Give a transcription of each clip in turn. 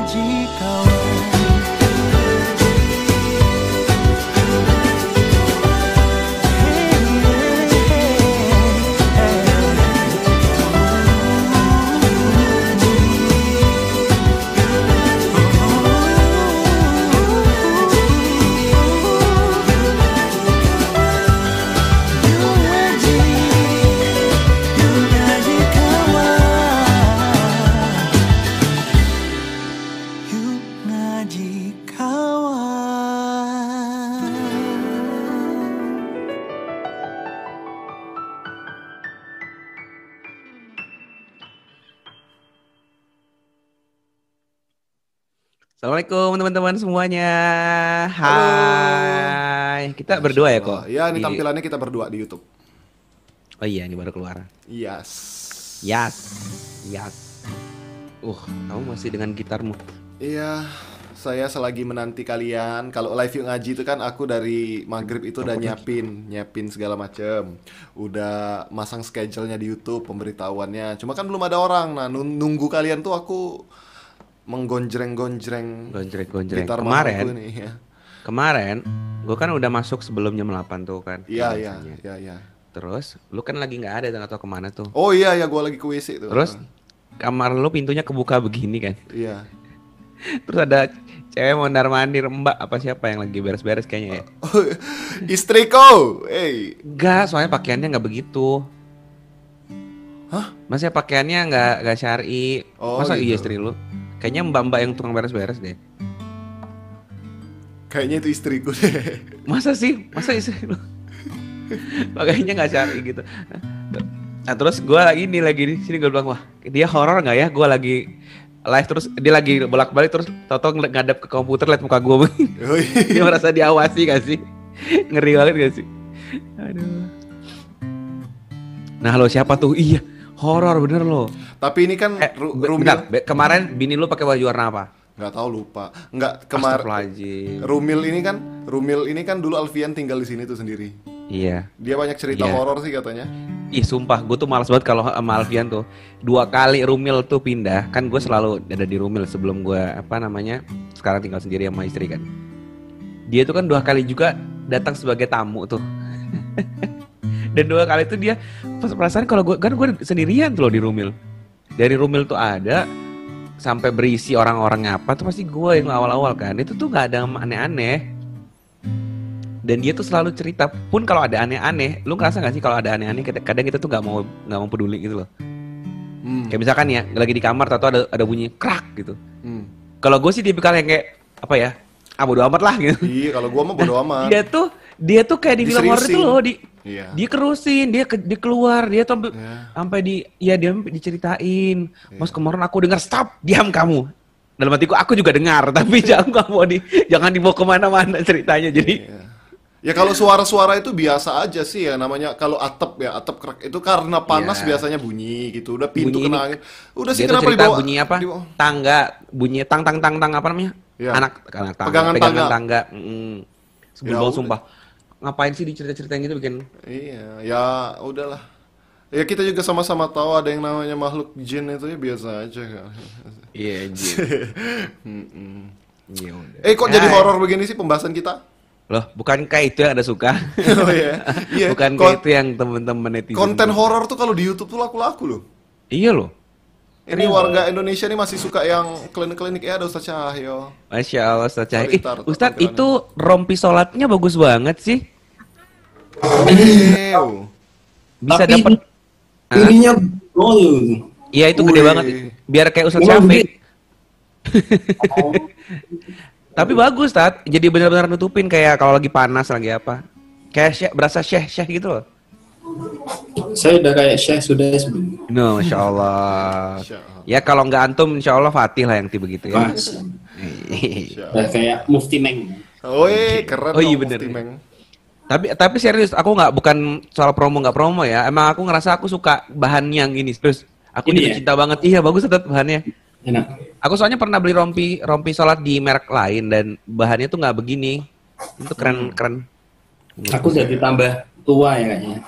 Assalamualaikum teman-teman semuanya. Hai. Kita berdua ya kok? Ya, ini tampilannya kita berdua di YouTube. Oh iya, ini baru keluar. Yes. Kamu masih dengan gitarmu? Iya, saya selagi menanti kalian. Kalau live yuk ngaji itu kan aku dari maghrib itu udah nyiapin segala macem. Udah masang schedule-nya di YouTube, pemberitahuannya. Cuma kan belum ada orang. Nah, nunggu kalian tuh aku menggonjreng gitar Kemarin, nih, ya. Kemarin, gue kan udah masuk sebelum jam 8 tuh kan. Iya. Terus, lu kan lagi nggak ada, nggak tahu kemana tuh. Oh iya, gue lagi ke WC tuh. Terus, kamar lu pintunya kebuka begini kan. Iya. Terus ada cewek mondar-mandir, mbak apa siapa yang lagi beres-beres kayaknya ya. Istriku, Enggak, soalnya pakaiannya nggak begitu. Hah? Maksudnya pakaiannya nggak syar'i. Masa gitu. iya istri lu? Kayaknya mbak-mbak yang tukang beres-beres deh. Kayaknya itu istriku deh. Masa sih? Masa istri lu? Pakaiannya nggak syar'i gitu. Nah terus gue lagi di sini gue bilang, wah dia horor nggak ya? Gue lagi live terus dia lagi bolak-balik terus tau-tau ngadep ke komputer liat muka gue. Dia merasa diawasi gak sih? Ngeri banget gak sih? Aduh. Nah lo siapa tuh? Iya horor bener lo. Tapi ini kan Rumil. Kemarin bini lu pakai baju warna apa? Nggak tahu, lupa. Nggak, kemarin Rumil ini kan dulu Alfian tinggal di sini tuh sendiri. Iya. Dia banyak cerita horor sih katanya. Ih sumpah, gue tuh malas banget kalau sama Alfian tuh. 2 kali Rumil tuh pindah. Kan gue selalu ada di Rumil sebelum gue sekarang tinggal sendiri sama istri kan. Dia tuh kan 2 kali juga datang sebagai tamu tuh. Dan 2 kali tuh dia perasaan kalau gue sendirian tuh loh di Rumil. Dari Rumil tuh ada sampai berisi orang-orang ngapa tuh pasti gue yang awal-awal kan. Itu tuh nggak ada aneh-aneh. Dan dia tuh selalu cerita pun kalau ada aneh-aneh. Lu ngerasa nggak sih kalau ada aneh-aneh? Kadang kita tuh nggak mau peduli gitu loh. Kayak misalkan ya lagi di kamar atau ada bunyi krak gitu. Kalau gue sih tipikal yang kayak apa ya? Bodo amat lah gitu. Iya, kalau gue mah bodo amat. Dia tuh kayak di film horor itu loh dia kerusin, dia keluar, dia tuh sampai dia diceritain. Mas kemarin aku dengar stop, diam kamu. Dalam hatiku aku juga dengar, tapi jangan dibawa kemana-mana ceritanya. Jadi ya kalau suara-suara itu biasa aja sih ya, namanya kalau atap kerak itu karena panas biasanya bunyi gitu. Udah pintu kena angin. Udah sih kenapa dibawa? Bunyi apa? Tangga, bunyi tang apa namanya? Ya. Pegangan tangga. Sebelum sumpah. Ngapain sih dicerita-ceritain gitu bikin? Iya, ya udahlah. Ya kita juga sama-sama tahu ada yang namanya makhluk jin itu ya biasa aja kan. Iya, jin. Ya udah. Kok jadi horor begini sih pembahasan kita? Loh, bukankah itu yang Anda suka? Oh iya. Bukankah itu yang teman-teman netizen? Konten horor tuh kalau di YouTube tuh laku-laku loh. Iya loh. Ini warga Indonesia nih masih suka yang klinik-klinik ya, ada Ustaz Cahyo. Masya Allah Ustaz Cahyo. Ustaz itu rompi sholatnya bagus banget sih. Bisa dapat ininya iya itu gede banget. Biar kayak Ustaz Syafiq. Tapi bagus Tat. Jadi benar-benar nutupin kayak kalau lagi panas lagi apa. Kayak berasa syekh gitu loh. Saya udah kayak syekh sudah sebelumnya. No, Masya Allah. Ya kalau nggak antum, Insya Allah Fatih lah yang begitu ya. Kayak Mufti Meng. Keren. Oh iya bener. Tapi serius, aku bukan soal promo nggak promo ya. Emang aku ngerasa aku suka bahan yang ini. Terus aku juga cinta banget. Iya bagus tetap bahannya. Enak. Aku soalnya pernah beli rompi sholat di merek lain dan bahannya tuh nggak begini. Itu keren. Aku udah ditambah tua ya kayaknya.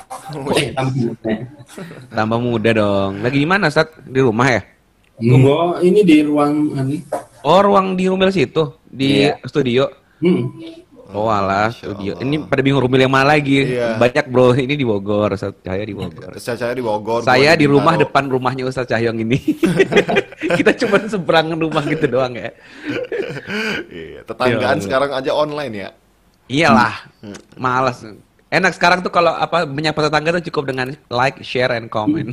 Tambah muda dong. Lagi di mana Ustaz? Di rumah ya? Enggak, ini di ruang Oh, ruang di Rumil situ di Iya. studio. Oh alah, Masya studio. Allah. Ini pada bingung Rumil yang mana lagi? Iya. Banyak bro, ini di Bogor, Ustadz Cahyo di Bogor. Saya di Bogor. Saya gua di rumah Bintaro. depan rumahnya Ustadz Cahyo yang ini. Kita cuma seberangan rumah gitu doang ya. Iya, Ya tetanggaan Allah. sekarang aja online ya. Iyalah, malas. Enak sekarang tuh kalau apa menyapa tetangga tuh cukup dengan like, share, and comment.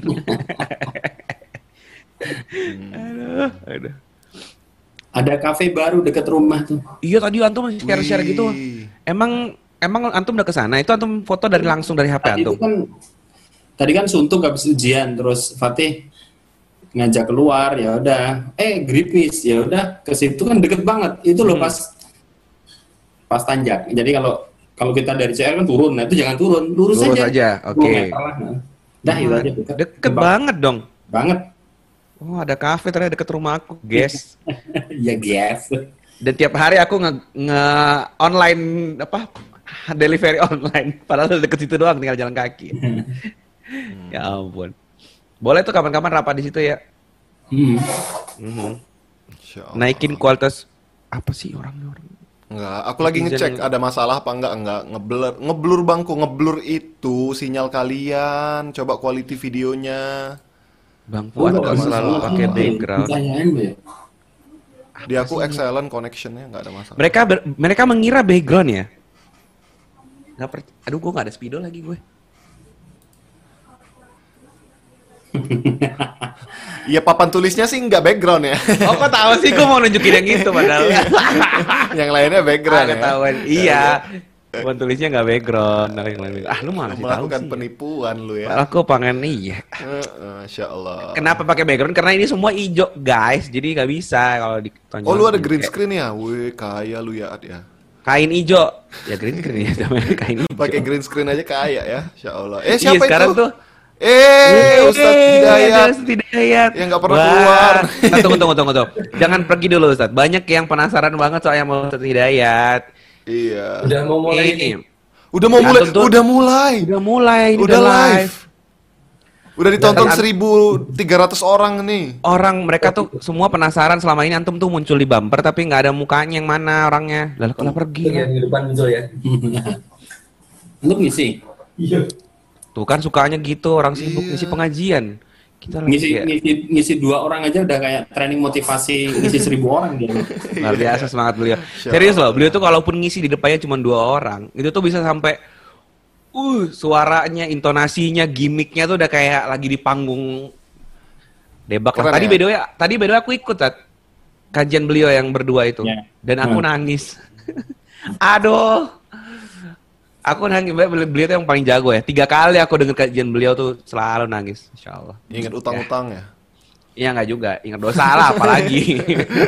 Aduh. Ada kafe baru dekat rumah tuh. Iya tadi antum share-share gitu. Wih. Emang antum udah kesana? Itu antum foto dari langsung dari HP Tadi itu antum? kan tadi kan suntuk habis ujian, terus Fatih ngajak keluar, ya udah. Gripis, ya udah ke situ kan deket banget. Itu loh pas tanjak. Jadi kalau kita dari CR kan turun, nah itu jangan turun, lurus Lurus aja. aja, oke. 10 meter lah. Dah itu aja Deket banget dong. banget. Oh ada kafe ternyata deket rumah aku, guys. Ya guys. Dan tiap hari aku online apa delivery online. Padahal deket situ doang, tinggal jalan kaki. Ya ampun. Boleh tuh kapan-kapan rapat di situ ya. Insya Allah. Naikin kualitas apa sih orang. Enggak, aku lagi ngecek ada masalah apa enggak ngeblur bangku, ngeblur itu sinyal kalian. Coba quality videonya. Bang Fuad kalau selalu pakai background. Pertanyaan ya. Di aku excellent connectionnya nggak ada masalah. Mereka mengira background ya. Aduh, gue nggak ada speedo lagi gue. Iya papan tulisnya sih nggak background ya. Oh, kok tahu sih gue mau nunjukin yang itu padahal. Yang lainnya background ya. Ketahuan. Iya. Papan tulisnya nggak background. Lu malah sih tahu Melakukan sih. penipuan lu ya. Aku pengen iya. Masya Allah. Kenapa pakai background? Karena ini semua hijau, guys. Jadi nggak bisa kalau ditonjolin. Oh lu ada green screen ya? Wih kaya lu ya Ad ya. Kain hijau. Ya green screen ya namanya kain hijau. Pakai green screen aja kaya ya. Masya Allah. Iya, Siapa sekarang itu? tuh. Ustadz Hidayat. Ustadz Hidayat. Yang nggak pernah Wah. keluar. Tunggu. Jangan pergi dulu Ustadz. Banyak yang penasaran banget soal yang mau Ustadz Hidayat. Iya. Udah mau mulai Ini. Udah mau mulai. Antum tuh- Udah mulai. Udah mulai. Ini Udah live. Udah ditonton Dan- 1.300 orang nih. Orang mereka tuh semua penasaran selama ini antum tuh muncul di bumper tapi nggak ada mukanya yang mana orangnya. Lalu kalau pergi ya. Yang di depan muncul ya. Untuk ngisi. Iya. Tuh kan sukanya gitu orang sibuk Iya. ngisi pengajian. Kita lagi Ngisi, ya, ngisi 2 orang aja udah kayak training motivasi ngisi 1.000 orang dia. luar biasa semangat beliau. Serius loh, beliau tuh kalaupun ngisi di depannya cuma 2 orang, itu tuh bisa sampai suaranya, intonasinya, gimmicknya tuh udah kayak lagi di panggung debak lah. Keren Tadi ya? by the way aku ikut kajian beliau yang berdua itu. Ya. Dan aku nangis. Aduh. Aku nangis, beliau tuh yang paling jago ya. 3 kali aku denger kajian beliau tuh selalu nangis. Insya Allah. Ingat utang-utang ya. Iya nggak juga, ingat dosa lah apalagi.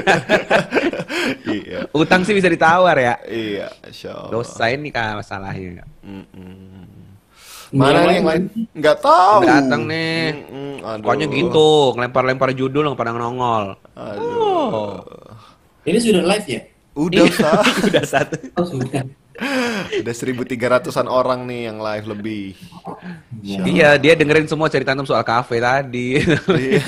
Iya. Utang sih bisa ditawar ya. Iya, Insya Allah. Dosa ini kan masalahnya. Mana nih yang lain? Nggak tahu. Datang nih. Aduh. Pokoknya gitu, ngelempar-lempar judul nggak pada nongol. Aduh. Ini sudah live ya? Udah Ustaz. Udah satu. Oh, sudah. Udah 1.300-an orang nih yang live lebih. Iya, dia dengerin semua cerita antum soal kafe tadi. Iya.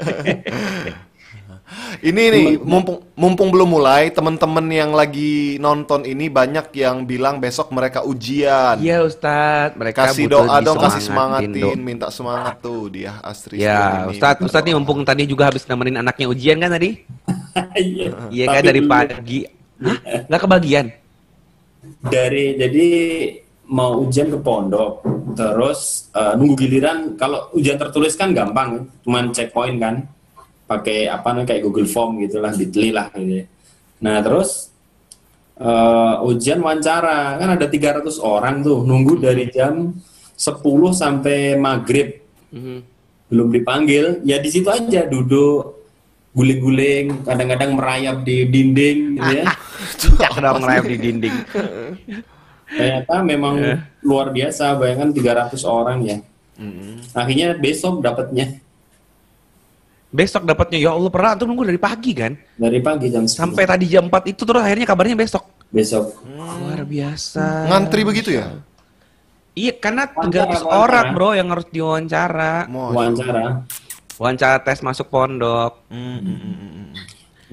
Ini nih, mumpung belum mulai, teman-teman yang lagi nonton ini banyak yang bilang besok mereka ujian. Iya Ustadz, mereka Kasih butuh doa dong, kasih disemangatin, semangatin, minta semangat tuh dia Astri. Ya, Ustadz nih mumpung tadi juga habis nemenin anaknya ujian kan tadi? Iya. Iya kan Tapi dari dulu pagi. Hah? Nggak kebagian? jadi mau ujian ke pondok, terus nunggu giliran. Kalau ujian tertulis kan gampang, cuman checkpoint kan, pakai apa namanya kayak Google Form gitulah, Bitly lah gitu. Nah terus ujian wawancara kan ada 300 orang tuh nunggu dari jam 10 sampai maghrib belum dipanggil. Ya di situ aja duduk guling-guling, kadang-kadang merayap di dinding gitu ya. Cak dong ngelayap di dinding. Ternyata memang luar biasa, bayangkan 300 orang ya. Akhirnya besok dapatnya. Besok dapatnya, ya Allah pernah antum nunggu dari pagi kan? Dari pagi jam 10. Sampai tadi jam 4 itu terus akhirnya kabarnya besok. Besok. Luar biasa. Ngantri begitu ya? Iya, karena 300 Wawancara. orang bro yang harus diwawancara. Wawancara. Wawancara tes masuk pondok.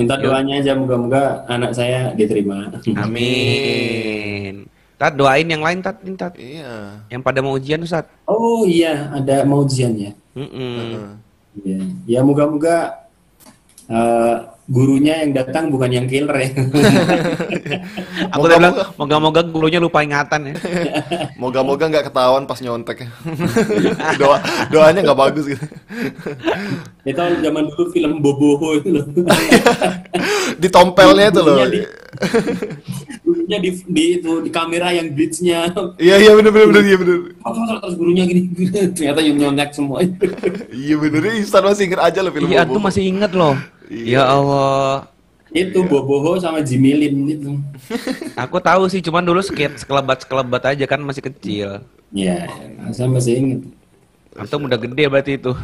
Minta doanya aja, moga-moga anak saya diterima. Amin. Tat, doain yang lain, Tat. Iya. Yang pada mau ujian, Ustaz. Oh iya, ada mau ujian ya. Iya. Ya moga-moga gurunya yang datang bukan yang killer ya. Aku udah bilang, moga-moga gurunya lupa ingatan ya. Moga-moga nggak ketahuan pas nyontek. Doanya nggak bagus gitu. Itu zaman dulu film Boboho itu loh. Ditompelnya itu loh. Gurunya di kamera yang glitch-nya. Iya bener iya bener. Terus gurunya gini, ternyata nyontek semua. Iya bener, Ihsan masih inget aja loh film Iya, Bobo. tuh masih inget loh. Ya Allah. Itu Boboho sama Jimmy Lin itu. Aku tahu sih, cuman dulu sekelebat aja kan masih kecil. Ya, saya masih ingat. Antum udah gede berarti itu.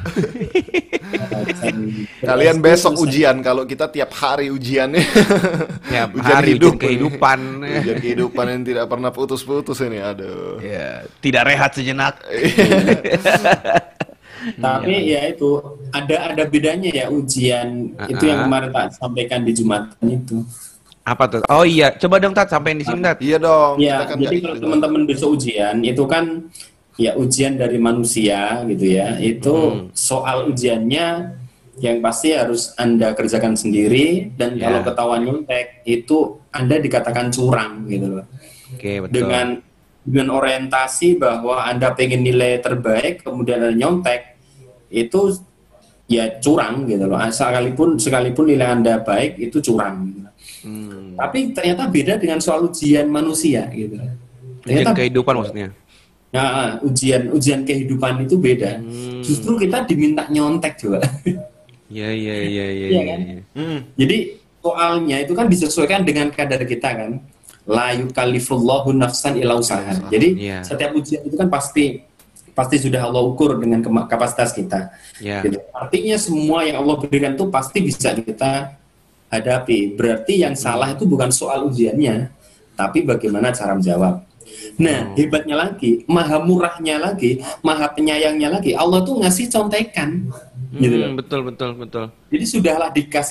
Kalian besok ujian, kalau kita tiap hari ujiannya. Tiap Ujian hari hidup. ujian kehidupan. Ujian kehidupan yang tidak pernah putus-putus ini, aduh. Ya, tidak rehat sejenak. Tapi ya itu ada bedanya ya ujian itu yang kemarin tak sampaikan di Jumatan itu. Apa tuh? Oh iya, coba dong Tat, sampein di sini Tat. Iya dong. Ya, kita kan jadi nggak- kalau teman-teman besok ujian itu kan ya ujian dari manusia gitu ya. Itu soal ujiannya yang pasti harus Anda kerjakan sendiri dan Ya. kalau ketahuan nyontek itu Anda dikatakan curang gitu loh. Oke, betul. Dengan orientasi bahwa Anda pengen nilai terbaik kemudian Anda nyontek itu ya curang gitu loh. Sekalipun nilai Anda baik itu curang gitu. Tapi ternyata beda dengan soal ujian manusia gitu. Ujian Ternyata kehidupan maksudnya. Nah, ujian kehidupan itu beda. Justru kita diminta nyontek juga. Iya. Iya kan? Jadi soalnya itu kan disesuaikan dengan kadar kita kan. La yukallifullahu nafsan illa usaha. Jadi Iya. setiap ujian itu kan pasti sudah Allah ukur dengan kapasitas kita. Iya. Gitu. Artinya semua yang Allah berikan itu pasti bisa kita hadapi. Berarti yang salah itu bukan soal ujiannya, tapi bagaimana cara menjawab. Nah, hebatnya lagi, maha murahnya lagi, maha penyayangnya lagi, Allah tuh ngasih contekan. Gitu loh. Betul. Jadi sudahlah dikasih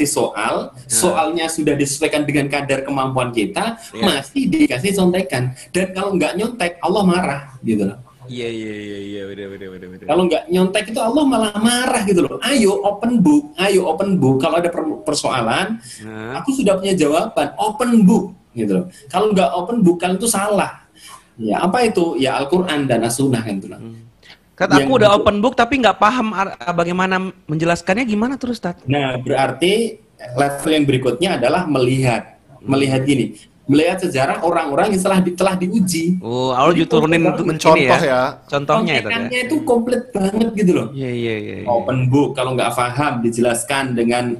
soalnya sudah disesuaikan dengan kadar kemampuan kita, masih dikasih contekan. Dan kalau nggak nyontek, Allah marah, gitu loh. Iya, bener. Kalau nggak nyontek itu Allah malah marah gitu loh. Ayo open book. Kalau ada persoalan, aku sudah punya jawaban. Open book gitu loh. Kalau nggak open book, kalian itu salah. Ya apa itu? Ya Al-Quran dan As-Sunnah kan itu loh. Tat, aku udah open book tapi nggak paham bagaimana menjelaskannya gimana terus Tat. Nah berarti level yang berikutnya adalah melihat gini. Melihat sejarah orang-orang yang telah diuji. Oh, Allah juga turunin mencontoh ini ya. Contohnya itu ya. Contekannya itu komplit banget gitu loh. Iya. Open book, kalau nggak paham dijelaskan dengan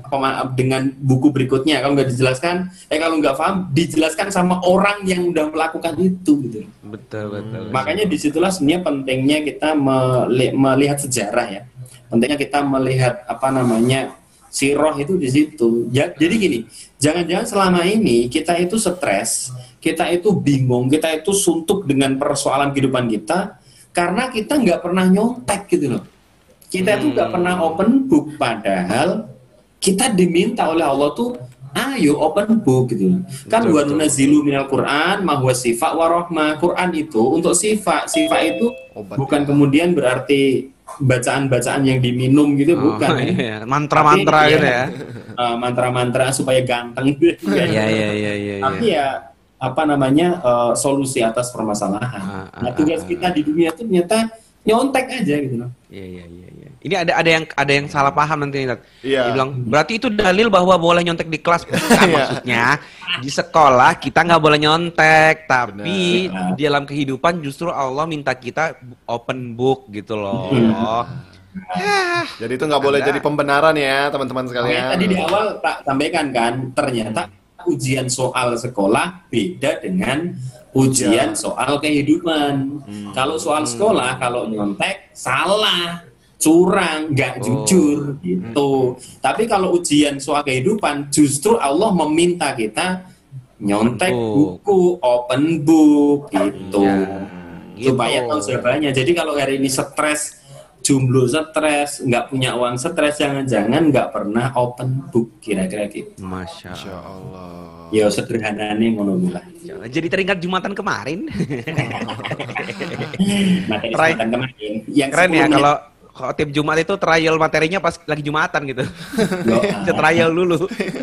buku berikutnya. Kalau nggak dijelaskan, kalau nggak paham dijelaskan sama orang yang udah melakukan itu gitu. Betul. Makanya disitulah sebenarnya pentingnya kita melihat sejarah ya. Pentingnya kita melihat sirah itu di situ. Jadi gini, jangan-jangan selama ini kita itu stres, kita itu bingung, kita itu suntuk dengan persoalan kehidupan kita karena kita nggak pernah nyontek gitu loh. Kita itu nggak pernah open book, padahal kita diminta oleh Allah tuh ayo open book gitu. Kan wa nunazzilu minal Qur'an ma huwa sifaa wa rahmah. Quran itu untuk sifat itu Obat. bukan kemudian berarti bacaan-bacaan yang diminum gitu bukan ya. Iya. Mantra-mantra Tapi, gitu ya. Mantra-mantra supaya ganteng gitu. Iya. Tapi ya solusi atas permasalahan. Nah, tugas kita di dunia itu ternyata nyontek aja gitu loh. Iya. Ini ada yang salah paham nanti Tat. Iya. Dia bilang, berarti itu dalil bahwa boleh nyontek di kelas. Bukan, maksudnya di sekolah kita nggak boleh nyontek, tapi di dalam kehidupan justru Allah minta kita open book gitu loh. Jadi itu nggak boleh jadi pembenaran ya teman-teman sekalian. Makanya tadi di awal tak sampaikan kan, ternyata ujian soal sekolah beda dengan ujian soal kehidupan. Kalau soal sekolah, kalau nyontek salah, curang, nggak jujur gitu. Tapi kalau ujian soal kehidupan, justru Allah meminta kita nyontek buku, open book gitu. Supaya tahu jawabannya. Jadi kalau hari ini stres jomblo stres, nggak punya uang stres, jangan-jangan nggak pernah open book kira-kira gitu. Masya Masya Allah. Allah. Ya sederhananya ngono lah. Jadi teringat Jumatan kemarin. Materi Try. Jumatan kemarin. Yang Keren 10 ya menit. kalau khotib Jumat itu trial materinya pas lagi Jumatan gitu. Loh, Bisa trial dulu.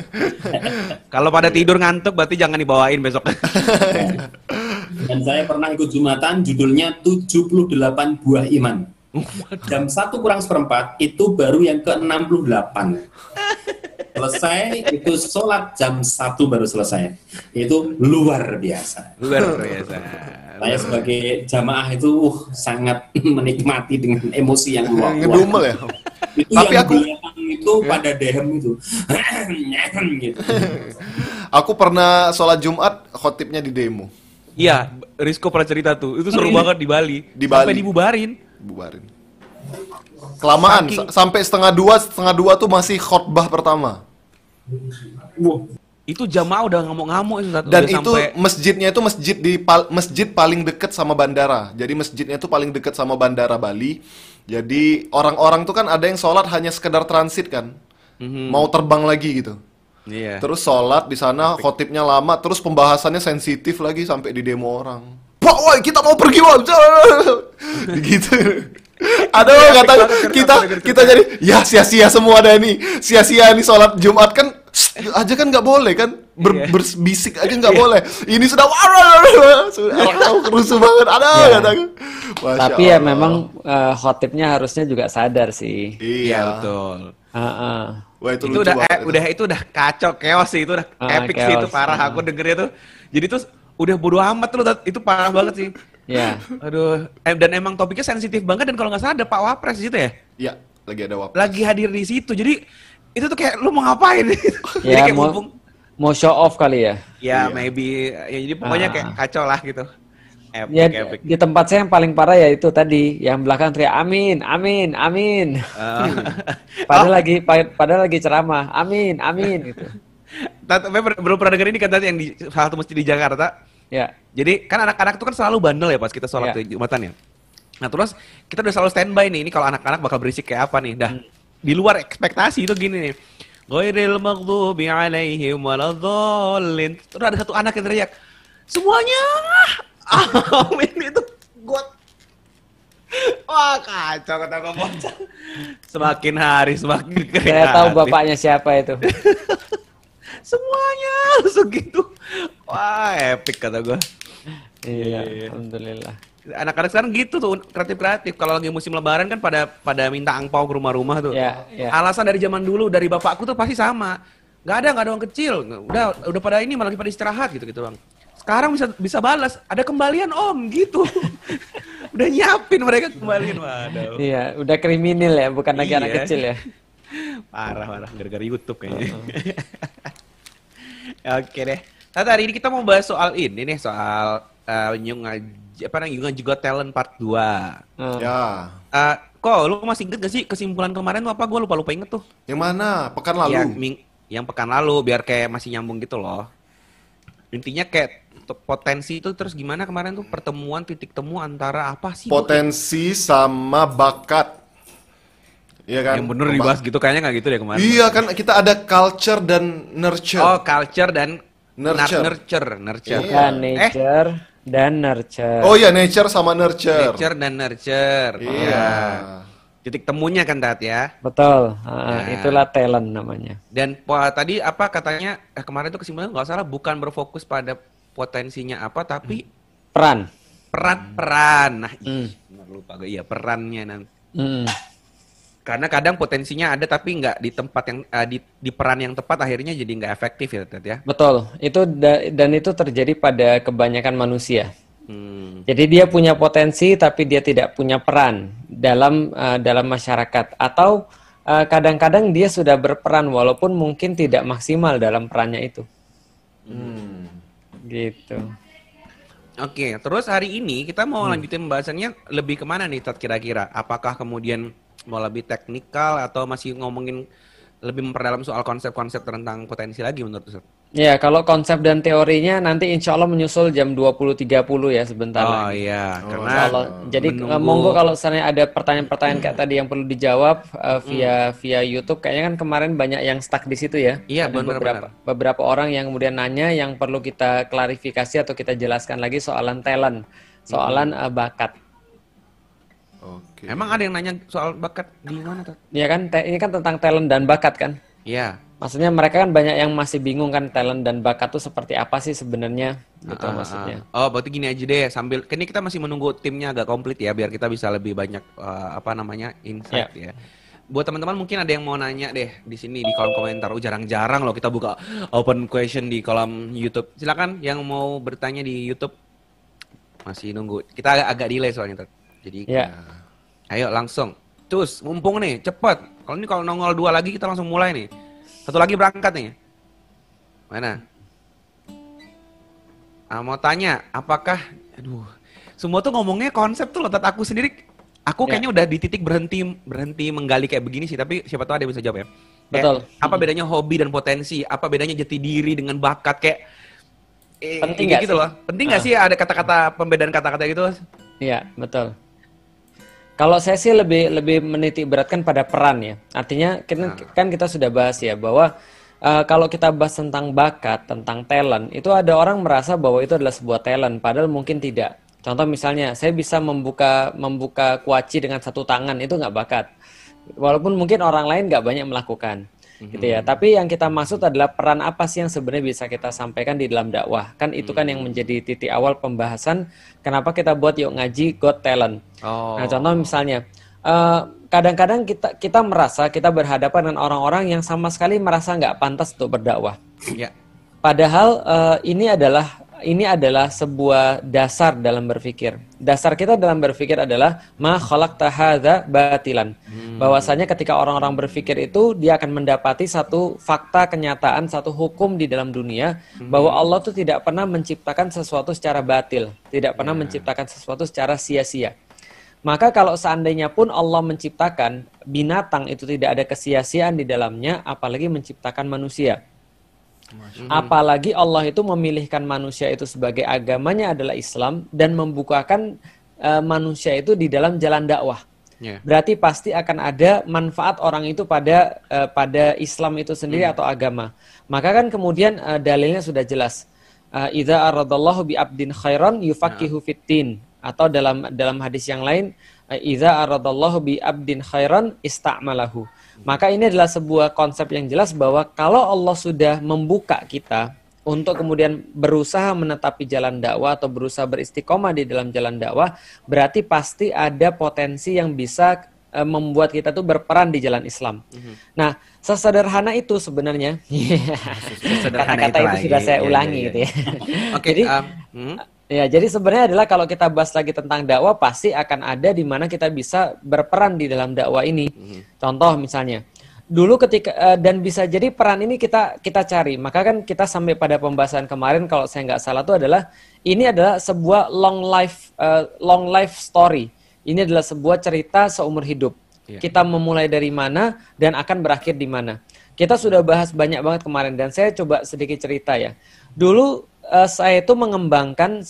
Kalau pada tidur ngantuk berarti jangan dibawain besok. Dan saya pernah ikut Jumatan, judulnya 78 buah iman. Jam 1 kurang seperempat, itu baru yang ke-68. Selesai, itu sholat jam 1 baru selesai. Itu luar biasa. Luar biasa. Saya sebagai jamaah itu sangat menikmati dengan emosi yang luar Ngedumel ya. Itu Tapi yang aku- belakang itu pada dehem itu. Gitu. Aku pernah sholat Jumat, khotibnya di demo. Iya, Rizko pernah cerita tuh. Itu seru banget di Bali. Di Sampai Bali. dibubarin. Bubarin. Kelamaan, Saking- sampai setengah dua tuh masih khotbah pertama. Wah, Itu jamaah udah ngamuk-ngamuk itu Tat. Dan Udah itu sampai masjidnya itu masjid paling deket sama bandara. Jadi masjidnya itu paling deket sama bandara Bali. Jadi orang-orang tuh kan ada yang sholat hanya sekedar transit kan, mau terbang lagi gitu. iya. Terus sholat di sana, khotibnya lama, terus pembahasannya sensitif lagi sampai di demo orang. Pak, woi kita mau pergi woi, gitu. Aduh, kata kita jadi ya sia-sia semua dah nih, sia-sia nih sholat Jumat kan aja kan nggak boleh kan, Iya. berbisik aja nggak boleh. Ini sudah orang rusuh banget, ada Iya. kataku. Masya Tapi ya Allah. memang khotibnya harusnya juga sadar sih. Iya, Iya. betul. Heeh. Wah itu, Itu lucu udah banget. itu udah kacau, chaos sih, itu udah epic sih, itu chaos. parah aku dengernya tuh. Jadi tuh udah bodo amat tuh, Tat. Itu parah banget sih. Ya. Aduh, dan emang topiknya sensitif banget, dan kalau nggak salah ada Pak Wapres di situ ya. Iya, lagi ada wapres. Lagi hadir di situ. Jadi itu tuh kayak lu mau ngapain? Jadi Ya kayak mumpung mau show off kali ya. ya Iya. maybe ya, jadi pokoknya kayak kacau lah gitu. Epic, Ya epic. di tempat saya yang paling parah ya itu tadi yang belakang teriak amin, amin, amin. Padahal lagi ceramah, amin, amin gitu. Tat, belum pernah denger ini kan tadi yang di salah satu masjid di Jakarta. Ya. Jadi kan anak-anak tuh kan selalu bandel ya pas kita sholat Iya. di Jumatan ya. Nah terus kita udah selalu standby nih, ini kalau anak-anak bakal berisik kayak apa nih. Dah di luar ekspektasi itu gini nih. Ghairil maghdubi alaihim waladhdallin. Terus ada satu anak yang teriak, semuanya amin itu. Gua wah kacau kata gua bocah. Semakin hari semakin kreatif. Saya tahu bapaknya siapa itu. Semuanya langsung gitu. Wah, epic kata gua. Iya, alhamdulillah. Anak-anak sekarang gitu tuh, kreatif-kreatif. Kalau lagi musim lebaran kan pada minta angpau ke rumah-rumah tuh. Ya, ya. Alasan dari zaman dulu dari bapakku tuh pasti sama. Nggak ada uang kecil. Udah pada ini malah lagi pada istirahat gitu Bang. Sekarang bisa balas, ada kembalian Om gitu. Udah nyiapin mereka kembalian. Waduh. Iya, udah kriminal ya, bukan lagi anak Iya. kecil ya. Parah gara-gara YouTube kayaknya. Oke deh. Tata, hari ini kita mau bahas soal ini nih, soal Young juga Talent Part 2. Ya. Kok lu masih inget gak sih kesimpulan kemarin tuh apa? Gue lupa inget tuh. Yang mana? Pekan lalu. Yang pekan lalu, biar kayak masih nyambung gitu loh. Intinya kayak potensi itu terus gimana kemarin tuh pertemuan titik temu antara apa sih? Potensi sama bakat. Iya kan? Yang bener dibahas gitu kayaknya nggak gitu deh kemarin. Iya kan kita ada culture dan nurture. Oh, culture dan Nurture. nurture. Bukan nature dan nurture. Oh iya, nature sama nurture. Nature dan nurture. Iya. Ya. Titik temunya kan Tat ya. Betul, Ya. itulah talent namanya. Dan tadi apa katanya kemarin tuh kesimpulannya nggak salah bukan berfokus pada potensinya apa tapi Peran. peran. Nah, Hmm. benar lupa gue. Iya, perannya nanti. Mm. Karena kadang potensinya ada tapi nggak di tempat yang di peran yang tepat akhirnya jadi nggak efektif ya Tat ya. Betul, itu dan itu terjadi pada kebanyakan manusia. Hmm. Jadi dia punya potensi tapi dia tidak punya peran dalam masyarakat atau kadang-kadang dia sudah berperan walaupun mungkin tidak maksimal dalam perannya itu. Gitu. Oke, terus hari ini kita mau lanjutin pembahasannya lebih kemana nih Tat kira-kira? Apakah kemudian mau lebih teknikal atau masih ngomongin lebih memperdalam soal konsep-konsep tentang potensi lagi menurut Tat? Ya, kalau konsep dan teorinya nanti insya Allah menyusul jam 20.30 ya sebentar Oh lagi. iya, Oh, karena Insya Allah. Jadi menunggu. monggo kalau misalnya ada pertanyaan-pertanyaan kayak tadi yang perlu dijawab via YouTube, kayaknya kan kemarin banyak yang stuck di situ ya. Iya, Ada benar-benar. beberapa orang yang kemudian nanya yang perlu kita klarifikasi atau kita jelaskan lagi soalan talent, soalan bakat. Oke. Emang ada yang nanya soal bakat di mana tuh? Ya kan, ini kan tentang talent dan bakat kan. Iya. Maksudnya mereka kan banyak yang masih bingung kan talent dan bakat itu seperti apa sih sebenarnya gitu maksudnya. Oh, berarti gini aja deh, sambil ini kita masih menunggu timnya agak komplit ya, biar kita bisa lebih banyak insight ya. Buat teman-teman mungkin ada yang mau nanya deh di sini di kolom komentar. Jarang-jarang loh kita buka open question di kolom YouTube. Silakan yang mau bertanya di YouTube. Masih nunggu. Kita agak delay soalnya, Tat. Jadi Ya. ayo langsung. Cus, mumpung nih, cepet. Kalau nongol 2 lagi kita langsung mulai nih. Satu lagi berangkat nih. Mana? Mau tanya, apakah semua tuh ngomongnya konsep tuh loh, Tat. Aku sendiri kayaknya udah di titik berhenti menggali kayak begini sih, tapi siapa tahu ada yang bisa jawab ya. Kayak, Betul. apa bedanya hobi dan potensi? Apa bedanya jati diri dengan bakat? Kayak Penting kayak nggak gitu sih? loh. Penting nggak sih ada kata-kata pembedaan kata-kata gitu? Iya, betul. Kalau saya sih lebih menitik beratkan pada peran ya. Artinya kan kita sudah bahas ya bahwa kalau kita bahas tentang bakat, tentang talent, itu ada orang merasa bahwa itu adalah sebuah talent, padahal mungkin tidak. Contoh misalnya, saya bisa membuka kuaci dengan satu tangan, itu nggak bakat. Walaupun mungkin orang lain nggak banyak melakukan. Gitu ya. Tapi yang kita maksud adalah peran apa sih yang sebenarnya bisa kita sampaikan di dalam dakwah. Kan itu kan yang menjadi titik awal pembahasan kenapa kita buat Yuk Ngaji Got Talent. Oh. Nah, contoh misalnya kadang-kadang kita merasa kita berhadapan dengan orang-orang yang sama sekali merasa nggak pantas untuk berdakwah. Ya. Padahal ini adalah sebuah dasar dalam berpikir. Dasar kita dalam berpikir adalah ma khalaqta hadza batilan. Bahwasanya ketika orang-orang berpikir itu dia akan mendapati satu fakta kenyataan, satu hukum di dalam dunia bahwa Allah tuh tidak pernah menciptakan sesuatu secara batil, tidak pernah menciptakan sesuatu secara sia-sia. Maka kalau seandainya pun Allah menciptakan binatang itu tidak ada kesia-siaan di dalamnya, apalagi menciptakan manusia. Apalagi Allah itu memilihkan manusia itu sebagai agamanya adalah Islam dan membukakan manusia itu di dalam jalan dakwah. Berarti pasti akan ada manfaat orang itu pada Islam itu sendiri atau agama. Maka kan kemudian dalilnya sudah jelas. Idza aradallahu bi abdin khairan yufaqihu fiddin, atau dalam hadis yang lain idza aradallahu bi abdin khairan ista'malahu. Maka ini adalah sebuah konsep yang jelas bahwa kalau Allah sudah membuka kita untuk kemudian berusaha menetapi jalan dakwah atau berusaha beristiqomah di dalam jalan dakwah, berarti pasti ada potensi yang bisa membuat kita tuh berperan di jalan Islam. Nah, sesederhana itu sebenarnya. Kata-kata itu sudah saya ulangi gitu ya. Oke. Jadi ya, jadi sebenarnya adalah kalau kita bahas lagi tentang dakwah pasti akan ada di mana kita bisa berperan di dalam dakwah ini. Contoh misalnya, dulu ketika dan bisa jadi peran ini kita cari. Maka kan kita sampai pada pembahasan kemarin kalau saya nggak salah itu adalah ini adalah sebuah long life story. Ini adalah sebuah cerita seumur hidup. Kita memulai dari mana dan akan berakhir di mana. Kita sudah bahas banyak banget kemarin dan saya coba sedikit cerita ya. Dulu saya itu mengembangkan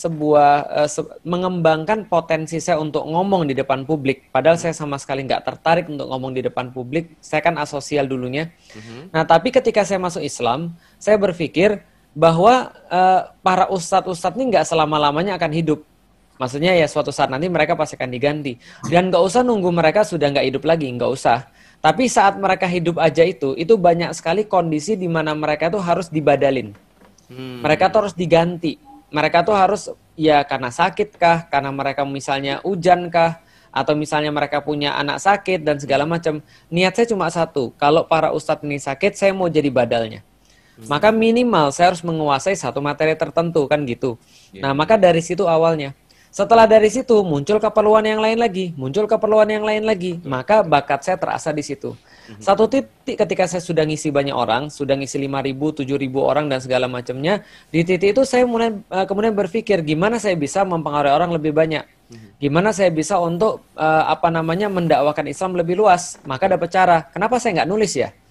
mengembangkan potensi saya untuk ngomong di depan publik. Padahal saya sama sekali nggak tertarik untuk ngomong di depan publik. Saya kan asosial dulunya. Nah, tapi ketika saya masuk Islam, saya berpikir bahwa para ustadz-ustadz ini nggak selama-lamanya akan hidup. Maksudnya ya suatu saat nanti mereka pasti akan diganti. Dan nggak usah nunggu mereka sudah nggak hidup lagi, nggak usah. Tapi saat mereka hidup aja itu banyak sekali kondisi di mana mereka tuh harus dibadalin. Mereka tuh harus diganti. Mereka tuh harus ya karena sakit kah, karena mereka misalnya hujan kah, atau misalnya mereka punya anak sakit dan segala macam. Niat saya cuma satu, kalau para ustadz ini sakit, saya mau jadi badalnya. Maka minimal saya harus menguasai satu materi tertentu kan gitu. Nah, maka dari situ awalnya. Setelah dari situ muncul keperluan yang lain lagi, maka bakat saya terasa di situ. Satu titik ketika saya sudah ngisi banyak orang, sudah ngisi 5.000, 7.000 orang dan segala macamnya, di titik itu saya mulai kemudian berpikir gimana saya bisa mempengaruhi orang lebih banyak. Gimana saya bisa untuk mendakwakan Islam lebih luas. Maka dapat cara. Kenapa saya nggak nulis ya?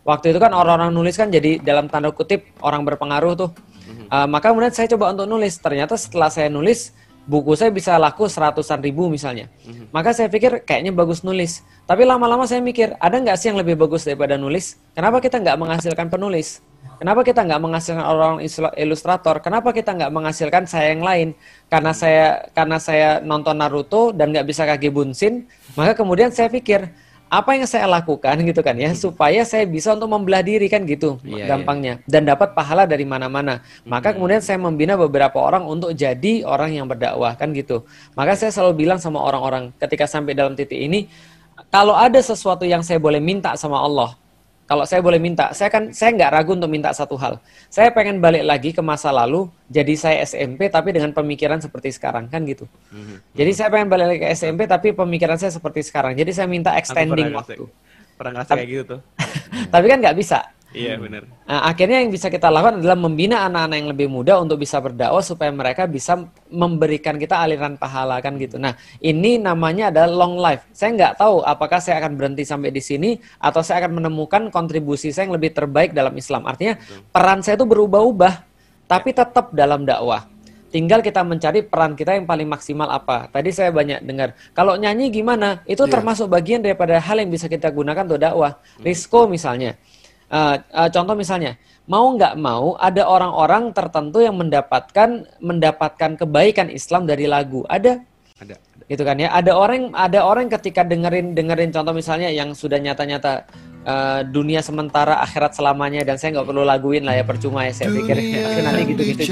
Waktu itu kan orang-orang nulis kan jadi dalam tanda kutip orang berpengaruh tuh. Maka kemudian saya coba untuk nulis. Ternyata setelah saya nulis, buku saya bisa laku 100-an ribu misalnya. Maka saya pikir kayaknya bagus nulis. Tapi lama-lama saya mikir, ada nggak sih yang lebih bagus daripada nulis? Kenapa kita nggak menghasilkan penulis? Kenapa kita nggak menghasilkan orang ilustrator? Kenapa kita nggak menghasilkan saya yang lain? Karena saya nonton Naruto dan nggak bisa kage bunshin, maka kemudian saya pikir, apa yang saya lakukan gitu kan ya, supaya saya bisa untuk membelah diri kan gitu, gampangnya. Dan dapat pahala dari mana-mana. Maka kemudian saya membina beberapa orang untuk jadi orang yang berdakwah kan gitu. Maka saya selalu bilang sama orang-orang ketika sampai dalam titik ini, kalau ada sesuatu yang saya boleh minta sama Allah, kalau saya boleh minta, saya nggak ragu untuk minta satu hal. Saya pengen balik lagi ke masa lalu, jadi saya SMP tapi dengan pemikiran seperti sekarang kan gitu. Jadi saya pengen balik lagi ke SMP tapi pemikiran saya seperti sekarang. Jadi saya minta extending waktu. Pernah ngerasa kayak gitu tuh. Tapi kan nggak bisa. Iya benar. Nah, akhirnya yang bisa kita lakukan adalah membina anak-anak yang lebih muda untuk bisa berdakwah supaya mereka bisa memberikan kita aliran pahala kan gitu. Nah, ini namanya adalah long life. Saya nggak tahu apakah saya akan berhenti sampai di sini atau saya akan menemukan kontribusi saya yang lebih terbaik dalam Islam. Artinya peran saya itu berubah-ubah, tapi tetap dalam dakwah. Tinggal kita mencari peran kita yang paling maksimal apa. Tadi saya banyak dengar, kalau nyanyi gimana? Itu termasuk bagian daripada hal yang bisa kita gunakan untuk dakwah. Risco misalnya. Contoh misalnya, mau nggak mau ada orang-orang tertentu yang mendapatkan kebaikan Islam dari lagu. Ada. Gitu kan ya. Ada orang ketika dengerin contoh misalnya yang sudah nyata-nyata dunia sementara akhirat selamanya, dan saya nggak perlu laguin lah ya, percuma ya saya pikir. Tapi nanti gitu-gitu.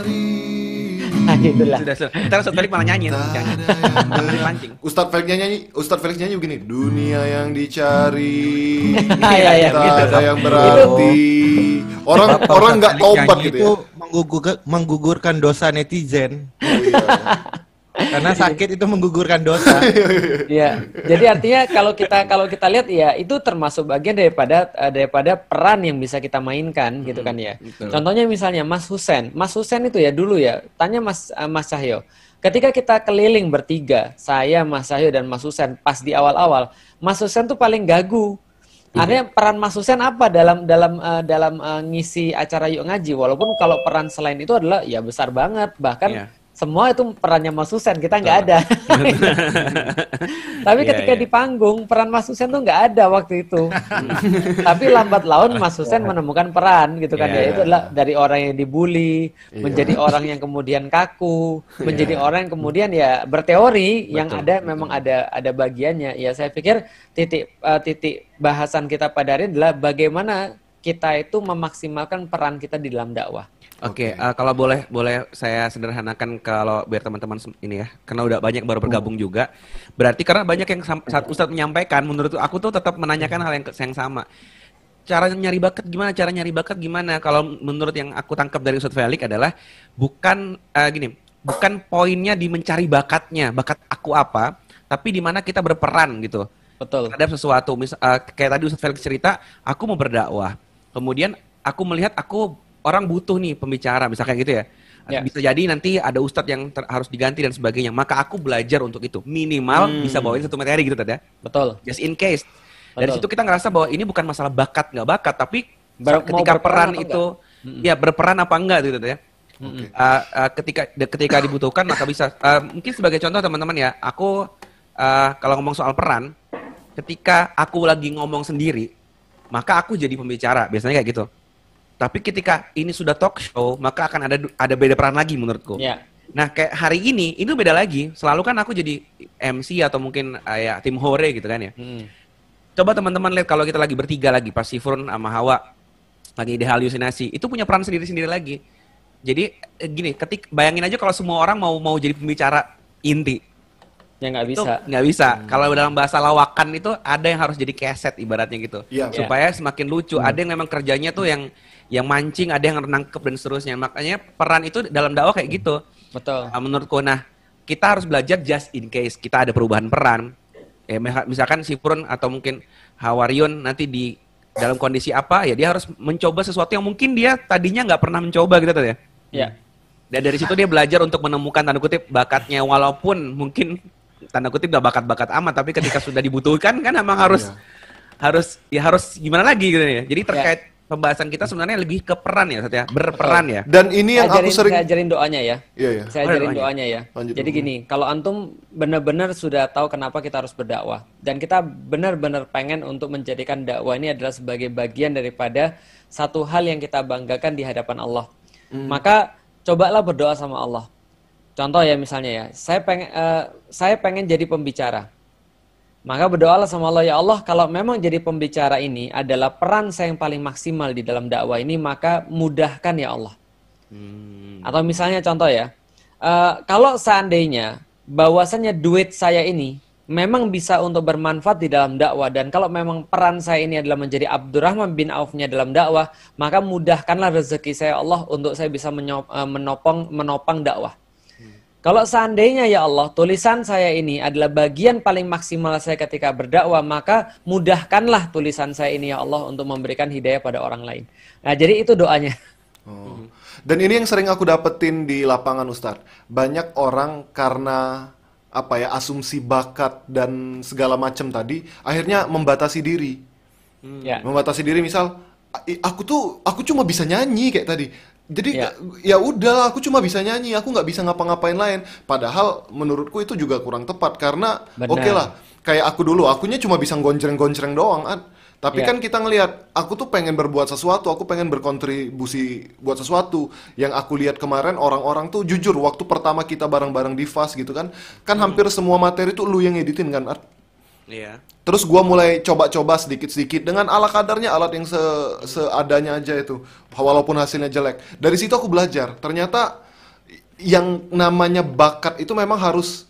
Nah, itulah. Sudah. Ntar Ustadz Felix malah nyanyi. Ustadz Felix nyanyi begini. Dunia yang dicari, ya, tak ada yang berarti. Orang nggak tobat gitu ya. Itu menggugurkan dosa netizen. Karena sakit itu menggugurkan dosa. Iya. Jadi artinya kalau kita lihat ya itu termasuk bagian daripada peran yang bisa kita mainkan gitu kan ya. Betul. Contohnya misalnya Mas Husen itu ya dulu ya, tanya Mas Cahyo. Ketika kita keliling bertiga, saya, Mas Cahyo dan Mas Husen, pas di awal-awal, Mas Husen tuh paling gagu. Artinya peran Mas Husen apa dalam ngisi acara Yuk Ngaji, walaupun kalau peran selain itu adalah ya besar banget, bahkan semua itu perannya Mas Husen, kita nggak ada. Tapi ketika di panggung, peran Mas Husen tuh nggak ada waktu itu. Tapi lambat laun Mas Husen menemukan peran gitu kan ya. Itu adalah dari orang yang dibully, menjadi orang yang kemudian kaku, menjadi orang yang kemudian ya berteori, yang ada memang ada bagiannya. Ya saya pikir titik bahasan kita pada hari ini adalah bagaimana kita itu memaksimalkan peran kita di dalam dakwah. Oke, kalau boleh saya sederhanakan kalau biar teman-teman ini ya, karena udah banyak baru bergabung juga. Berarti karena banyak yang saat Ustadz menyampaikan, menurut aku tuh tetap menanyakan hal yang sama. Cara nyari bakat gimana? Kalau menurut yang aku tangkap dari Ustadz Felix adalah bukan poinnya di mencari bakatnya, bakat aku apa, tapi di mana kita berperan gitu. Betul. Terhadap sesuatu. Kayak tadi Ustadz Felix cerita, aku mau berdakwah. Kemudian aku melihat orang butuh nih pembicara, misalkan gitu ya. Bisa jadi nanti ada ustadz yang harus diganti dan sebagainya. Maka aku belajar untuk itu. Minimal bisa bawain satu materi gitu tadi ya. Betul. Just in case. Dari situ kita ngerasa bahwa ini bukan masalah bakat nggak bakat, tapi ketika peran itu ya berperan apa enggak gitu ya. Ketika dibutuhkan maka bisa. Mungkin sebagai contoh teman-teman ya, aku kalau ngomong soal peran, ketika aku lagi ngomong sendiri, maka aku jadi pembicara. Biasanya kayak gitu. Tapi ketika ini sudah talk show, maka akan ada beda peran lagi menurutku. Yeah. Nah, kayak hari ini itu beda lagi. Selalu kan aku jadi MC atau mungkin ya tim hore gitu kan ya. Coba teman-teman lihat kalau kita lagi bertiga lagi, pas Sifrun sama Hawa lagi ide halusinasi, itu punya peran sendiri-sendiri lagi. Jadi gini, bayangin aja kalau semua orang mau jadi pembicara inti. Ya nggak bisa. Nggak bisa. Kalau dalam bahasa lawakan itu ada yang harus jadi keset ibaratnya gitu. Supaya semakin lucu. Ada yang memang kerjanya tuh yang mancing, ada yang nangkep dan seterusnya. Makanya peran itu dalam dakwah kayak gitu. Betul. Menurutku, nah kita harus belajar just in case kita ada perubahan peran. Misalkan Sifrun atau mungkin Hawarion nanti di dalam kondisi apa, ya dia harus mencoba sesuatu yang mungkin dia tadinya nggak pernah mencoba gitu ya. Iya. Dan dari situ dia belajar untuk menemukan tanda kutip bakatnya, walaupun mungkin tanda kutip nggak bakat-bakat amat, tapi ketika sudah dibutuhkan kan emang harus harus gimana lagi gitu ya. Jadi terkait pembahasan kita sebenarnya lebih ke peran ya, Ustaz ya. Berperan ya. Dan ini yang aku sering saya ajarin doanya ya. Iya. Saya ajarin doanya ya. Lanjut Jadi dulu. gini, kalau antum benar-benar sudah tahu kenapa kita harus berdakwah dan kita benar-benar pengen untuk menjadikan dakwah ini adalah sebagai bagian daripada satu hal yang kita banggakan di hadapan Allah. Maka cobalah berdoa sama Allah. Contoh ya misalnya ya, saya pengen jadi pembicara. Maka berdoalah sama Allah, ya Allah, kalau memang jadi pembicara ini adalah peran saya yang paling maksimal di dalam dakwah ini, maka mudahkan ya Allah. Atau misalnya contoh ya, kalau seandainya bahwasannya duit saya ini memang bisa untuk bermanfaat di dalam dakwah, dan kalau memang peran saya ini adalah menjadi Abdurrahman bin Auf-nya dalam dakwah, maka mudahkanlah rezeki saya Allah untuk saya bisa menopang dakwah. Kalau seandainya ya Allah, tulisan saya ini adalah bagian paling maksimal saya ketika berdakwah, maka mudahkanlah tulisan saya ini ya Allah untuk memberikan hidayah pada orang lain. Nah, jadi itu doanya. Dan ini yang sering aku dapetin di lapangan, Ustadz. Banyak orang karena asumsi bakat dan segala macam tadi, akhirnya membatasi diri. Membatasi diri, misal aku cuma bisa nyanyi kayak tadi. Jadi ya udah, aku cuma bisa nyanyi, aku nggak bisa ngapa-ngapain lain. Padahal menurutku itu juga kurang tepat karena oke lah, kayak aku dulu, akunya cuma bisa gonjreng-gonjreng doang. Tapi kan kita ngelihat, aku tuh pengen berbuat sesuatu, aku pengen berkontribusi buat sesuatu. Yang aku lihat kemarin orang-orang tuh jujur, waktu pertama kita bareng-bareng di FAS gitu kan hampir semua materi tuh lu yang editin kan, Iya. Terus gua mulai coba-coba sedikit-sedikit dengan ala kadarnya, alat yang seadanya aja itu, walaupun hasilnya jelek. Dari situ aku belajar, ternyata yang namanya bakat itu memang harus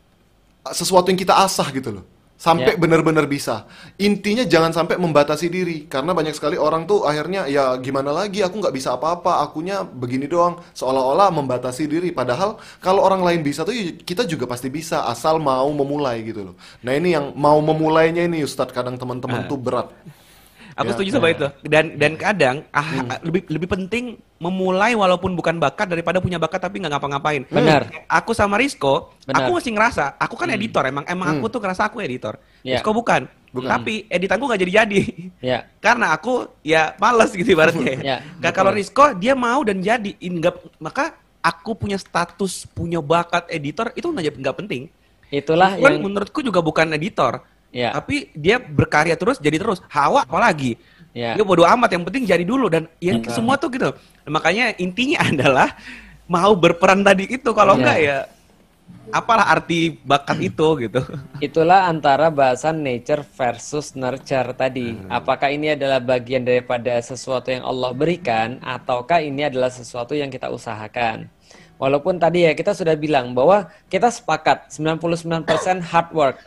sesuatu yang kita asah gitu loh, sampai benar-benar bisa. Intinya jangan sampai membatasi diri, karena banyak sekali orang tuh akhirnya ya gimana lagi, aku nggak bisa apa-apa, akunya begini doang, seolah-olah membatasi diri. Padahal kalau orang lain bisa tuh kita juga pasti bisa, asal mau memulai gitu loh. Nah ini yang mau memulainya ini Ustadz, kadang teman-teman tuh berat. Aku setuju sama itu. Dan kadang lebih penting memulai walaupun bukan bakat daripada punya bakat tapi nggak ngapa-ngapain. Benar. Aku sama Rizko, Benar. aku masih ngerasa, aku kan editor, emang aku tuh ngerasa aku editor. Ya. Rizko bukan. Tapi editanku nggak jadi-jadi. Ya. Karena aku ya males gitu ibaratnya. Ya, Kalau Rizko dia mau dan jadi, maka aku punya status punya bakat editor itu nggak penting. Itulah Bukan, yang menurutku juga bukan editor. Ya. Tapi dia berkarya terus, jadi terus. Hawa apalagi. Ya. Dia bodo amat, yang penting jadi dulu. Dan ya semua tuh gitu. Makanya intinya adalah mau berperan tadi itu. Kalau enggak ya apalah arti bakat itu gitu. Itulah antara bahasan nature versus nurture tadi. Apakah ini adalah bagian daripada sesuatu yang Allah berikan, ataukah ini adalah sesuatu yang kita usahakan. Walaupun tadi ya kita sudah bilang bahwa kita sepakat 99% hard work,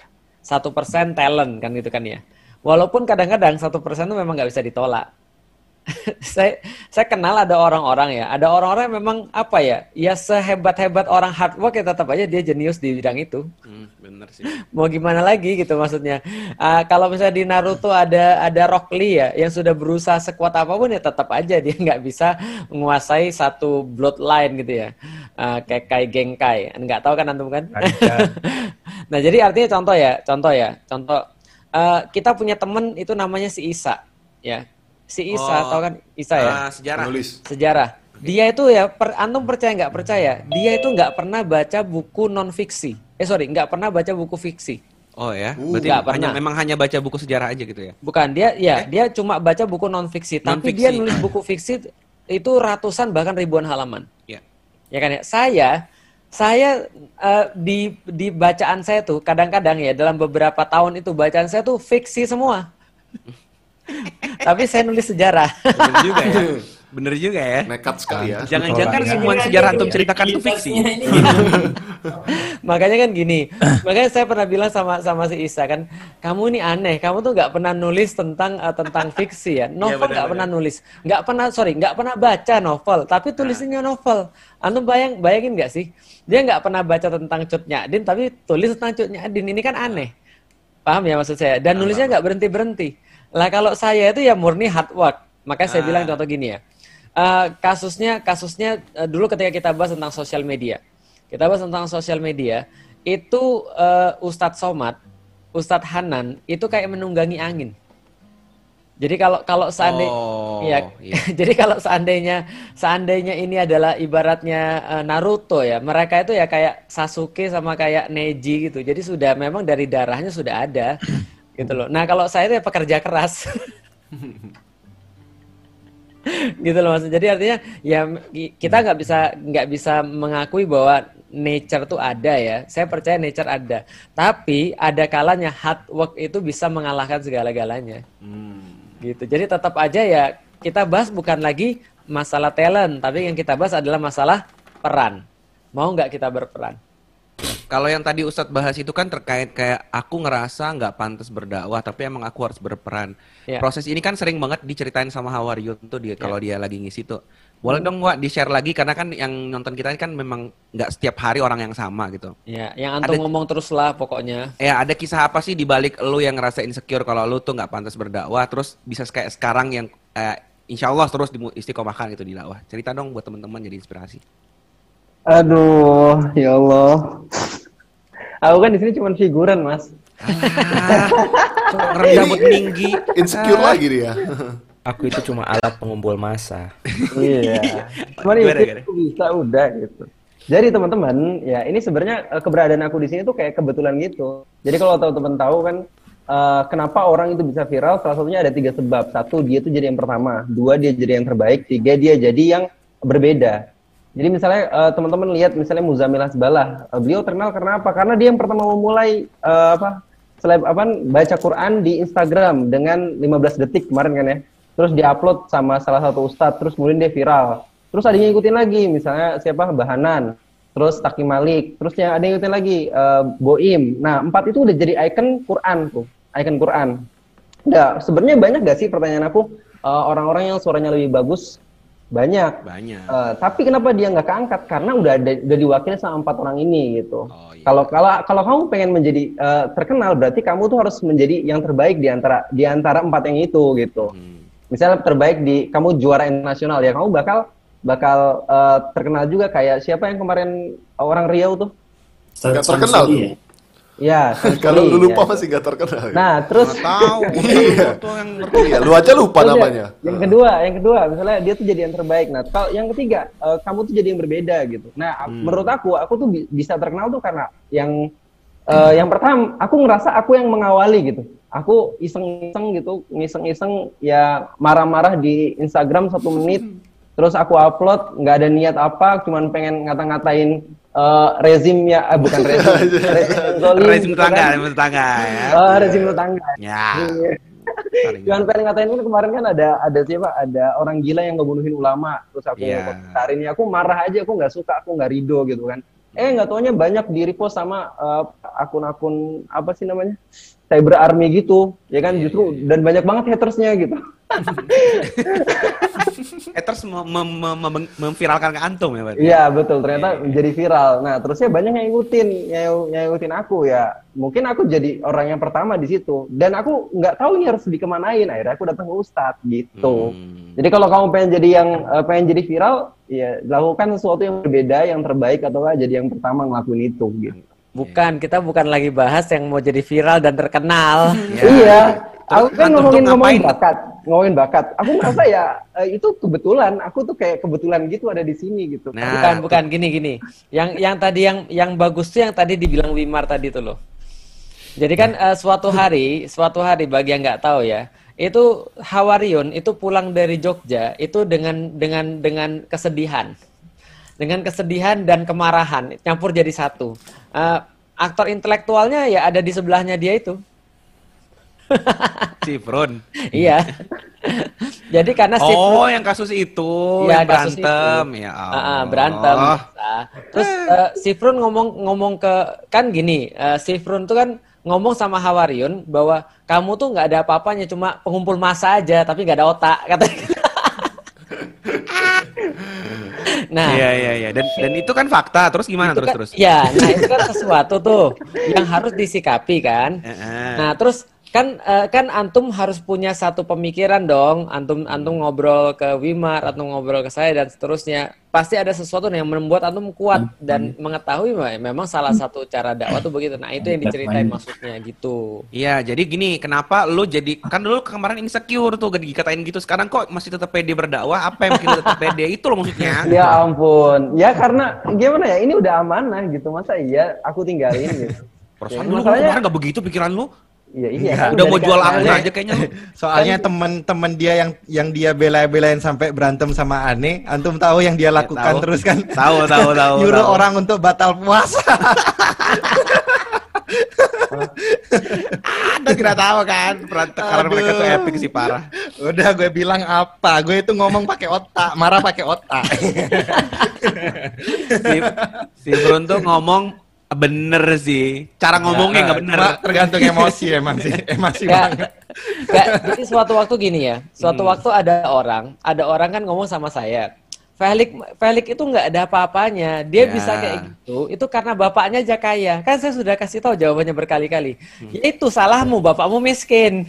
1% talent kan gitu kan ya. Walaupun kadang-kadang 1% itu memang nggak bisa ditolak. saya kenal ada orang-orang yang memang ya sehebat-hebat orang hard work ya tetap aja dia jenius di bidang itu. Bener sih. Mau gimana lagi gitu maksudnya. Kalau misalnya di Naruto ada Rock Lee ya yang sudah berusaha sekuat apapun ya tetap aja dia nggak bisa menguasai satu bloodline gitu ya. Kayak Genkai. Nggak tahu kan antum kan? Nah, jadi artinya contoh kita punya teman itu namanya si Isa ya. Si Isa, tahu kan Isa ya? Sejarah. Dia itu ya, antum percaya nggak percaya, dia itu nggak pernah baca buku non fiksi. Nggak pernah baca buku fiksi. Oh ya, berarti memang hanya baca buku sejarah aja gitu ya? Bukan, dia cuma baca buku non fiksi, tapi dia nulis buku fiksi itu ratusan bahkan ribuan halaman. Iya. Ya kan ya? Saya di bacaan saya tuh kadang-kadang ya dalam beberapa tahun itu bacaan saya tuh fiksi semua. Tapi saya nulis sejarah. Bener juga ya. Nekat sekali ya. Jangan-jangan semua sejarah antum ceritakan itu fiksi. Makanya kan gini. Makanya saya pernah bilang sama si Isa kan, kamu ini aneh. Kamu tuh nggak pernah nulis tentang fiksi ya. Novel nggak pernah nulis. Nggak pernah baca novel. Tapi tulisannya novel. Antum bayangin nggak sih? Dia nggak pernah baca tentang Cut Nyadin, tapi tulis tentang Cut Nyadin. Ini kan aneh. Paham ya maksud saya? Dan nulisnya nggak berhenti-berhenti. Lah kalau saya itu ya murni hard work. Makanya saya bilang contoh gini ya. Kasusnya dulu ketika kita bahas tentang sosial media. Kita bahas tentang sosial media, itu Ustadz Somad, Ustadz Hanan itu kayak menunggangi angin. Jadi kalau seandainya ya, iya. jadi kalau seandainya ini adalah ibaratnya Naruto ya, mereka itu ya kayak Sasuke sama kayak Neji gitu. Jadi sudah memang dari darahnya sudah ada gitu loh. Nah, kalau saya itu ya pekerja keras. Gitu loh maksudnya. Jadi artinya ya kita nggak bisa mengakui bahwa nature tuh ada ya. Saya percaya nature ada. Tapi ada kalanya hard work itu bisa mengalahkan segala-galanya. Gitu. Jadi tetap aja ya kita bahas bukan lagi masalah talent, tapi yang kita bahas adalah masalah peran. Mau nggak kita berperan? Kalau yang tadi Ustadz bahas itu kan terkait kayak aku ngerasa nggak pantas berdakwah, tapi emang aku harus berperan. Ya. Proses ini kan sering banget diceritain sama Hawaryun tuh dia kalau dia lagi ngisi tuh. Boleh dong Wak di-share lagi karena kan yang nonton kita kan memang nggak setiap hari orang yang sama gitu. Ya, yang antum ngomong terus lah pokoknya. Ya ada kisah apa sih di balik lu yang ngerasa insecure kalau lu tuh nggak pantas berdakwah, terus bisa kayak sekarang yang insya Allah terus istiqomahkan gitu di dakwah. Cerita dong buat teman-teman jadi inspirasi. Aduh, ya Allah. Aku kan di sini cuma figuran, Mas. Rambut tinggi. Insecure lagi dia. Aku itu cuma alat pengumpul massa. Iya. Cuman itu bisa udah gitu. Jadi teman-teman, ya ini sebenarnya keberadaan aku di sini tuh kayak kebetulan gitu. Jadi kalau teman-teman tahu kan kenapa orang itu bisa viral, salah satunya ada 3 sebab. 1, dia tuh jadi yang pertama. 2, dia jadi yang terbaik. 3, dia jadi yang berbeda. Jadi misalnya teman-teman lihat misalnya Muzamil Hasbalah, beliau terkenal karena apa? Karena dia yang pertama memulai baca Quran di Instagram dengan 15 detik kemarin kan ya. Terus diupload sama salah satu ustadz, terus kemudian dia viral. Terus ada yang ngikutin lagi, misalnya siapa? Bahanan, terus Taki Malik, terus yang ada yang ngikutin lagi Boim. Nah, 4 itu udah jadi icon Quran tuh, icon Quran. Nah, sebenarnya banyak gak sih pertanyaan aku orang-orang yang suaranya lebih bagus? Banyak. Tapi kenapa dia nggak keangkat? Karena udah diwakili sama 4 orang ini gitu. Kalau kamu pengen menjadi terkenal, berarti kamu tuh harus menjadi yang terbaik di antara 4 yang itu gitu. Misalnya terbaik kamu juara internasional ya, kamu bakal terkenal juga kayak siapa yang kemarin orang Riau tuh? Gak terkenal tuh. Ya, kalau lu lupa masih gak terkenal. Nah, terus tahu. Iya, lu aja lupa namanya. Yang kedua, misalnya dia tuh jadi yang terbaik. Nah, kalau yang ketiga, kamu tuh jadi yang berbeda gitu. Nah, menurut aku tuh bisa terkenal tuh karena yang pertama, aku ngerasa aku yang mengawali gitu. Aku iseng-iseng gitu, ngiseng-iseng ya marah-marah di Instagram 1 menit. Terus aku upload, nggak ada niat apa, cuman pengen ngata-ngatain rezim ya, bukan rezim tetangga ya. Rezim tetangga. Ya. Jangan pengen ngatain kan kemarin kan ada siapa? Ada orang gila yang ngebunuhin ulama. Terus aku hari ini aku marah aja, aku nggak suka, aku nggak ridho gitu kan. Nggak taunya banyak di repost sama akun-akun apa sih namanya? Cyber Army gitu, ya kan justru dan banyak banget hatersnya gitu. Haters memviralkan ke antum ya, Pak? Iya betul, ternyata menjadi viral. Nah terusnya banyak yang ngikutin aku ya. Mungkin aku jadi orang yang pertama di situ. Dan aku nggak tahu ini harus dikemanain. Akhirnya aku datang ke Ustadz gitu. Jadi kalau kamu pengen jadi viral, ya lakukan sesuatu yang berbeda, yang terbaik atau jadi yang pertama ngelakuin itu gitu. Bukan, kita bukan lagi bahas yang mau jadi viral dan terkenal. Iya, aku kan ngomongin bakat. Aku merasa ya itu kebetulan. Aku tuh kayak kebetulan gitu ada di sini gitu. Nah, bukan gini. Yang tadi yang bagus tuh yang tadi dibilang Wimar tadi tuh loh. Jadi kan suatu hari bagi yang nggak tahu ya, itu Hawaryun itu pulang dari Jogja itu dengan kesedihan. Dengan kesedihan dan kemarahan campur jadi satu. Aktor intelektualnya ya ada di sebelahnya dia itu. Sifrun. Iya. Jadi karena Sifrun, yang kasus itu ya, yang berantem itu. ya. Berantem. Terus Sifrun ngomong ke kan gini, Sifrun tuh kan ngomong sama Hawaryun bahwa kamu tuh nggak ada apa-apanya, cuma pengumpul massa aja tapi nggak ada otak katanya. Nah, iya. Dan itu kan fakta. Terus gimana terus? Ya, nah itu kan sesuatu tuh yang harus disikapi kan. Nah, terus Kan antum harus punya satu pemikiran dong. Antum ngobrol ke Wimar, antum ngobrol ke saya dan seterusnya. Pasti ada sesuatu yang membuat antum kuat dan mengetahui memang salah satu cara dakwah tuh begitu. Nah, itu yang diceritain maksudnya gitu. Iya, jadi gini, kenapa lu jadi kan dulu kemarin insecure tuh dikatain gitu, sekarang kok masih tetap pede berdakwah? Apa yang bikin lu tetap pede? Itu loh maksudnya. Ya ampun. Ya karena gimana ya? Ini udah amanah gitu. Masa iya aku tinggalin gitu. Perasaan Ya, lu masalahnya- kemarin gak begitu pikiran lu? Iya. Udah kan dari mau jual kata- akun aja kayaknya lu. Soalnya teman-teman dia yang dia bela-belain sampai berantem sama Ane, antum tahu yang dia lakukan tahu. terus kan? Tahu. Nyuruh tahu. orang untuk batal puasa. Anda tidak tahu kan, karena mereka tuh epic sih parah. Udah gue bilang apa? Gue itu ngomong pakai otak, marah pakai otak. Si Brun tuh ngomong bener sih, cara ngomongnya nggak bener. Cuma tergantung emosi emang sih, emosi banget. Nggak, jadi suatu waktu gini ya, suatu waktu ada orang kan ngomong sama saya, Felix itu nggak ada apa-apanya, dia Ya. bisa kayak gitu, itu karena bapaknya aja kaya. Kan saya sudah kasih tahu jawabannya berkali-kali. Ya itu salahmu, bapakmu miskin.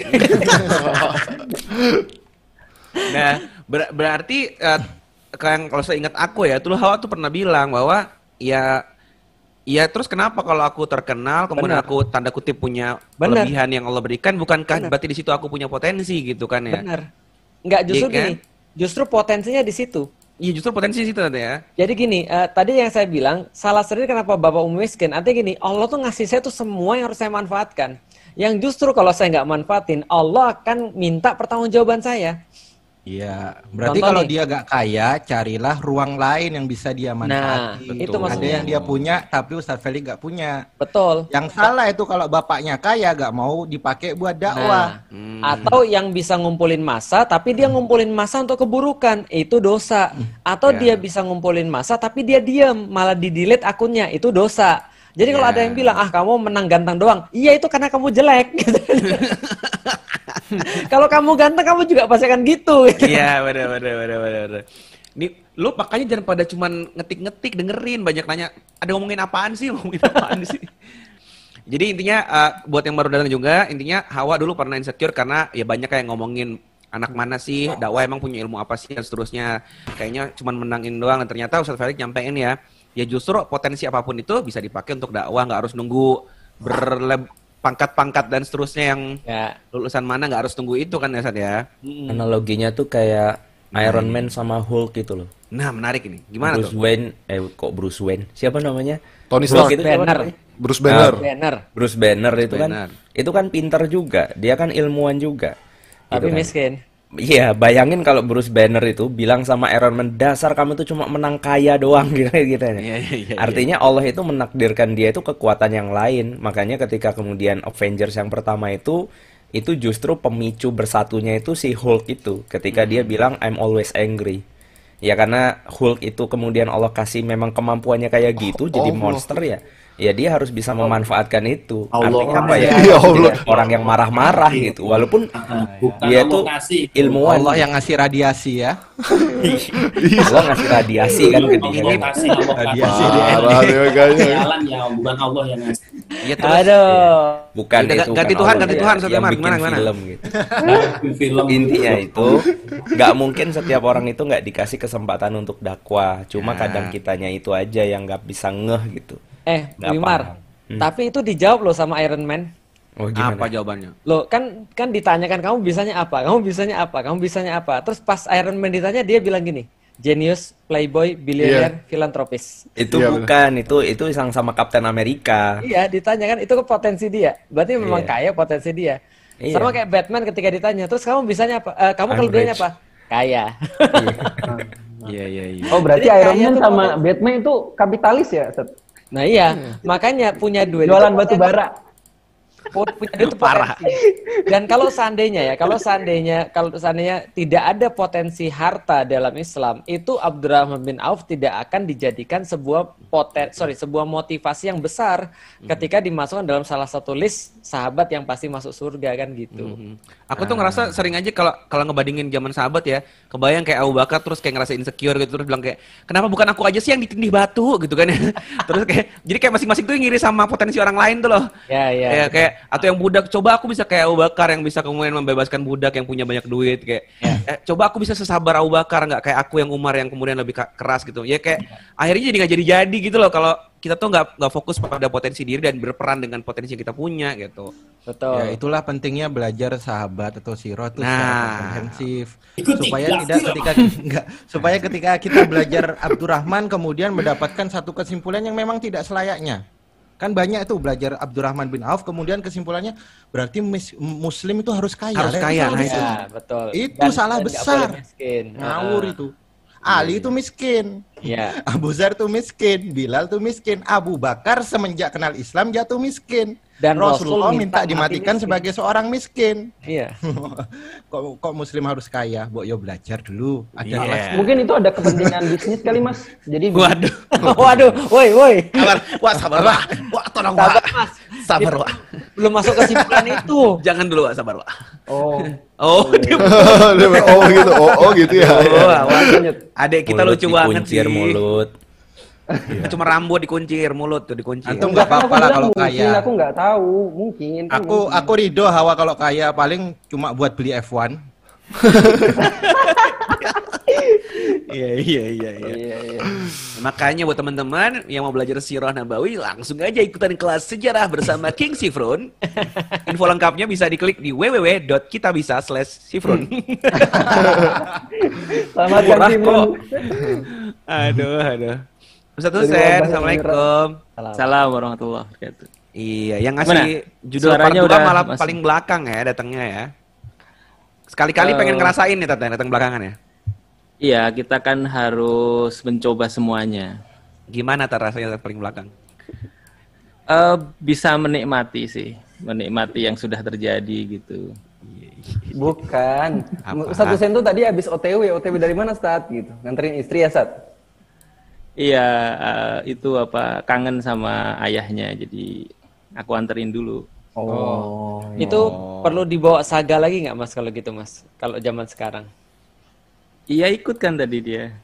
Nah, berarti kalau saya ingat aku ya, tuh Hawa tuh pernah bilang bahwa ya terus kenapa kalau aku terkenal, kemudian Benar. aku tanda kutip punya Benar. kelebihan yang Allah berikan, bukankah berarti di situ aku punya potensi gitu kan ya? Benar. Nggak, justru Iya kan? gini, justru potensinya di situ. Iya justru potensi situ tante ya. Jadi gini, tadi yang saya bilang, salah satunya kenapa bapak miskin, artinya gini, Allah tuh ngasih saya tuh semua yang harus saya manfaatkan. Yang justru kalau saya nggak manfaatin, Allah akan minta pertanggungjawaban saya. Iya, berarti Contoh kalau nih. dia gak kaya, carilah ruang lain yang bisa dia manfaati. Nah, itu Ada maksudnya. yang dia punya, tapi Ustadz Felix gak punya. Betul. Yang salah itu kalau bapaknya kaya gak mau dipakai buat dakwah. Nah, atau yang bisa ngumpulin massa, tapi dia ngumpulin massa untuk keburukan, itu dosa. Atau dia bisa ngumpulin massa, tapi dia diam, malah di-delete akunnya, itu dosa. Jadi kalau Ya. ada yang bilang, kamu menang ganteng doang, iya itu karena kamu jelek. Kalau kamu ganteng, kamu juga pasti akan gitu. Iya bener. Nih, lu makanya jangan pada cuman ngetik-ngetik, dengerin, banyak nanya, ada ngomongin apaan sih? Jadi intinya buat yang baru datang juga, intinya Hawa dulu pernah insecure karena ya banyak kayak ngomongin anak mana sih, dakwah emang punya ilmu apa sih dan seterusnya. Kayaknya cuman menangin doang, dan ternyata Ustadz Felix nyampein ya justru potensi apapun itu bisa dipakai untuk dakwah, nggak harus nunggu pangkat-pangkat dan seterusnya yang Ya. lulusan mana, nggak harus tunggu itu kan ya Ustadz ya. Analoginya tuh kayak Iron Man sama Hulk gitu loh. Nah menarik ini, gimana Bruce tuh? Wayne, Bruce Wayne? Siapa namanya? Tony Hulk Stark. itu siapa Banner. namanya? Bruce Banner. Banner, Bruce Banner itu Banner. kan, itu kan pinter juga. Dia kan ilmuwan juga. tapi Gitu kan. miskin. Iya, bayangin kalau Bruce Banner itu bilang sama Iron Man, dasar kamu tuh cuma menang kaya doang gitu. Iya. Artinya Allah itu menakdirkan dia itu kekuatan yang lain. Makanya ketika kemudian Avengers yang pertama itu justru pemicu bersatunya itu si Hulk itu. Ketika dia bilang I'm always angry. Ya karena Hulk itu kemudian Allah kasih memang kemampuannya kayak gitu, jadi monster ya. Ya dia harus bisa memanfaatkan itu. Allah. Artinya apa ya? Ya Allah. Jadi orang yang marah-marah gitu. Walaupun Bukan dia Allah tuh ngasih. ilmuwan. Allah yang ngasih radiasi ya. Allah ngasih radiasi kan ke dia. Allah kasih, Allah Radiasi kasih. dia. Parah nih makanya. Jalan ya, bukan Allah yang ngasih. Iya terus. Aduh. Bukan Ganti- itu ganti kan Tuhan, Allah ganti ya, Tuhan, Ustaz yang Umar. bikin Gimana? film gitu. Film Intinya itu nggak mungkin setiap orang itu nggak dikasih kesempatan untuk dakwah. Cuma kadang kitanya itu aja yang nggak bisa ngeh gitu. Nggak Wimar, paham. tapi itu dijawab loh sama Iron Man. Oh Apa gimana? jawabannya? Loh, kan ditanyakan kamu bisanya apa? Kamu bisanya apa? Kamu bisanya apa? Terus pas Iron Man ditanya dia bilang gini, genius, playboy, billionaire, filantropis. Itu Iya, bukan, itu yang sama Kapten Amerika. Iya, ditanya kan itu ke potensi dia. Berarti memang Iya. kaya potensi dia. Iya. Sama kayak Batman ketika ditanya, terus kamu bisanya apa? Kamu I'm kelebihannya rich. apa? Kaya. Iya. Oh berarti Jadi Iron kaya Man tuh sama pokoknya- Batman itu kapitalis ya, Ustaz? Nah iya, makanya punya duit. Jualan itu batu bara. punya duit itu Parah. potensi. Dan kalau seandainya tidak ada potensi harta dalam Islam, itu Abdurrahman bin Auf tidak akan dijadikan sebuah motivasi yang besar ketika dimasukkan dalam salah satu list sahabat yang pasti masuk surga kan gitu. Aku tuh ngerasa sering aja kalau ngebandingin zaman sahabat ya, kebayang kayak Abu Bakar terus kayak ngerasa insecure gitu, terus bilang kayak kenapa bukan aku aja sih yang ditindih batu gitu kan ya. Terus kayak jadi kayak masing-masing tuh ngiri sama potensi orang lain tuh loh. Ya. Kayak Kayak atau yang budak, coba aku bisa kayak Abu Bakar yang bisa kemudian membebaskan budak yang punya banyak duit kayak. Coba aku bisa sesabar Abu Bakar, nggak kayak aku yang Umar yang kemudian lebih keras gitu. Ya kayak akhirnya jadi nggak jadi gitu loh kalau kita tuh nggak fokus pada potensi diri dan berperan dengan potensi yang kita punya gitu. Betul. Ya itulah pentingnya belajar sahabat atau sirah itu secara komprehensif Ikuti supaya kelas tidak sirah. supaya ketika kita belajar Abdurrahman kemudian mendapatkan satu kesimpulan yang memang tidak selayaknya. Kan banyak tuh belajar Abdurrahman bin Auf kemudian kesimpulannya berarti muslim itu harus kaya. Harus kaya, nah itu. Ya, betul. Itu salah nggak besar. boleh miskin. Ngawur itu. Ali itu miskin. Iya. Abu Zar tuh miskin, Bilal tuh miskin, Abu Bakar semenjak kenal Islam jatuh miskin. Dan Rasulullah Rasul minta minta dimatikan mati miskin. sebagai seorang miskin. Iya. kok muslim harus kaya? Mbok yo belajar dulu. Ada Iya. kelas. Mungkin itu ada kepentingan bisnis kali Mas. Jadi Waduh. Waduh, woi. Sabar, Wah. Wah, tolong, Wah. Sabar, Mas. Sabar, Wah. Belum masuk kesimpulan itu. Jangan dulu, Wah, sabar, Wah. oh, Oh, dia Oh gitu. Oh gitu ya. Wah, lanjut. Adek kita Mulut lucu banget sih. dikuncir mulut. Cuma rambut dikuncir, mulut tuh dikuncir. Antum Enggak, nggak apa-apa kan lah aku kalau bilang mungkin, kaya. aku nggak tahu, mungkin. kan mungkin. Aku ridho Hawa kalau kaya paling cuma buat beli F1. Iya. Iya, iya. Makanya buat teman-teman yang mau belajar Sirah Nabawi langsung aja ikutan kelas sejarah bersama King Sifrun. Info lengkapnya bisa diklik di www.kitabisa/sifrun. Selamat Murah Kang kok. Simon. Aduh. Ustaz Dari Husen, wabah yang Assalamualaikum. Salam warahmatullahi wabarakatuh. Iya, yang ngasih judul Suaranya part 2 udah malah masuk. paling belakang ya datangnya ya. Sekali-kali pengen ngerasain nih Tata datang belakangan ya. Iya, kita kan harus mencoba semuanya. Gimana Tata rasanya paling belakang? Bisa menikmati sih, menikmati yang sudah terjadi gitu. Bukan. Apa? Ustaz Husen tuh tadi habis OTW dari mana Ustaz gitu? Nganterin istri ya Ustaz? Iya, itu kangen sama ayahnya, jadi aku anterin dulu. Oh. Itu perlu dibawa saga lagi nggak Mas kalau gitu Mas? Kalau zaman sekarang. Iya, ikut kan tadi dia.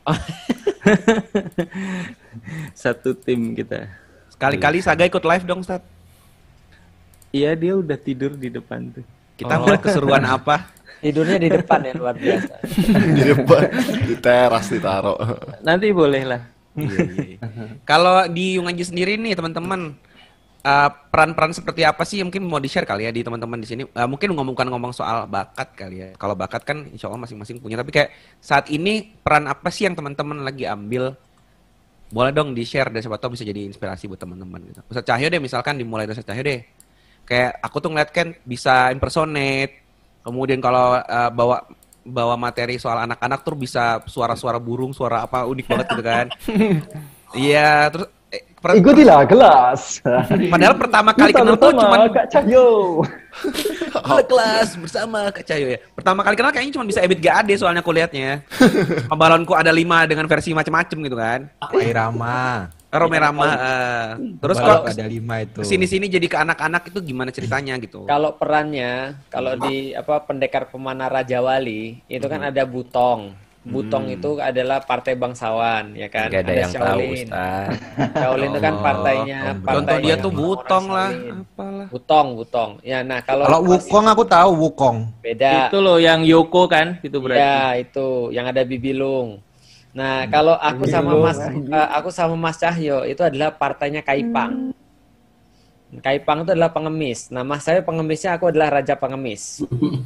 Satu tim kita. Sekali-kali Saga ikut live dong Ustaz. Iya, dia udah tidur di depan tuh. Kita mulai keseruan apa? Tidurnya di depan ya luar biasa. Di depan di teras ditaruh. Nanti boleh lah. Iya. Kalau di Yungaji sendiri nih teman-teman, peran-peran seperti apa sih yang mungkin mau di-share kali ya di teman-teman di sini? Mungkin ngomong soal bakat kali ya. Kalau bakat kan insya Allah masing-masing punya. Tapi kayak saat ini peran apa sih yang teman-teman lagi ambil? Boleh dong di-share dan siapa tahu bisa jadi inspirasi buat teman-teman gitu. Ustaz Cahyo deh misalkan dimulai dari Ustaz Cahyo deh. Kayak aku tuh ngeliat kan bisa impersonate. Kemudian kalau bawa materi soal anak-anak tuh bisa suara-suara burung, suara apa unik banget gitu kan. Iya, terus Ikutilah kelas. padahal pertama kali Kita kenal tuh bersama cuma Kak Cahyo. kelas bersama Kak Cahyo ya. Pertama kali kenal kayaknya cuma bisa Ebit GAD soalnya aku lihatnya. Balonku ada 5 dengan versi macam-macam gitu kan. Irama. Roma. Terus Balok kok ada 5 itu. sini-sini jadi ke anak-anak itu gimana ceritanya gitu. Kalau perannya, kalau di Pendekar Pemana Raja Wali itu kan ada Butong. Butong itu adalah partai bangsawan, ya kan? Gak ada yang tahu Shaolin. Ustaz. Shaolin itu kan partainya. Contoh dia tuh orang Butong lah, Shaolin. apalah. Butong. Ya, nah kalau Wukong aku tahu Wukong. beda. Itu loh yang Yoko kan, itu berarti. Ya, itu yang ada Bibilung. Nah, kalau aku sama Mas Cahyo itu adalah partainya Kaipang. Kaipang itu adalah pengemis. Nah, Mas saya pengemisnya, aku adalah raja pengemis.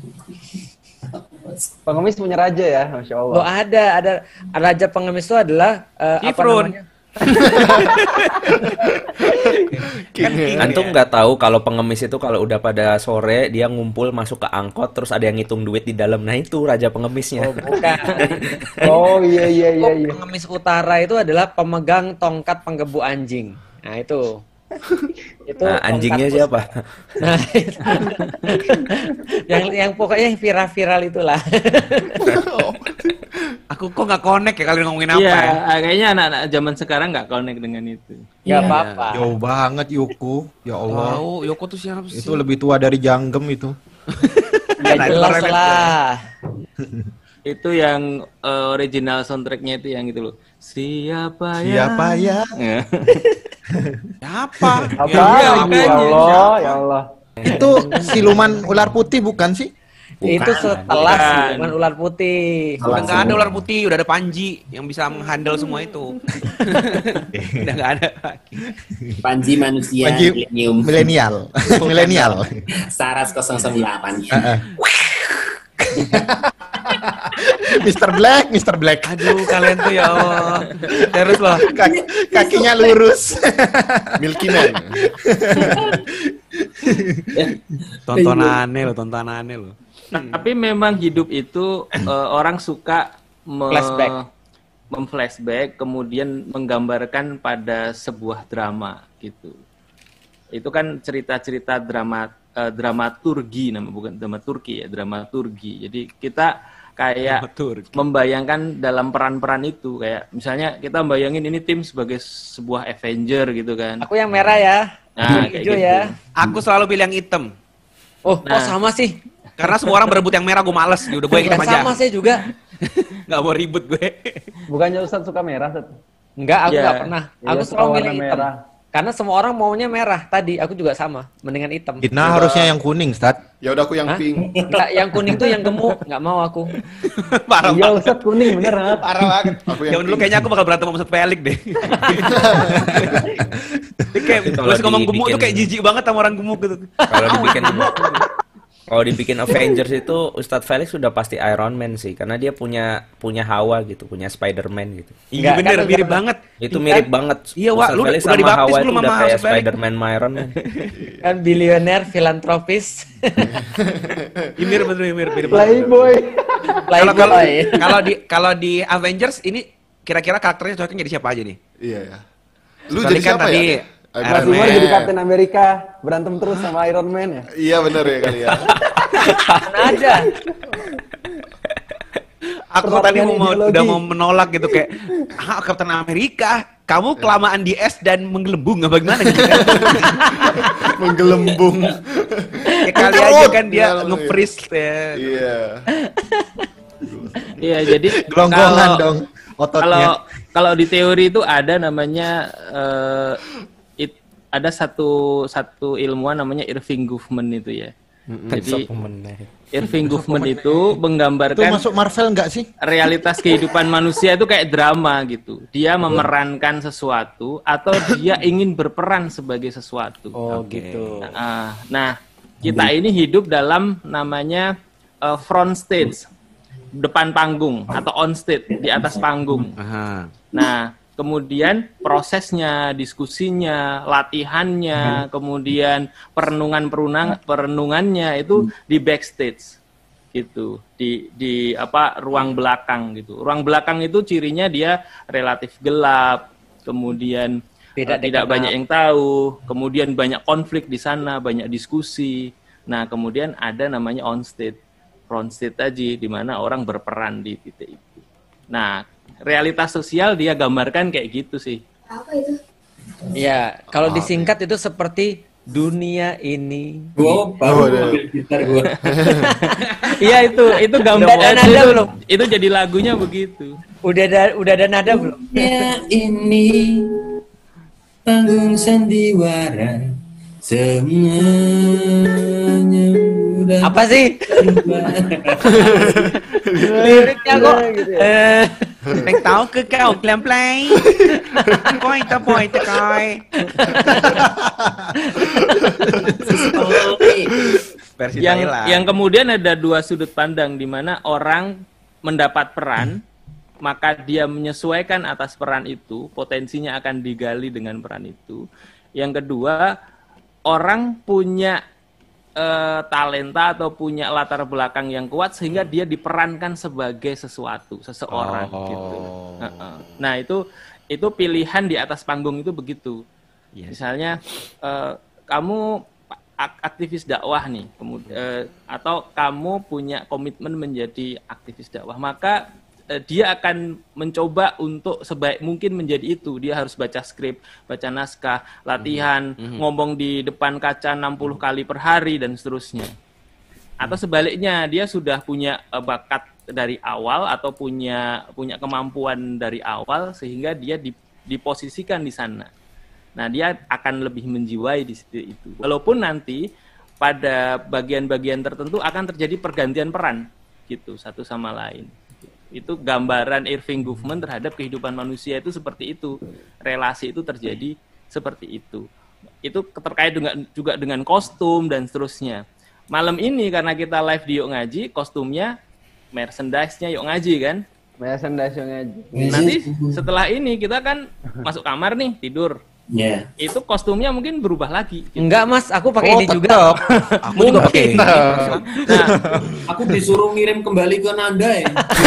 Pengemis punya raja ya, Masya Allah. Loh, ada raja pengemis itu adalah apa Ifrun. namanya? Antum nggak tahu kalau pengemis itu kalau udah pada sore dia ngumpul masuk ke angkot terus ada yang ngitung duit di dalam. Nah itu raja pengemisnya. Oh, bukan. Oh iya. Pengemis utara itu adalah pemegang tongkat penggebu anjing. Nah, itu. Itu Nah, anjingnya tongkat siapa? Nah, itu. yang pokoknya viral itulah. Aku kok nggak connect ya kalian ngomongin apa Iya, ya? kayaknya anak-anak zaman sekarang nggak connect dengan itu. Gak apa-apa. Jauh banget Yuku. Ya Allah. Tahu, Yoko tuh siapa sih? Itu lebih tua dari Janggem itu. Ya jelas lah. Itu yang original soundtracknya itu yang itu loh. Siapa ya? Siapa ya? Siapa? Apa? Ya, Ya Allah, ya Allah. Itu siluman ular putih bukan sih? Itu setelah Bukan. siluman ular putih. Udah nggak ada ular putih, udah ada Panji yang bisa menghandle semua itu. Udah nggak ada lagi. Panji manusia Panji milenium. milenial. Saras 08. Mr. Black. Aduh, kalian tuh ya Allah. Terus loh. Kakinya lurus. Milky Man. Tontonannya loh. Tapi memang hidup itu orang suka Flashback. memflashback, kemudian menggambarkan pada sebuah drama gitu. Itu kan cerita-cerita dramaturgi, bukan dramaturgi ya, dramaturgi. Jadi kita kayak membayangkan dalam peran-peran itu, kayak misalnya kita bayangin ini tim sebagai sebuah Avenger gitu kan. Aku yang merah ya. Nah, Yang kayak hijau gitu. ya. Aku selalu pilih yang hitam. Oh, Nah. kok sama sih? Karena semua orang berebut yang merah, gue males. Udah gue yang Ya, hitam aja. sama saya juga. Nggak mau ribut gue. Bukannya Ustadz suka merah, Ustadz? Enggak, aku Ya. nggak pernah. Iya, Aku suka selalu warna milih hitam. merah. Karena semua orang maunya merah. Tadi aku juga sama, mendingan hitam. Nah, harusnya yang kuning, Stat. Ya udah aku yang Hah? pink. Enggak, yang kuning tuh yang gemuk, nggak mau aku. Parah Iya, banget. Ustadz kuning bener banget. Parah banget. Aku yang Yang dulu pink. kayaknya aku bakal berantem sama Ustadz Pelik deh. Dia kayak Kalau terus ngomong gemuk dibikin- tuh kayak jijik banget sama orang gemuk gitu. Kalau dibikin Avengers itu Ustadz Felix sudah pasti Iron Man sih, karena dia punya hawa gitu, punya Spider-Man gitu. Iya Enggak, bener, kan mirip udah- banget. Itu mirip banget. Iya, Wak, Ustadz lu Felix udah sama dibaptis Hawa belum itu udah sama kayak Ustadz Felix? Spider-Man sama Iron Man. Kan bilioner, filantropis, Iya, mirip banget. Playboy. Kalau playboy. kalau di Avengers ini kira-kira karakternya cocoknya jadi siapa aja nih? Iya ya. Lu Tadi jadi kan siapa tadi ya? Iron Mas Man. Umar jadi Captain America, berantem terus sama Iron Man ya. Iya bener ya kali ya. Mana ada. Aku tadi Pertarungan ideologi. udah mau menolak gitu kayak Captain Amerika, kamu kelamaan di es dan menggelembung apa gimana gitu kan? Menggelembung. Ya kali aja kan dia Iya, nge-freeze ya. Iya. Iya, jadi Gelonggongan kalau- dong ototnya. Kalau di teori itu ada namanya ada satu ilmuwan namanya Irving Goffman itu ya. Jadi Irving Goffman itu Itu menggambarkan masuk Marvel nggak sih? realitas kehidupan manusia itu kayak drama gitu. Dia memerankan sesuatu atau dia ingin berperan sebagai sesuatu. Oh, gitu. Nah, kita ini hidup dalam namanya front stage, depan panggung atau on stage, di atas panggung. Aha. Nah, kemudian prosesnya, diskusinya, latihannya, kemudian perenungannya itu di backstage gitu, di ruang belakang gitu. Ruang belakang itu cirinya dia relatif gelap, kemudian Tidak tidak dikenal. banyak yang tahu, kemudian banyak konflik di sana, banyak diskusi. Nah, kemudian ada namanya on stage, front stage tadi, di mana orang berperan di titik itu. Nah, realitas sosial dia gambarkan kayak gitu sih. Ya, kalau disingkat itu seperti dunia ini. Gua baru ambil gitar gua. Iya itu gambar Udah ada nada belum? Itu jadi lagunya begitu. Udah ada nada belum? Ya ini panggung sandiwara semuanya udah Apa sih? Liriknya kok. Pengen tahu ke kau play. Koi koi. Versi Thailand. Yang kemudian ada dua sudut pandang di mana orang mendapat peran, maka dia menyesuaikan atas peran itu, potensinya akan digali dengan peran itu. Yang kedua, orang punya talenta atau punya latar belakang yang kuat sehingga dia diperankan sebagai seseorang gitu. Nah, itu pilihan di atas panggung itu begitu. Misalnya kamu aktivis dakwah nih, kemudian atau kamu punya komitmen menjadi aktivis dakwah, maka dia akan mencoba untuk sebaik mungkin menjadi itu. Dia harus baca skrip, baca naskah, latihan, ngomong di depan kaca 60 kali per hari dan seterusnya. Atau sebaliknya, dia sudah punya bakat dari awal atau punya kemampuan dari awal sehingga dia diposisikan di sana. Nah, dia akan lebih menjiwai di situ itu. Walaupun nanti pada bagian-bagian tertentu akan terjadi pergantian peran gitu satu sama lain. Itu gambaran Irving Goffman terhadap kehidupan manusia itu seperti itu. Relasi itu terjadi seperti itu. Itu terkait juga dengan kostum dan seterusnya. Malam ini karena kita live di Yuk Ngaji, kostumnya merchandise-nya Yuk Ngaji kan. Merchandise Yuk Ngaji. Nanti setelah ini kita kan masuk kamar nih, tidur. Yeah. Itu kostumnya mungkin berubah lagi. Gitu. Enggak Mas, aku pakai ini juga. Aku juga pakai ini. Nah, Aku disuruh ngirim kembali ke Nanda ya.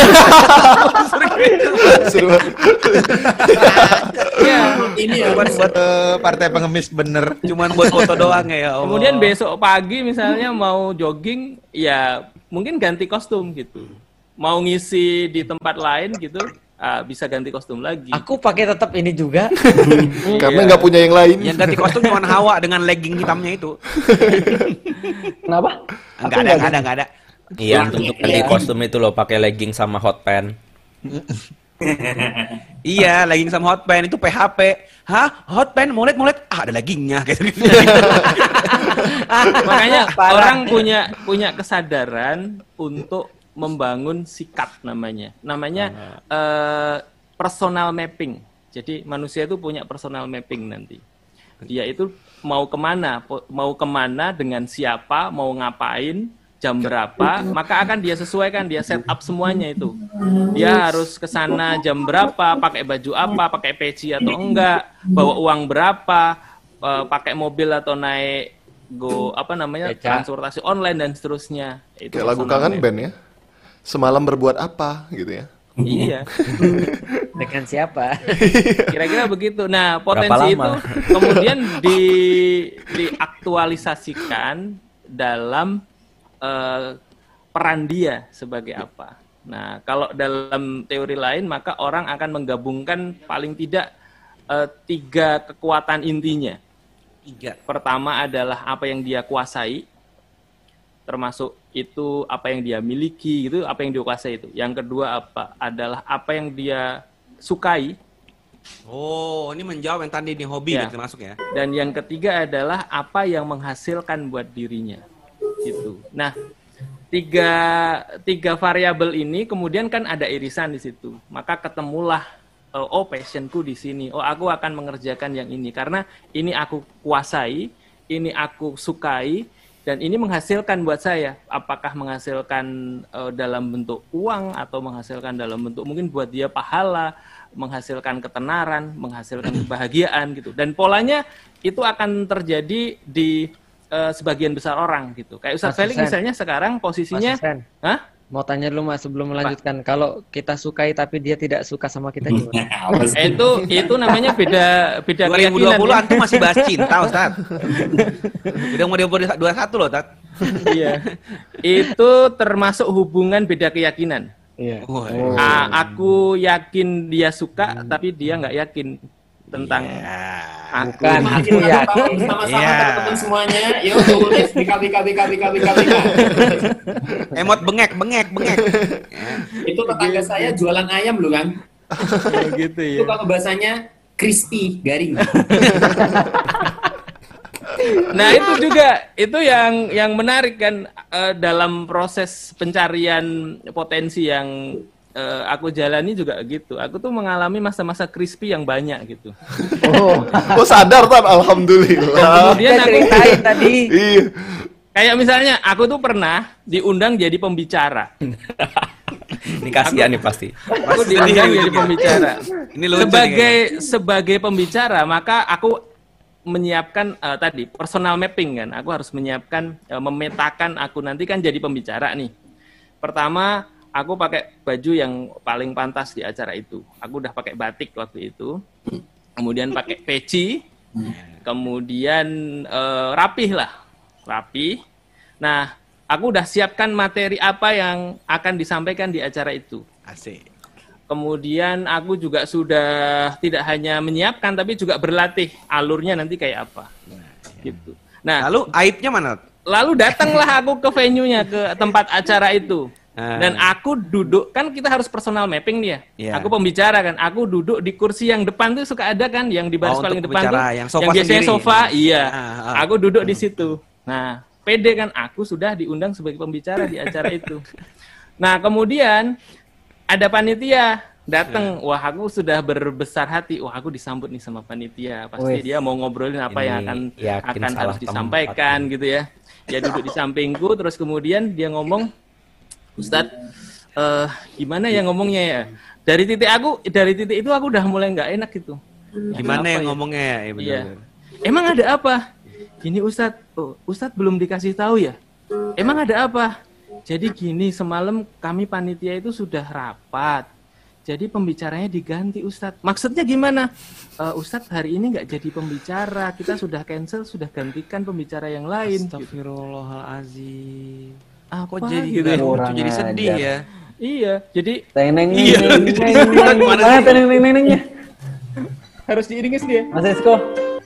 ya. Ini ya. Buat partai pengemis bener. Cuman buat foto doang ya Allah. Kemudian besok pagi misalnya mau jogging, ya mungkin ganti kostum gitu. Mau ngisi di tempat lain gitu, bisa ganti kostum lagi. Aku pakai tetap ini juga. Karena nggak punya yang lain. Yang ganti kostum cuma Hawa dengan legging hitamnya itu. Kenapa? Enggak ada. Iya, untuk ganti kostum itu loh pakai legging sama hot pants. Iya, legging sama hot pants itu PHP. Hah? Hot pants molet? Ada leggingnya kayak gitu. Makanya orang punya kesadaran untuk membangun sikat namanya personal mapping. Jadi manusia itu punya personal mapping nanti. Dia itu mau kemana dengan siapa, mau ngapain, jam berapa, maka akan dia sesuaikan, dia set up semuanya itu. Dia harus ke sana jam berapa, pakai baju apa, pakai peci atau enggak, bawa uang berapa, pakai mobil atau naik transportasi online dan seterusnya. Itu Kayak lagu kangen band ya. Semalam berbuat apa gitu ya. Iya. Dengan siapa? Kira-kira begitu. Nah, potensi itu kemudian diaktualisasikan dalam peran dia sebagai apa. Nah, kalau dalam teori lain maka orang akan menggabungkan paling tidak 3 kekuatan intinya. 3. Pertama adalah apa yang dia kuasai, termasuk itu apa yang dia miliki, itu apa yang dia kuasai itu. Yang kedua adalah apa yang dia sukai. Oh, ini menjawab yang tadi nih hobi Ya. gitu masuk ya. Dan yang ketiga adalah apa yang menghasilkan buat dirinya. Gitu. Nah, tiga variabel ini kemudian kan ada irisan di situ. Maka ketemulah passionku di sini. Aku akan mengerjakan yang ini karena ini aku kuasai, ini aku sukai. Dan ini menghasilkan buat saya, apakah menghasilkan dalam bentuk uang atau menghasilkan dalam bentuk mungkin buat dia pahala, menghasilkan ketenaran, menghasilkan kebahagiaan gitu. Dan polanya itu akan terjadi di sebagian besar orang gitu. Kayak Ustaz Felix misalnya sekarang posisinya, Mau tanya dulu Mas sebelum melanjutkan. Kalau kita sukai tapi dia tidak suka sama kita gimana? itu namanya beda 2020 keyakinan. antum masih bahas cinta, Ustaz. Udah mau 2021 loh, Ustaz. Iya. Itu termasuk hubungan beda keyakinan. Iya. Aku yakin dia suka tapi dia nggak yakin tentang aku. Bukan, aku yakin. Sama-sama teman-teman semuanya. Yuk tulis BK. Emot bengek. Itu tetangga saya jualan ayam loh kan. Gitu ya. Itu kalau bahasanya crispy, garing. Nah itu juga itu yang menarik kan dalam proses pencarian potensi yang aku jalani juga gitu. Aku tuh mengalami masa-masa crispy yang banyak gitu. Oh sadar Tan, alhamdulillah. Kemudian aku ceritain tadi. Iya. Kayak misalnya aku tuh pernah diundang jadi pembicara. Ini kasihan nih pasti. Aku diundang jadi pembicara. Ini lucu Sebagai pembicara maka aku menyiapkan tadi personal mapping kan. Aku harus menyiapkan memetakan aku nanti kan jadi pembicara nih. Pertama aku pakai baju yang paling pantas di acara itu. Aku udah pakai batik waktu itu. Kemudian pakai peci. Kemudian rapih. Nah, aku udah siapkan materi apa yang akan disampaikan di acara itu. Asik. Kemudian aku juga sudah tidak hanya menyiapkan tapi juga berlatih alurnya nanti kayak apa. Gitu. Nah, lalu aibnya mana? Lalu datanglah aku ke venue-nya, ke tempat acara itu. Dan aku duduk, kan kita harus personal mapping nih ya. Aku pembicara kan, aku duduk di kursi yang depan tuh suka ada kan, yang di baris paling depan tuh. Yang biasanya sofa, iya. Aku duduk di situ. Nah, pede kan, aku sudah diundang sebagai pembicara di acara itu. Nah kemudian ada panitia datang, wah aku sudah berbesar hati, wah aku disambut nih sama panitia, pasti dia mau ngobrolin apa yang akan harus disampaikan gitu ya. Dia duduk di sampingku, terus kemudian dia ngomong, Ustadz, gimana ya ngomongnya ya? Dari titik itu aku udah mulai nggak enak gitu. Gimana ya ngomongnya ya? Iya. Emang ada apa? Gini Ustadz, Ustadz belum dikasih tahu ya? Emang ada apa? Jadi gini, semalam kami panitia itu sudah rapat. Jadi pembicaranya diganti Ustadz. Maksudnya gimana? Ustadz hari ini nggak jadi pembicara. Kita sudah cancel, sudah gantikan pembicara yang lain. Astagfirullahaladzim. Apa Kok jadi gitu? Jadi sedih ya? Iya, jadi Mana teneng-tenengnya? harus diiringi dia. Mas Esko.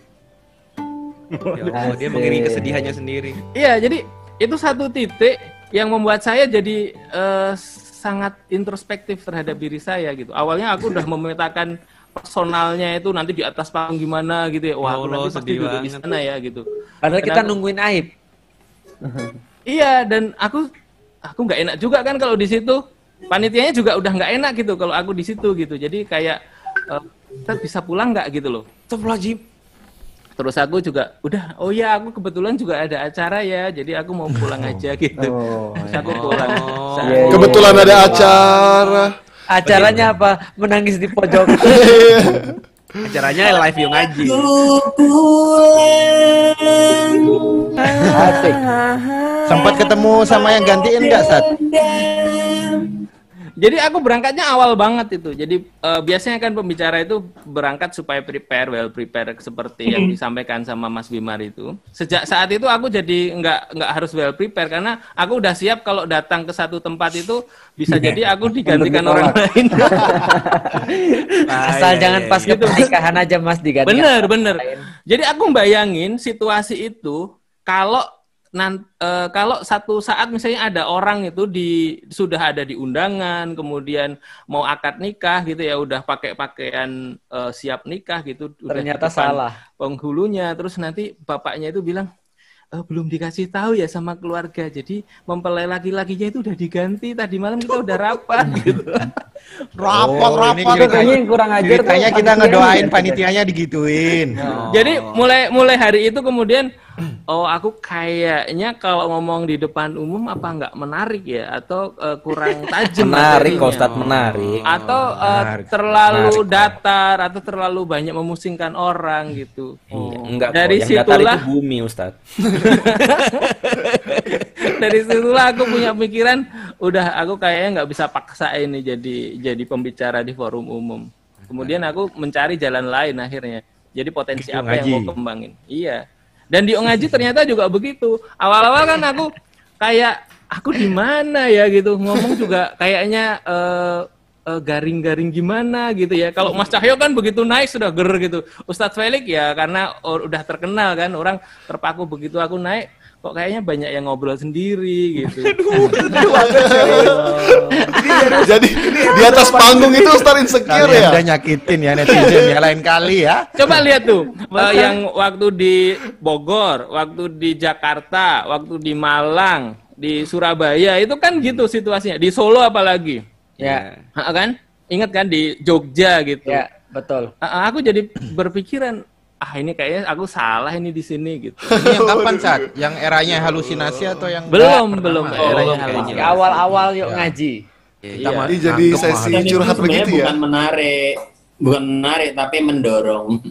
Ya Allah, dia mengiringi kesedihannya sendiri. Iya, jadi itu satu titik yang membuat saya jadi sangat introspektif terhadap diri saya gitu. Awalnya aku udah memetakan personalnya itu nanti di atas panggung gimana gitu ya. Wah, aku nanti pasti duduk di sana ya gitu. Padahal kita nungguin Aib. Iya, dan aku nggak enak juga kan kalau di situ. Panitianya juga udah nggak enak gitu kalau aku di situ gitu. Jadi kayak kita bisa pulang nggak gitu loh. Astagfirullahaladzim. Terus aku juga udah, oh ya aku kebetulan juga ada acara ya, jadi aku mau pulang aja gitu. Terus aku pulang. Kebetulan ada acara. Acaranya apa? Menangis di pojok. Acaranya live Yuk Ngaji. Asik. Sempat ketemu sama yang gantiin nggak, Sat? Jadi aku berangkatnya awal banget itu. Jadi biasanya kan pembicara itu berangkat supaya well prepare seperti yang disampaikan sama Mas Bimar itu. Sejak saat itu aku jadi nggak harus well prepare karena aku udah siap kalau datang ke satu tempat itu bisa jadi aku digantikan orang lain. Asal jangan pas ke pernikahan aja Mas digantikan. Bener. Jadi aku bayangin situasi itu kalau kalau satu saat misalnya ada orang itu sudah ada di undangan, kemudian mau akad nikah gitu ya, udah pakai pakaian siap nikah gitu, ternyata udah salah penghulunya, terus nanti bapaknya itu bilang belum dikasih tahu ya sama keluarga, jadi mempelai laki-lakinya itu udah diganti, tadi malam kita udah rapat gitu. Rapat. Kayaknya yang kurang ajar. Ceritanya kita ngedoain panitianya digituin. Jadi mulai hari itu kemudian aku kayaknya kalau ngomong di depan umum apa nggak menarik ya, atau kurang tajam. Menarik kok Ustadz, menarik. Atau terlalu datar, atau terlalu banyak memusingkan orang gitu. Enggak dari kok, yang datar situlah itu bumi Ustadz. dari situlah aku punya pikiran, udah aku kayaknya nggak bisa paksa ini jadi pembicara di forum umum. Kemudian aku mencari jalan lain akhirnya. Jadi potensi apa yang mau kembangin? Iya. Dan di Ngaji ternyata juga begitu. Awal-awal kan aku di mana ya gitu, ngomong juga kayaknya garing-garing gimana gitu ya. Kalau Mas Cahyo kan begitu naik sudah ger gitu. Ustadz Felix ya karena udah terkenal kan, orang terpaku begitu aku naik. Kok kayaknya banyak yang ngobrol sendiri gitu. Jadi di atas panggung itu Ustaz insecure ya. Udah nyakitin ya netizen ya lain kali ya. Coba lihat tuh yang waktu di Bogor, waktu di Jakarta, waktu di Malang, di Surabaya itu kan gitu situasinya. Di Solo apalagi. Ya. Kan? Ingat kan di Jogja gitu. Ya, betul. Aku jadi berpikiran ini kayaknya aku salah ini di sini gitu. Ini yang kapan Sat? Yang eranya halusinasi atau yang belum eranya halusinasi. Awal-awal Yuk Ngaji. Iya. Jadi sesi curhat begitu ya. Bukan menarik tapi mendorong.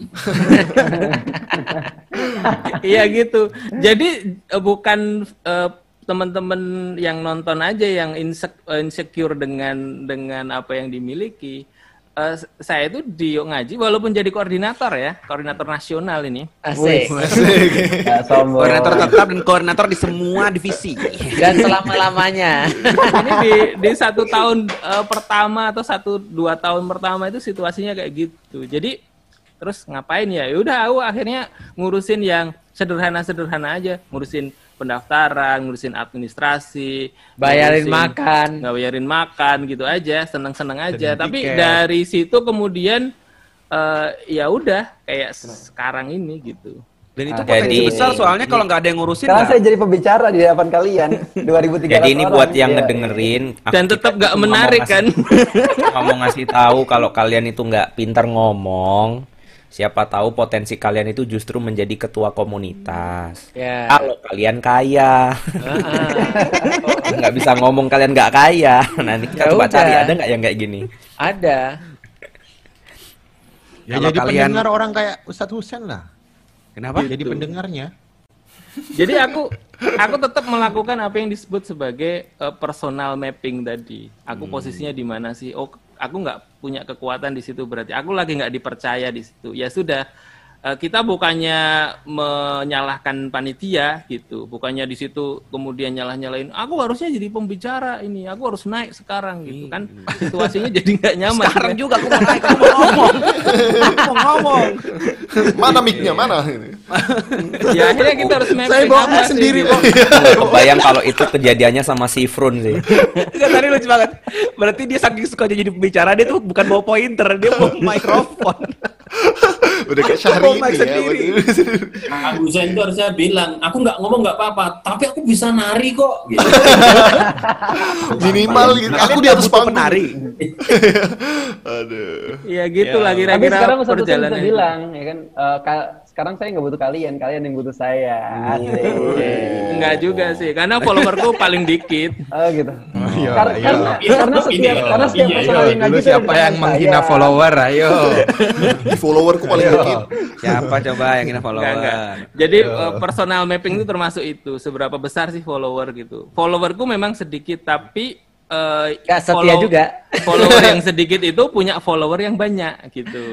Iya gitu. Jadi bukan teman-teman yang nonton aja yang insecure dengan apa yang dimiliki. Saya itu di Yuk Ngaji walaupun jadi koordinator nasional ini. Asik. Koordinator tetap dan koordinator di semua divisi. Dan selama-lamanya. Ini di 1 tahun pertama atau 1-2 tahun pertama itu situasinya kayak gitu. Jadi terus ngapain ya? Yaudah aku akhirnya ngurusin yang sederhana-sederhana aja, ngurusin pendaftaran, ngurusin administrasi, bayarin makan gitu aja, seneng-seneng aja. Tapi dari situ kemudian ya udah kayak sekarang ini gitu. Dan itu potensi Jadi- besar soalnya kalau nggak ada yang ngurusin Sekarang nggak. saya jadi pembicara di hadapan kalian 2.300 Jadi ini orang. buat yang Iya, ngedengerin. Dan tetap nggak menarik kan? Mau ngasih tahu kalau kalian itu nggak pintar ngomong, siapa tahu potensi kalian itu justru menjadi ketua komunitas. Ya. Kalau kalian kaya, nggak bisa ngomong kalian nggak kaya. Nanti kita Ya coba udah. cari ada nggak yang kayak gini. Ada. Ya Kalau jadi kalian- pendengar orang kayak Ustadz Husen lah. Kenapa? Jadi pendengarnya. Jadi aku tetap melakukan apa yang disebut sebagai personal mapping tadi. Aku posisinya di mana sih? Oh, aku nggak punya kekuatan di situ, berarti aku lagi nggak dipercaya di situ. Ya sudah, kita bukannya menyalahkan panitia gitu, bukannya di situ kemudian nyalah-nyalain. Aku harusnya jadi pembicara ini, aku harus naik sekarang gitu kan? Situasinya jadi nggak nyaman. Sekarang kan? juga aku mau naik, aku mau ngomong. Aku mau ngomong. Mana mic-nya? Mana ini? Ya akhirnya kita harus mapping. Saya bawa apa sih, sendiri gitu. kok. Kebayang kalau itu kejadiannya sama si Frun sih. Enggak, tadi lucu banget. Berarti dia saking suka jadi pembicara, dia tuh bukan bawa pointer, dia bawa mikrofon. Udah kayak Bawa mic Syahrini ya. sendiri. Kang Husain itu harusnya bilang, aku nggak ngomong nggak apa-apa, tapi aku bisa nari kok. Gitu. Minimal gitu. Kalian Aku di nggak atas butuh panggung. penari. Aduh. Ya gitu lah Tapi kira-kira sekarang Ustadz Husain bisa perjalanan. bilang, ya kan, sekarang saya nggak butuh kalian yang butuh saya. Asik. Enggak juga sih, karena followerku paling dikit. Oh gitu. Iya, Karena setiap Iya, personal yang Dulu ngaji tuh siapa ada yang saya. menghina follower? Ayo. Di followerku paling dikit. Siapa coba yang ini follower? Enggak. Jadi personal mapping itu termasuk itu. Seberapa besar sih follower gitu. Followerku memang sedikit, tapi Nggak setia juga. Follower yang sedikit itu punya follower yang banyak gitu.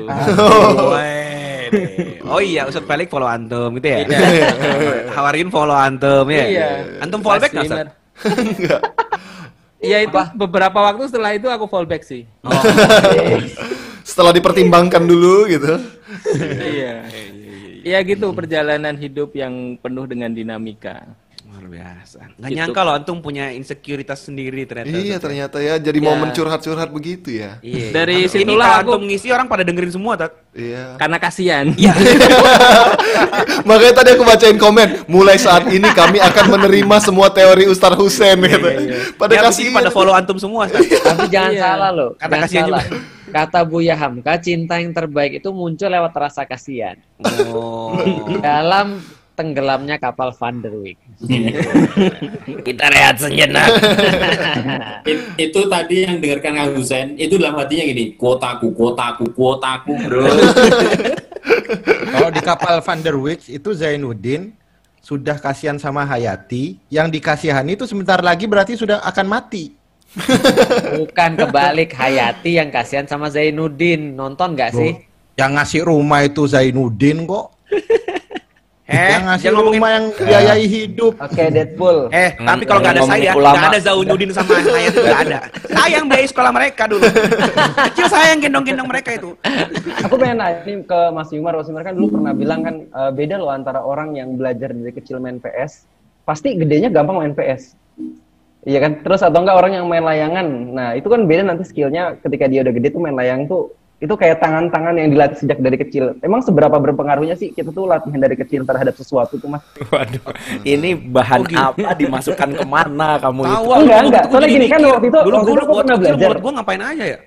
Oh iya, Ustadz Felix follow antum gitu ya? Hawarin follow antum ya? Iya. Antum fallback nggak, Mas Ustadz? Wimar. Iya itu beberapa waktu setelah itu aku fallback sih. Setelah dipertimbangkan dulu gitu. Iya. Iya gitu perjalanan hidup yang penuh dengan dinamika. Luar biasa. Nggak Gitu. nyangka loh antum punya insekuritas sendiri ternyata. Iya Ustadz. ternyata ya jadi Ya. momen curhat-curhat begitu ya. Iya. Dari Ini situlah kalau aku- antum ngisi orang pada dengerin semua, Tat. Iya. Karena kasihan. Makanya tadi aku bacain komen. Mulai saat ini kami akan menerima semua teori Ustadz Husain gitu. Pada Ya, abis kasih ini pada follow antum semua, Ustadz. Tapi jangan Iya. salah loh. Kata Jangan kasihan salah. Kata Buya Hamka, cinta yang terbaik itu muncul lewat rasa kasihan. Oh. Dalam tenggelamnya kapal Van der Wijk. Kita rehat sejenak. Itu tadi yang dengarkan Kang Husain, itu dalam hatinya gini, kuotaku, bro. Kalau di kapal Van der Wijk itu Zainuddin sudah kasihan sama Hayati, yang dikasihani itu sebentar lagi berarti sudah akan mati. Bukan kebalik, Hayati yang kasihan sama Zainuddin. Nonton nggak sih? Yang ngasih rumah itu Zainuddin kok. Yang ngasih jangan ngomongin rumah yang biayai hidup. Oke, Deadpool. tapi kalau nggak ada ngomongin saya, ulama. nggak ada Zainuddin sama Hayat itu nggak ada. Saya yang biayai sekolah mereka dulu. Kecil saya yang gendong-gendong mereka itu. Aku pengen nanya nih ke Mas Wimar. Mas Wimar kan dulu pernah bilang kan beda loh antara orang yang belajar dari kecil main PS, pasti gedenya gampang main PS. Iya kan? Terus atau enggak orang yang main layangan. Nah, itu kan beda nanti skillnya ketika dia udah gede tuh main layang tuh. Itu kayak tangan-tangan yang dilatih sejak dari kecil. Emang seberapa berpengaruhnya sih kita tuh latihan dari kecil terhadap sesuatu tuh, Mas? Waduh, ini bahan apa dimasukkan kemana kamu itu? Tahu, Enggak. Soalnya gini kan waktu itu dulu aku gua pernah belajar. Gue ngapain aja ya?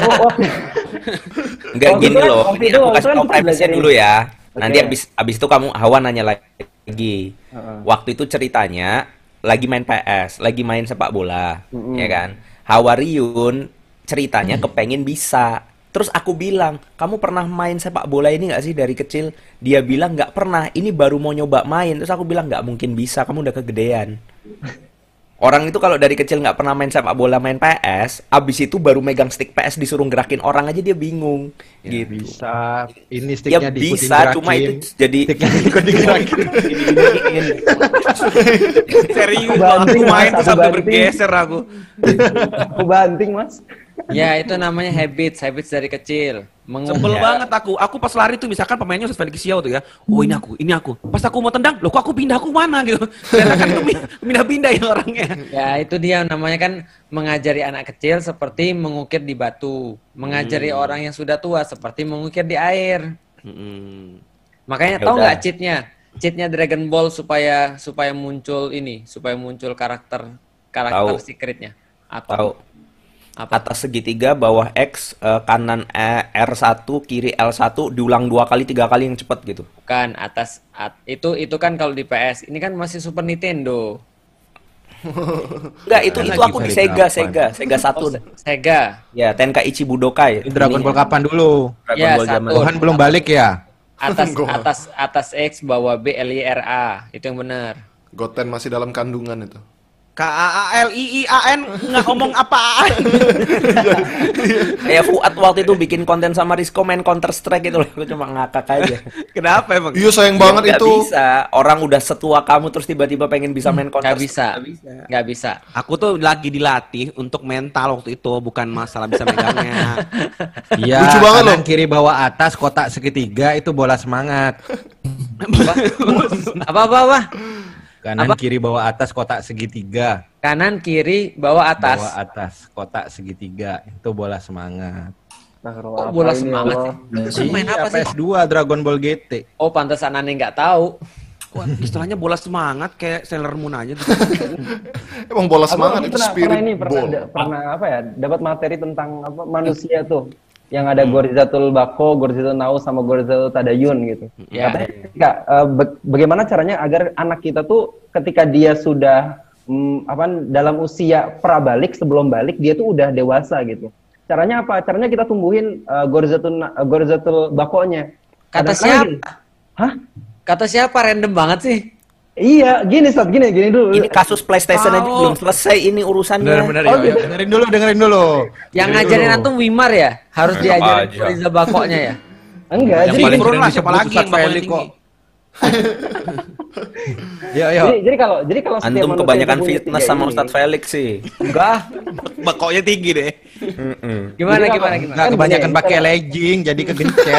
Enggak Waktu gini itu kan- loh. waktu Ini itu- aku waktu kasih kan tau kita premisnya belajarin. dulu ya. Nanti Oke. abis itu kamu Hawa nanya lagi. Waktu itu ceritanya lagi main PS, lagi main sepak bola, ya kan? Hawariun ceritanya kepengen bisa. Terus aku bilang, kamu pernah main sepak bola ini nggak sih dari kecil? Dia bilang nggak pernah. Ini baru mau nyoba main. Terus aku bilang nggak mungkin bisa. Kamu udah kegedean. Orang itu kalau dari kecil nggak pernah main sepak bola, main PS, abis itu baru megang stick PS disuruh gerakin orang aja dia bingung. gitu. Bisa. Ini Ya sticknya diikutin bisa, cuma itu jadi Sticknya ikut digerakin. Serius, Aku loh, aku banting, main Mas, tuh aku sampai banting. bergeser aku. Aku banting, Mas. Ya itu namanya habits dari kecil. Sebel banget aku. Aku pas lari tuh misalkan pemainnya Ustadz Felix Xiao tuh ya. Oh ini aku. Pas aku mau tendang, loh kok aku pindah aku mana gitu. Ternyata kan itu pindah-pindah ya orangnya. Ya itu dia namanya kan mengajari anak kecil seperti mengukir di batu, mengajari orang yang sudah tua seperti mengukir di air. Hmm. Makanya Ya tahu udah. nggak cheatnya? cheatnya Dragon Ball supaya muncul karakter Tahu. secretnya. Tahu. Apa? Atas segitiga, bawah X, kanan R1, kiri L1, diulang 2 kali, 3 kali yang cepet gitu. Bukan itu kan kalau di PS. Ini kan masih Super Nintendo. Enggak, itu Lagi aku di cari Sega Oh, Saturn. Sega. Ya, Tenkaichi Budokai. Ini Dragon Ball kapan dulu? Dragon Ya, Ball zaman. Saturn. Tuhan belum balik ya? Atas X, bawah B, LIRA. Itu yang benar. Goten masih dalam kandungan itu. KAALIIAN nggak ngomong apaan? Kayak Fuad waktu itu bikin konten sama Risco main Counter Strike gitu loh. Aku cuma ngakak aja. Kenapa emang? Iya sayang banget Nggak itu. bisa. Orang udah setua kamu terus tiba-tiba pengen bisa main Counter Nggak bisa. Strike. Nggak bisa. Aku tuh lagi dilatih untuk mental waktu itu, bukan masalah bisa megangnya. Iya, Lucu banget kanan loh. kiri bawah atas kotak segitiga itu bola semangat. Apa? Kanan Apa? kiri bawah atas kotak segitiga. Kanan, kiri, bawah, atas. Bawah atas kotak segitiga itu bola semangat. Kok bola semangat sih? Itu main apa sih? PS2 Dragon Ball GT. Oh, pantesan aneh nggak tahu. Wah, istilahnya bola semangat kayak Sailor Moon aja. Emang bola Aku semangat itu pernah spirit pernah ball. pernah apa ya? Dapat materi tentang apa manusia tuh. Yang ada Gorzatul Bako, Gorzatul Naus sama Gorzatul Tadayun gitu. Ya. Katanya bagaimana caranya agar anak kita tuh ketika dia sudah dalam usia prabalik sebelum balik dia tuh udah dewasa gitu. Caranya apa? Caranya kita tumbuhin Gorzatul Bakonya. Kata Kadang-kadang siapa? Hah? Kata siapa? Random banget sih. Iya, gini Sat, gini dulu. Ini kasus PlayStation aja belum selesai ini urusannya. Bener-bener Oh, yuk, gitu. dengerin dulu. Yang Dengerin ngajarin dulu. antum Wimar ya? Harus Enak diajarin aja. Riza Bakoknya ya? Enggak, Yang jadi paling Front keren lah, disebut siapa lagi Ustadz yang bakunya Felix tinggi? kok. Yo. jadi kalau setiap Antum manusia kebanyakan itu punya fitness tiga sama ini. Ustadz Felix sih. Enggak. Bakoknya tinggi deh. Gimana? Jadi Nggak Kan kebanyakan gini, pakai kalau- legging jadi kegencet.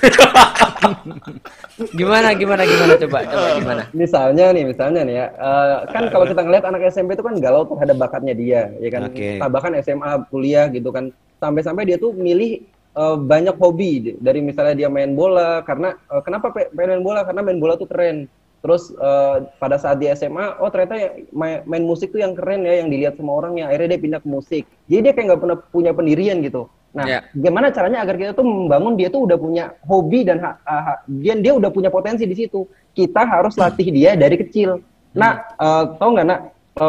Gimana? Coba gimana? Misalnya nih ya, kan kalau kita ngeliat anak SMP itu kan galau terhadap bakatnya dia, ya kan. Oke. Nah, bahkan SMA, kuliah gitu kan, sampai-sampai dia tuh milih banyak hobi dari misalnya dia main bola karena kenapa pengen main bola karena main bola tuh keren. Terus pada saat di SMA, oh ternyata main musik tuh yang keren ya, yang dilihat semua orang ya. Akhirnya dia pindah ke musik. Jadi dia kayak nggak pernah punya pendirian gitu. Nah, Ya. gimana caranya agar kita tuh membangun dia tuh udah punya hobi dan dia udah punya potensi di situ. Kita harus latih dia dari kecil. Nah, tau nggak nak?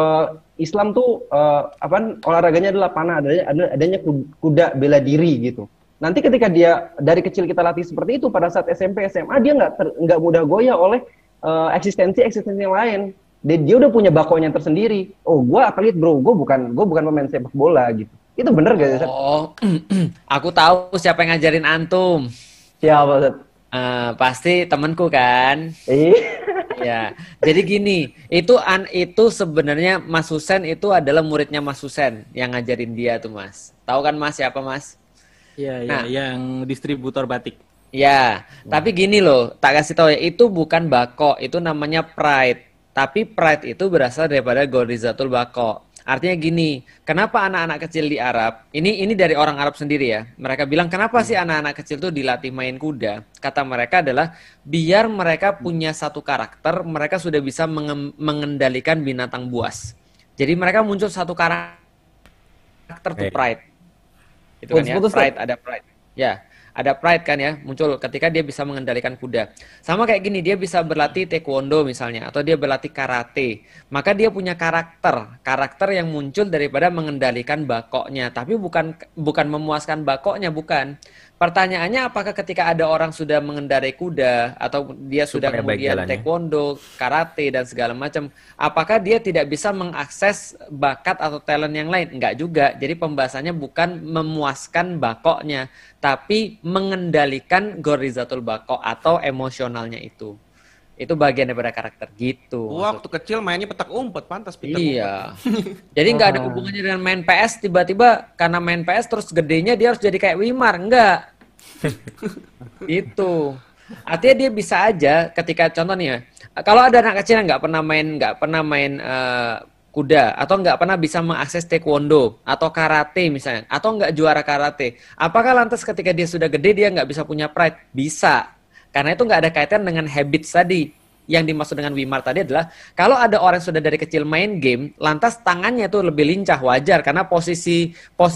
Islam tuh olahraganya adalah panah, adanya kuda bela diri gitu. Nanti ketika dia dari kecil kita latih seperti itu, pada saat SMP, SMA dia nggak mudah goyah oleh eksistensi yang lain. Dia udah punya bakonya tersendiri. Oh, gue atlet bro, gue bukan pemain sepak bola gitu. Itu bener gak sih? Sat? Oh, aku tahu siapa yang ngajarin antum. Siapa Sat? Pasti temanku kan. Ya, jadi gini, itu sebenarnya Mas Husen itu adalah muridnya Mas Husen yang ngajarin dia tuh Mas. Tahu kan Mas siapa Mas? Iya, Nah. yang distributor batik. Ya, tapi gini loh, tak kasih tahu ya, itu bukan bako, itu namanya pride. Tapi pride itu berasal daripada Gordizatul Bako. Artinya gini, kenapa anak-anak kecil di Arab, ini dari orang Arab sendiri ya, mereka bilang kenapa sih anak-anak kecil tuh dilatih main kuda? Kata mereka adalah biar mereka punya satu karakter, mereka sudah bisa mengendalikan binatang buas. Jadi mereka muncul satu karakter tuh pride. Itu kan ya, Putus, pride, ada pride. Ya, ada pride kan ya, muncul ketika dia bisa mengendalikan kuda. Sama kayak gini, dia bisa berlatih taekwondo misalnya, atau dia berlatih karate. Maka dia punya karakter yang muncul daripada mengendalikan bakoknya. Tapi bukan memuaskan bakoknya, bukan. Pertanyaannya apakah ketika ada orang sudah mengendarai kuda, atau dia sudah Supaya baik kemudian jalannya. taekwondo, karate, dan segala macam, apakah dia tidak bisa mengakses bakat atau talent yang lain? Enggak juga. Jadi pembahasannya bukan memuaskan bakoknya, tapi mengendalikan Gordizatul Bako atau emosionalnya itu. Itu bagian daripada karakter gitu. Waktu kecil mainnya petak umpet, pantas petak Iya. Jadi nggak ada hubungannya dengan main PS, tiba-tiba karena main PS terus gedenya dia harus jadi kayak Wimar, enggak. Itu. Artinya dia bisa aja ketika contohnya, kalau ada anak kecil yang nggak pernah main kuda atau nggak pernah bisa mengakses taekwondo atau karate misalnya, atau nggak juara karate, apakah lantas ketika dia sudah gede dia nggak bisa punya pride? Bisa. Karena itu nggak ada kaitan dengan habits tadi. yang dimaksud dengan Wimar tadi adalah kalau ada orang yang sudah dari kecil main game, lantas tangannya tuh lebih lincah, wajar karena posisi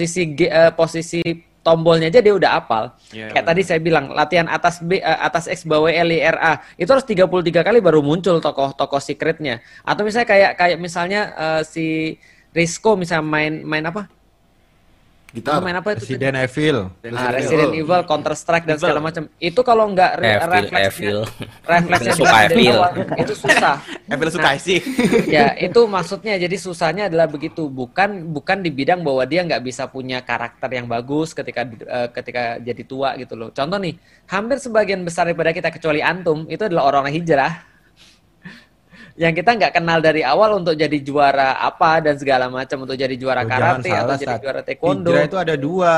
tombolnya aja dia udah hafal. Kayak tadi saya bilang latihan atas X bawah L I R A itu harus 33 kali baru muncul tokoh secretnya. Atau misalnya kayak misalnya si Risco misalnya main apa? Gitar. Main apa itu? Resident Evil. Resident Evil, Counter Strike dan segala macam. Itu kalau nggak refleksnya suka Evil. itu susah. Evil suka sih. Ya, itu maksudnya. Jadi susahnya adalah begitu. Bukan di bidang bahwa dia nggak bisa punya karakter yang bagus ketika jadi tua gitu loh. Contoh nih, hampir sebagian besar daripada kita kecuali antum itu adalah orang-orang hijrah. Yang kita nggak kenal dari awal untuk jadi juara apa dan segala macam, untuk jadi juara karate atau jadi juara taekwondo. Hijrah itu ada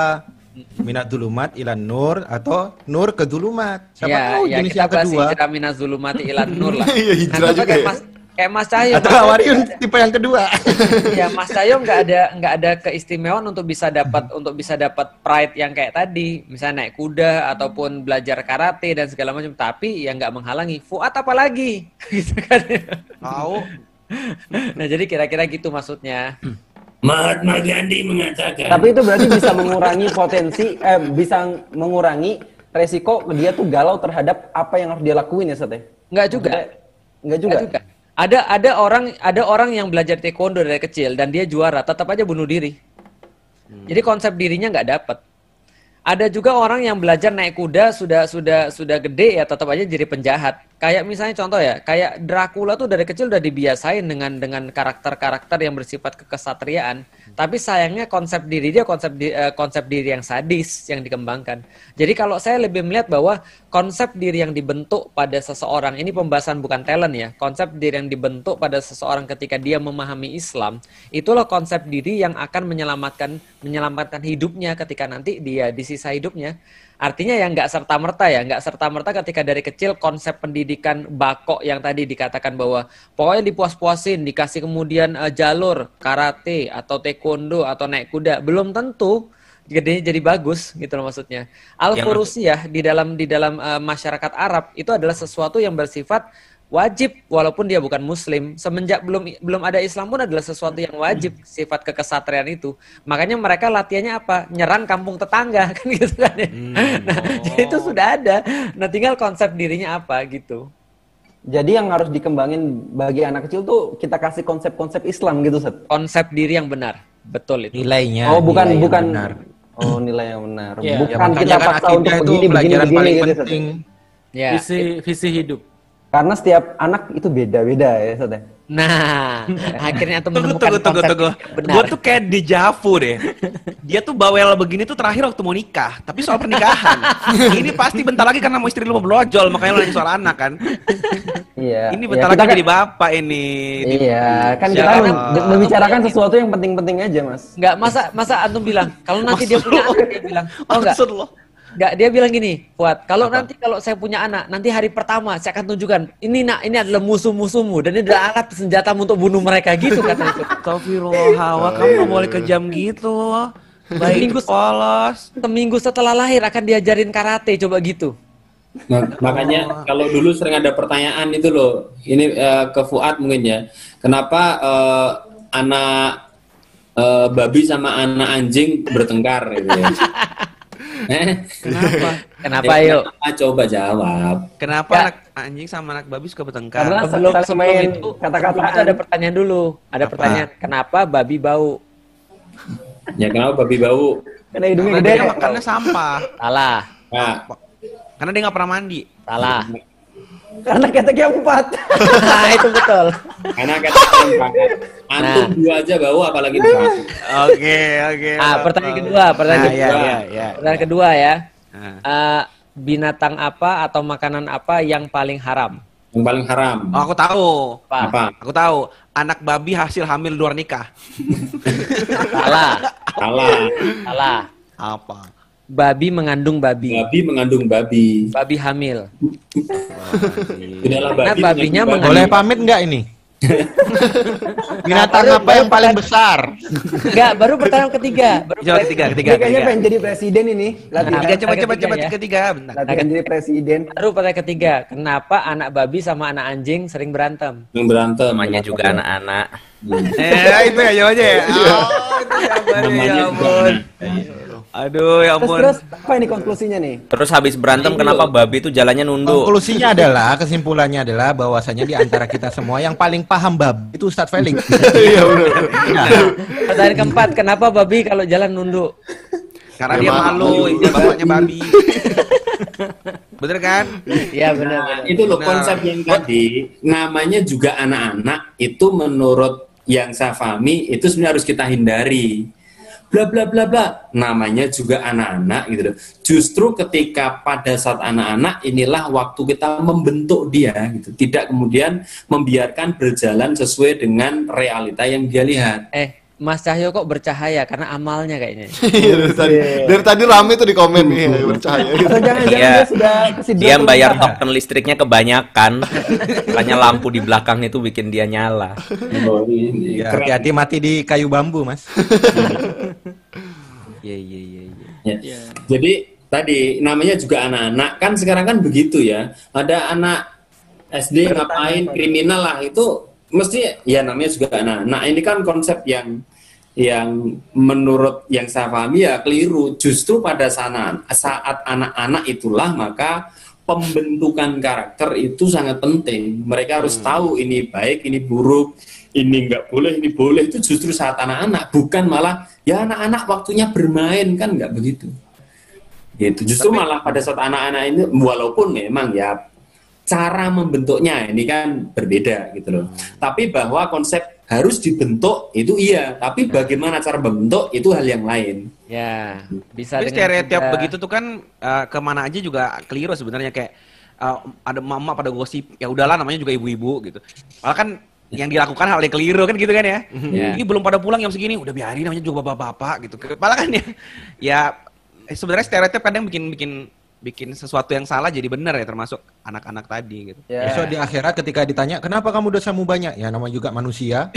2. Minat dulumat ilan nur atau nur ke dulumat. Siapa tahu jenis yang kedua. Hijrah minaz zulumati ilan nur lah. Iya, hijrah juga kayak Mas Cahyo. Atau Awariun tipe yang kedua. Ya, Mas Cahyo nggak ada keistimewaan untuk bisa dapat pride yang kayak tadi, misalnya naik kuda ataupun belajar karate dan segala macam. Tapi ya nggak menghalangi. Fuad apa lagi? Gitu kan? Tahu. Nah, jadi kira-kira gitu maksudnya. Mahatma Gandhi mengatakan. Tapi itu berarti bisa mengurangi bisa mengurangi resiko dia tuh galau terhadap apa yang harus dia lakuin ya, Sat? Enggak juga. Enggak juga. Ada orang yang belajar taekwondo dari kecil dan dia juara, tetap aja bunuh diri. Jadi konsep dirinya nggak dapet. Ada juga orang yang belajar naik kuda sudah gede ya tetap aja jadi penjahat. Kayak misalnya contoh ya, kayak Dracula tuh dari kecil udah dibiasain dengan karakter-karakter yang bersifat kekesatriaan. Tapi sayangnya konsep diri yang sadis yang dikembangkan. Jadi kalau saya lebih melihat bahwa konsep diri yang dibentuk pada seseorang, ini pembahasan bukan talent ya, konsep diri yang dibentuk pada seseorang ketika dia memahami Islam, itulah konsep diri yang akan menyelamatkan hidupnya ketika nanti dia di sisa hidupnya. Artinya ya nggak serta-merta ketika dari kecil konsep pendidikan bakok yang tadi dikatakan bahwa pokoknya dipuas-puasin, dikasih kemudian jalur karate atau taekwondo atau naik kuda, belum tentu gedenya jadi bagus gitu loh maksudnya. Al-Furusiyah di dalam masyarakat Arab itu adalah sesuatu yang bersifat wajib walaupun dia bukan muslim. Semenjak belum ada Islam pun adalah sesuatu yang wajib, sifat kekesatriaan itu. Makanya mereka latihannya apa? Nyerang kampung tetangga kan gitu kan ya. Jadi itu sudah ada. Nah, tinggal konsep dirinya apa gitu. Jadi yang harus dikembangin bagi anak kecil tuh kita kasih konsep-konsep Islam gitu, Sat. Konsep diri yang benar. Betul itu. Nilainya. Oh, bukan benar. Oh, nilai yang benar. Ya, Bukan ya, kita kan paksa untuk akidah itu begini pelajaran paling gitu, Sat. penting. Ya. Visi hidup. Karena setiap anak itu beda-beda ya, Sat. Nah, akhirnya tuh Tunggu. benar. Gue tuh kayak dejavu deh. Dia tuh bawel begini tuh terakhir waktu mau nikah. Tapi soal pernikahan. Ini pasti bentar lagi karena mau istri lu mau belojol. Makanya lu nanya soal anak kan. Iya. Ini bentar lagi jadi bapak ini. Iya, kan kita membicarakan sesuatu yang penting-penting aja, Mas. Enggak, masa antum bilang kalau nanti dia punya anak, dia bilang, "Oh enggak." Maksud lo? Enggak, dia bilang gini, Fuad, kalau saya punya anak, nanti hari pertama saya akan tunjukkan, ini adalah musuh-musuhmu dan ini adalah alat senjata untuk bunuh mereka gitu katanya. Astagfirullah, Hawa, kamu gak boleh kejam gitu. Baik polos. Seminggu setelah lahir akan diajarin karate, coba gitu. Nah, makanya kalau dulu sering ada pertanyaan itu loh, ini ke Fuad mungkin ya, kenapa anak babi sama anak anjing bertengkar gitu ya? Kenapa yuk? Coba jawab. Kenapa anak anjing sama anak babi suka bertengkar? Karena Sebelum itu ada pertanyaan dulu. Ada pertanyaan, kenapa babi bau? Ya kenapa babi bau? Karena hidungnya Karena gede. dia makannya sampah. Salah. Nah, Karena dia gak pernah mandi. Salah. Karena keteknya 4. Nah, itu betul. karena kata antum dua aja bau apalagi dua. Oke. Pertanyaan kedua. Ya. Pertanyaan kedua ya. Binatang apa atau makanan apa yang paling haram? Yang paling haram. Oh, aku tahu. Apa? Aku tahu. Anak babi hasil hamil luar nikah. Salah. Apa? Babi mengandung babi. Babi mengandung babi. Babi hamil. Sudahlah Karena babi babinya mengandung babi. Boleh pamit nggak ini? Binatang apa yang paling besar? Enggak, baru pertanyaan ketiga. Coba ketiga. Dia kayaknya pengen jadi presiden ini. Latihan. Coba ya. ketiga, bentar. Latihan jadi presiden. Baru pertanyaan ketiga, kenapa anak babi sama anak anjing sering berantem? Yang berantem. Namanya juga anak-anak. Itu ya jawabannya ya. Itu jawabannya, ya ampun. Aduh, ya ampun. Terus apa ini konklusinya nih? Terus habis berantem kenapa babi itu jalannya nunduk? Konklusinya adalah, kesimpulannya adalah bahwasanya di antara kita semua yang paling paham babi itu Ustadz Felix. Iya benar. Pertanyaan keempat, kenapa babi kalau jalan nunduk? Karena dia malu, dia bapaknya babi. Bener kan? Iya benar. Nah, itu loh konsep yang tadi namanya juga anak-anak itu menurut yang saya pahami itu sebenarnya harus kita hindari. Bla bla bla bla. Namanya juga anak-anak gitu loh. Justru ketika pada saat anak-anak inilah waktu kita membentuk dia gitu. Tidak kemudian membiarkan berjalan sesuai dengan realita yang dia lihat. Mas Cahyo kok bercahaya karena amalnya kayaknya. Iya dari tadi rame tuh di komen nih bercahaya. Atau jangan-jangan Iya. dia sudah kesidot Dia bayar usaha. token listriknya kebanyakan. Makanya lampu di belakang itu bikin dia nyala. Oh, ini Ya, keren. hati-hati mati di kayu bambu, Mas. Iya. Ya. Jadi tadi namanya juga anak-anak kan sekarang kan begitu ya. Ada anak SD ngapain kriminal lah itu mesti ya namanya juga anak-anak. Ini kan konsep yang menurut yang saya pahami ya keliru. Justru pada saat anak-anak itulah maka pembentukan karakter itu sangat penting. Mereka harus tahu ini baik, ini buruk, ini nggak boleh, ini boleh. Itu justru saat anak-anak, bukan malah ya anak-anak waktunya bermain, kan nggak begitu. Gitu. Justru malah pada saat anak-anak ini walaupun memang ya cara membentuknya ini kan berbeda gitu loh. Tapi bahwa konsep harus dibentuk itu iya, tapi bagaimana cara membentuk itu hal yang lain. Ya, bisa Tapi dengan stereotip tiga- begitu tuh kan kemana aja juga keliru sebenarnya, kayak ada mama pada gosip, ya udahlah namanya juga ibu-ibu gitu. Malah kan yang dilakukan hal yang keliru kan gitu kan ya. Ini belum pada pulang jam segini, udah biarin namanya juga bapak-bapak gitu. Malah kan ya sebenarnya stereotip kadang bikin sesuatu yang salah jadi benar ya, termasuk anak-anak tadi gitu. Ya. Besok di akhirat ketika ditanya, kenapa kamu dosamu banyak? Ya namanya juga manusia.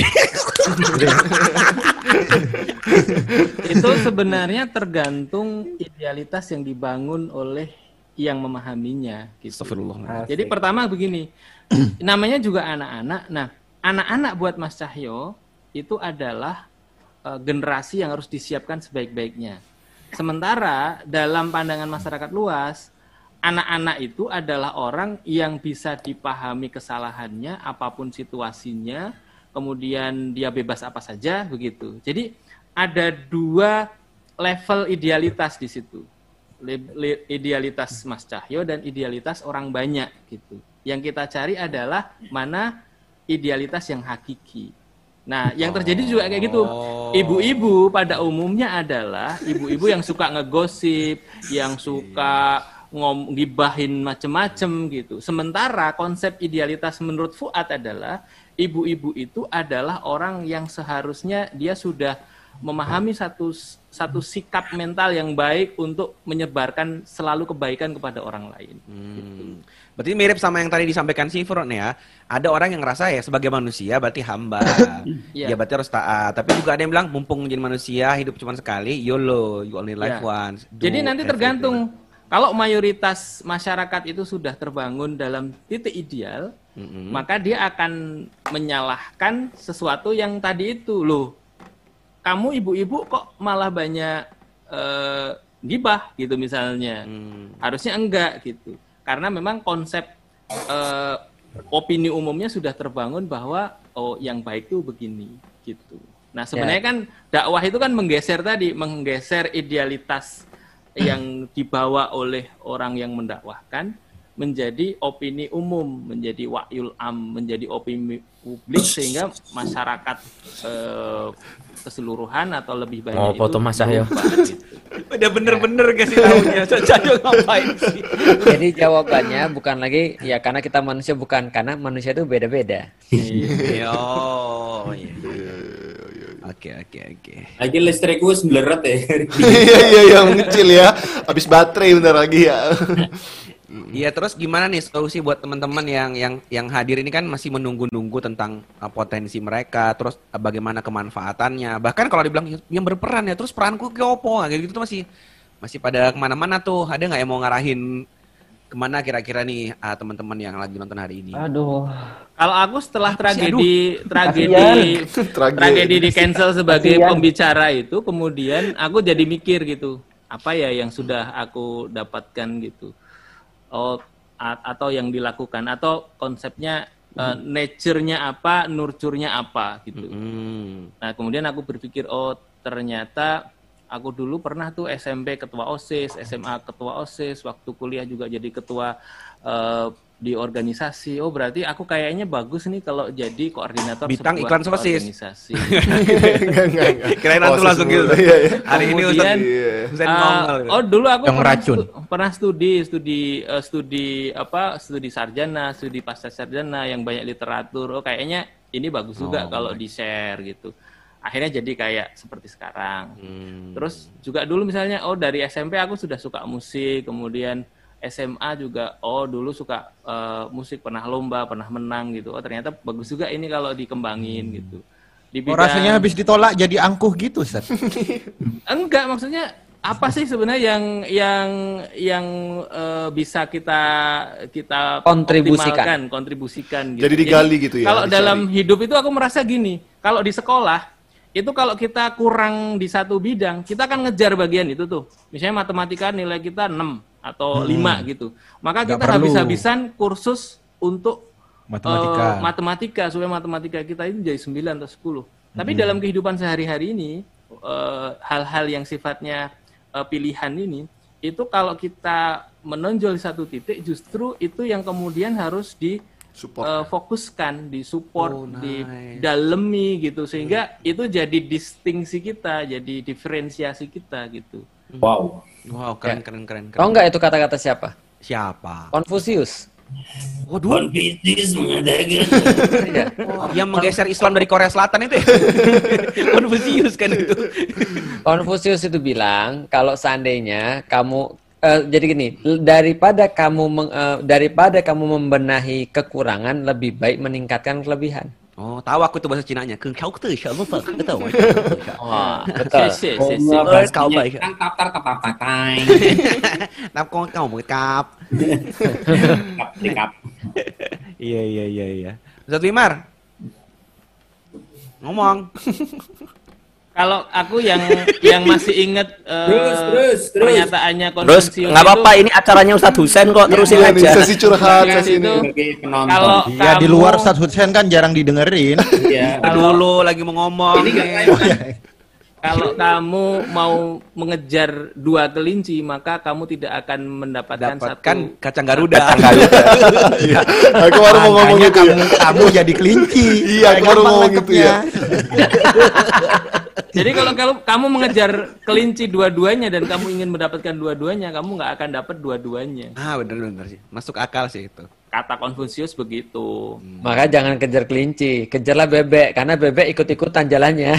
Itu sebenarnya tergantung idealitas yang dibangun oleh yang memahaminya gitu. Astagfirullah. Jadi pertama begini, namanya juga anak-anak. Nah, anak-anak buat Mas Cahyo itu adalah generasi yang harus disiapkan sebaik-baiknya. Sementara dalam pandangan masyarakat luas, anak-anak itu adalah orang yang bisa dipahami kesalahannya, apapun situasinya, kemudian dia bebas apa saja begitu. Jadi ada dua level idealitas di situ. Idealitas Mas Cahyo dan idealitas orang banyak gitu. Yang kita cari adalah mana idealitas yang hakiki. Nah, yang terjadi juga kayak gitu. Ibu-ibu pada umumnya adalah ibu-ibu yang suka ngegosip, yang suka gibahin macem-macem gitu. Sementara konsep idealitas menurut Fuad adalah ibu-ibu itu adalah orang yang seharusnya dia sudah memahami satu sikap mental yang baik untuk menyebarkan selalu kebaikan kepada orang lain. Gitu. Berarti mirip sama yang tadi disampaikan si Fron ya. Ada orang yang ngerasa ya sebagai manusia berarti hamba. Iya. Ya berarti harus taat. Tapi juga ada yang bilang mumpung menjadi manusia hidup cuma sekali, YOLO, you only live Ya. once. Do Jadi nanti everything. tergantung. Kalau mayoritas masyarakat itu sudah terbangun dalam titik ideal, maka dia akan menyalahkan sesuatu yang tadi itu. Loh, kamu ibu-ibu kok malah banyak gibah gitu misalnya. Harusnya enggak gitu. Karena memang konsep opini umumnya sudah terbangun bahwa oh yang baik itu begini gitu. Nah, sebenarnya kan dakwah itu kan menggeser idealitas yang dibawa oleh orang yang mendakwahkan menjadi opini umum, menjadi wa'yul am, menjadi opini publik sehingga masyarakat keseluruhan atau lebih banyak itu foto Mas Cahyo. berubah, gitu. Udah bener-bener kasih tahunya. Cahyo ngapain sih? Jadi jawabannya bukan lagi ya karena kita manusia, bukan, karena manusia itu beda-beda. Oh, iya. Oke. Lagi listrik gue sembleret ya. Iya yang kecil ya. Habis baterai bentar lagi ya. Iya, terus gimana nih solusi buat teman-teman yang hadir ini kan masih menunggu-nunggu tentang potensi mereka, terus bagaimana kemanfaatannya. Bahkan kalau dibilang yang berperan ya, terus peranku ke opo, gitu tuh masih pada kemana-mana tuh. Ada nggak yang mau ngarahin kemana kira-kira nih teman-teman yang lagi nonton hari ini? Aduh. Kalau aku setelah tragedi di cancel sebagai Kasian. pembicara itu, kemudian aku jadi mikir gitu, apa ya yang sudah aku dapatkan gitu, atau yang dilakukan, atau konsepnya nature-nya apa, nurture-nya apa gitu. Nah kemudian aku berpikir, oh ternyata aku dulu pernah tuh SMP ketua OSIS, SMA ketua OSIS, waktu kuliah juga jadi ketua di organisasi. Oh berarti aku kayaknya bagus nih kalau jadi koordinator Bintang sebuah iklan sosis. organisasi. Enggak. Kirain antum langsung gitu. Iya, iya. Hari ini Kemudian, Ustaz ngomel gitu. oh dulu aku Yang racun. pernah studi sarjana, studi pasca sarjana yang banyak literatur. Oh kayaknya ini bagus juga kalau di-share gitu. Akhirnya jadi kayak seperti sekarang. Terus juga dulu misalnya, oh dari SMP aku sudah suka musik, kemudian SMA juga, oh dulu suka musik, pernah lomba, pernah menang gitu. Oh ternyata bagus juga ini kalau dikembangin gitu. Di Rasanya habis ditolak jadi angkuh gitu, Ustaz. Enggak, maksudnya apa sih sebenarnya yang bisa kita kontribusikan gitu. Jadi digali gitu ya. Kalau dicari. dalam hidup itu aku merasa gini, kalau di sekolah itu kalau kita kurang di satu bidang, kita akan ngejar bagian itu tuh. Misalnya matematika nilai kita 6 atau 5 gitu. Maka Nggak kita perlu. habis-habisan kursus untuk Matematika. supaya matematika kita itu jadi 9 atau 10. Tapi dalam kehidupan sehari-hari ini, hal-hal yang sifatnya pilihan ini, itu kalau kita menonjol di satu titik, justru itu yang kemudian harus fokuskan, disupport, didalemi gitu, sehingga itu jadi distingsi kita, jadi diferensiasi kita gitu. Wow. Wow, keren. Tahu nggak itu kata-kata siapa? Siapa? Confucius. Waduh, Confucius mengatakan. yang menggeser Islam dari Korea Selatan itu ya? Confucius kan itu. Confucius itu bilang kalau seandainya kamu jadi gini, daripada kamu membenahi kekurangan, lebih baik meningkatkan kelebihan. Oh, tahu aku itu bahasa Cinanya. Kau tuh siapa Pak? Tahu. Wah, betul. Kau mau kap. Iya. Ustaz Wimar. Ngomong. Kalau aku yang masih ingat Terus. pernyataannya Terus Confucius nggak apa-apa, ini acaranya Ustadz Husen kok, terusin Ini aja. sesi curhat sesi itu, ini. kalau Ya di luar Ustaz Hussein kan jarang didengerin. Ya. Dulu lagi mau ngomong. Ini kalau kamu mau mengejar 2 kelinci, maka kamu tidak akan mendapatkan satu. Kacang Garuda. Iya. Aku baru mau ngomong gitu ya. Kamu jadi kelinci. Iya, aku baru ngomong gitu ya. Jadi kalau kamu mengejar kelinci dua-duanya dan kamu ingin mendapatkan dua-duanya, kamu nggak akan dapat dua-duanya. Ah, benar sih. Masuk akal sih itu. Kata Confucius begitu. Maka jangan kejar kelinci, kejarlah bebek karena bebek ikut-ikutan jalannya.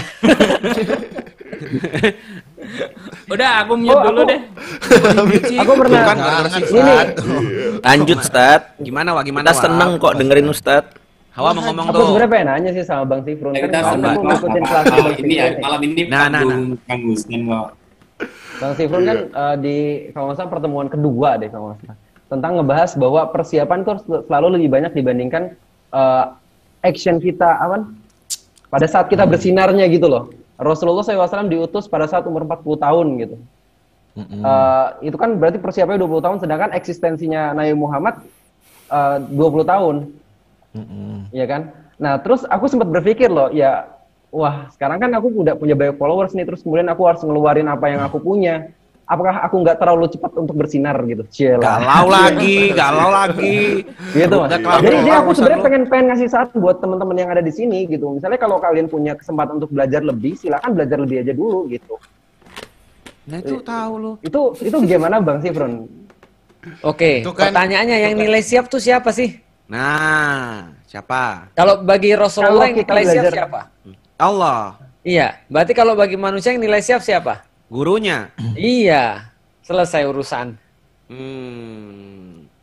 Udah, aku mute dulu deh. Aku pernah Bukan gara-gara si ini Lanjut, Ustadz. Gimana Kita seneng kok dengerin Ustadz. Hawa mau ngomong aku tuh. sebenarnya pengen nanya sih sama Bang Sifrun. kita Kan senang aku ngikutin kelas malam Bang ini ya, Sifrun. malam ini Nah. Kang Hussein kok. Bang Sifrun kan di kalau nggak salah pertemuan kedua deh kalau nggak salah, tentang ngebahas bahwa persiapan itu harus selalu lebih banyak dibandingkan action kita pada saat kita bersinarnya gitu loh. Rasulullah SAW diutus pada saat umur 40 tahun gitu. Itu kan berarti persiapannya 20 tahun, sedangkan eksistensinya Nabi Muhammad 20 tahun. Iya kan? Nah, terus aku sempat berpikir loh, ya wah, sekarang kan aku udah punya banyak followers nih, terus kemudian aku harus ngeluarin apa yang aku punya. Apakah aku nggak terlalu cepat untuk bersinar gitu? Galau lagi. Gitu Mas. Udah kelar- Jadi aku sebenarnya urusan pengen ngasih saran buat teman-teman yang ada di sini gitu. Misalnya kalau kalian punya kesempatan untuk belajar lebih, silakan belajar lebih aja dulu gitu. Nah itu tahu lu. Itu gimana Bang Sifrun? Oke, Itu kan- pertanyaannya yang nilai siap tuh siapa sih? Nah, siapa? Kalau bagi Rasulullah yang Kalau kita nilai siap belajar- siapa? Allah, Iya, berarti kalau bagi manusia yang nilai siap siapa? gurunya. Iya, selesai urusan.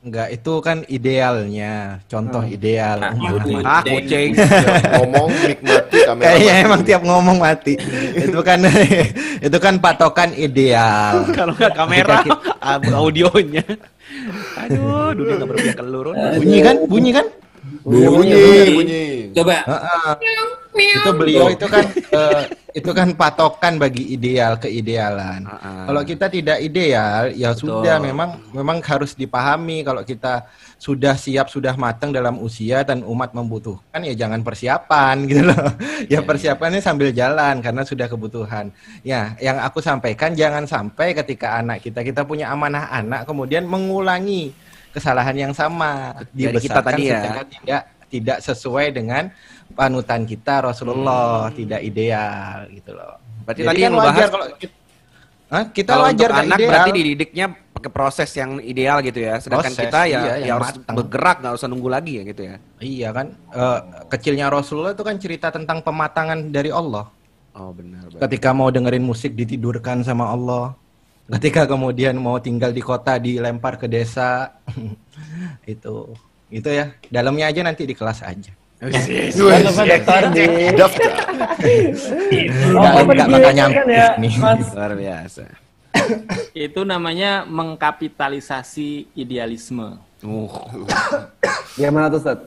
Enggak, itu kan idealnya, contoh ideal. Kucing. Ngomong nikmati kamera. Kayaknya mati. emang tiap ngomong mati. Itu kan itu kan patokan ideal. Kalau nggak kamera, audionya. Aduh, dunia nggak berpihak ke lu, Ron. Bunyi kan? Bunyi kan? Bunyi. Coba. Itu beliau itu kan patokan bagi ideal, keidealan. Kalau kita tidak ideal, ya sudah memang harus dipahami kalau kita sudah siap, sudah matang dalam usia dan umat membutuhkan, ya jangan persiapan gitu loh. Ya persiapannya sambil jalan karena sudah kebutuhan. Ya, yang aku sampaikan jangan sampai ketika anak kita punya amanah anak kemudian mengulangi kesalahan yang sama, Dari kita dibesarkan tadi ya. secara tidak sesuai dengan panutan kita Rasulullah, tidak ideal gitu loh. Berarti Jadi tadi kan yang lu wajar bahas, kalau kita kalau wajar untuk nggak anak ideal. berarti dididiknya pakai proses yang ideal gitu ya. Sedangkan Proses, kita iya, ya yang harus matang. bergerak, nggak usah nunggu lagi ya gitu ya. Iya kan, kecilnya Rasulullah itu kan cerita tentang pematangan dari Allah. Oh benar. Ketika mau dengerin musik ditidurkan sama Allah. Ketika kemudian mau tinggal di kota dilempar ke desa. itu ya. Dalamnya aja nanti di kelas aja. Jangan lupa daftar di Daftar. Enggak bakal nyampe kan ya, nih. Mas. Luar biasa. Itu namanya mengkapitalisasi idealisme. Gimana tuh, Ustaz?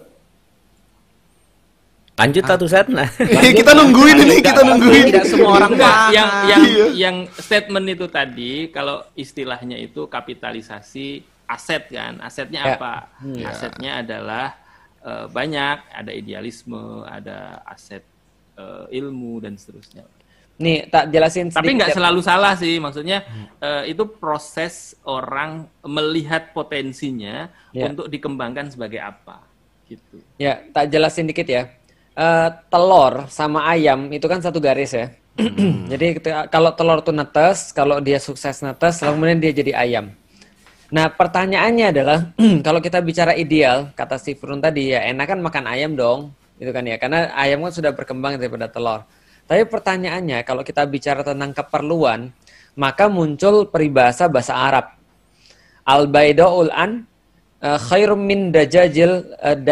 Lanjut satu set nah. Kita nungguin ini, kita nungguin. Tidak semua orang Enggak, paham. yang statement itu tadi kalau istilahnya itu kapitalisasi aset kan. Asetnya Ya. apa? Asetnya adalah banyak, ada idealisme, ada aset ilmu dan seterusnya. Nih, tak jelasin Tapi sedikit. nggak ya. selalu salah sih, maksudnya itu proses orang melihat potensinya Ya. untuk dikembangkan sebagai apa, gitu. Ya, tak jelasin dikit ya. Telur sama ayam itu kan satu garis ya. Jadi kalau telur tuh netes, kalau dia sukses netes, lalu kemudian dia jadi ayam. Nah, pertanyaannya adalah kalau kita bicara ideal, kata si Furun tadi ya enakan makan ayam dong, gitu kan ya, karena ayam kan sudah berkembang daripada telur. Tapi pertanyaannya kalau kita bicara tentang keperluan, maka muncul peribahasa bahasa Arab. Al-baida'ul an khairum min dajajil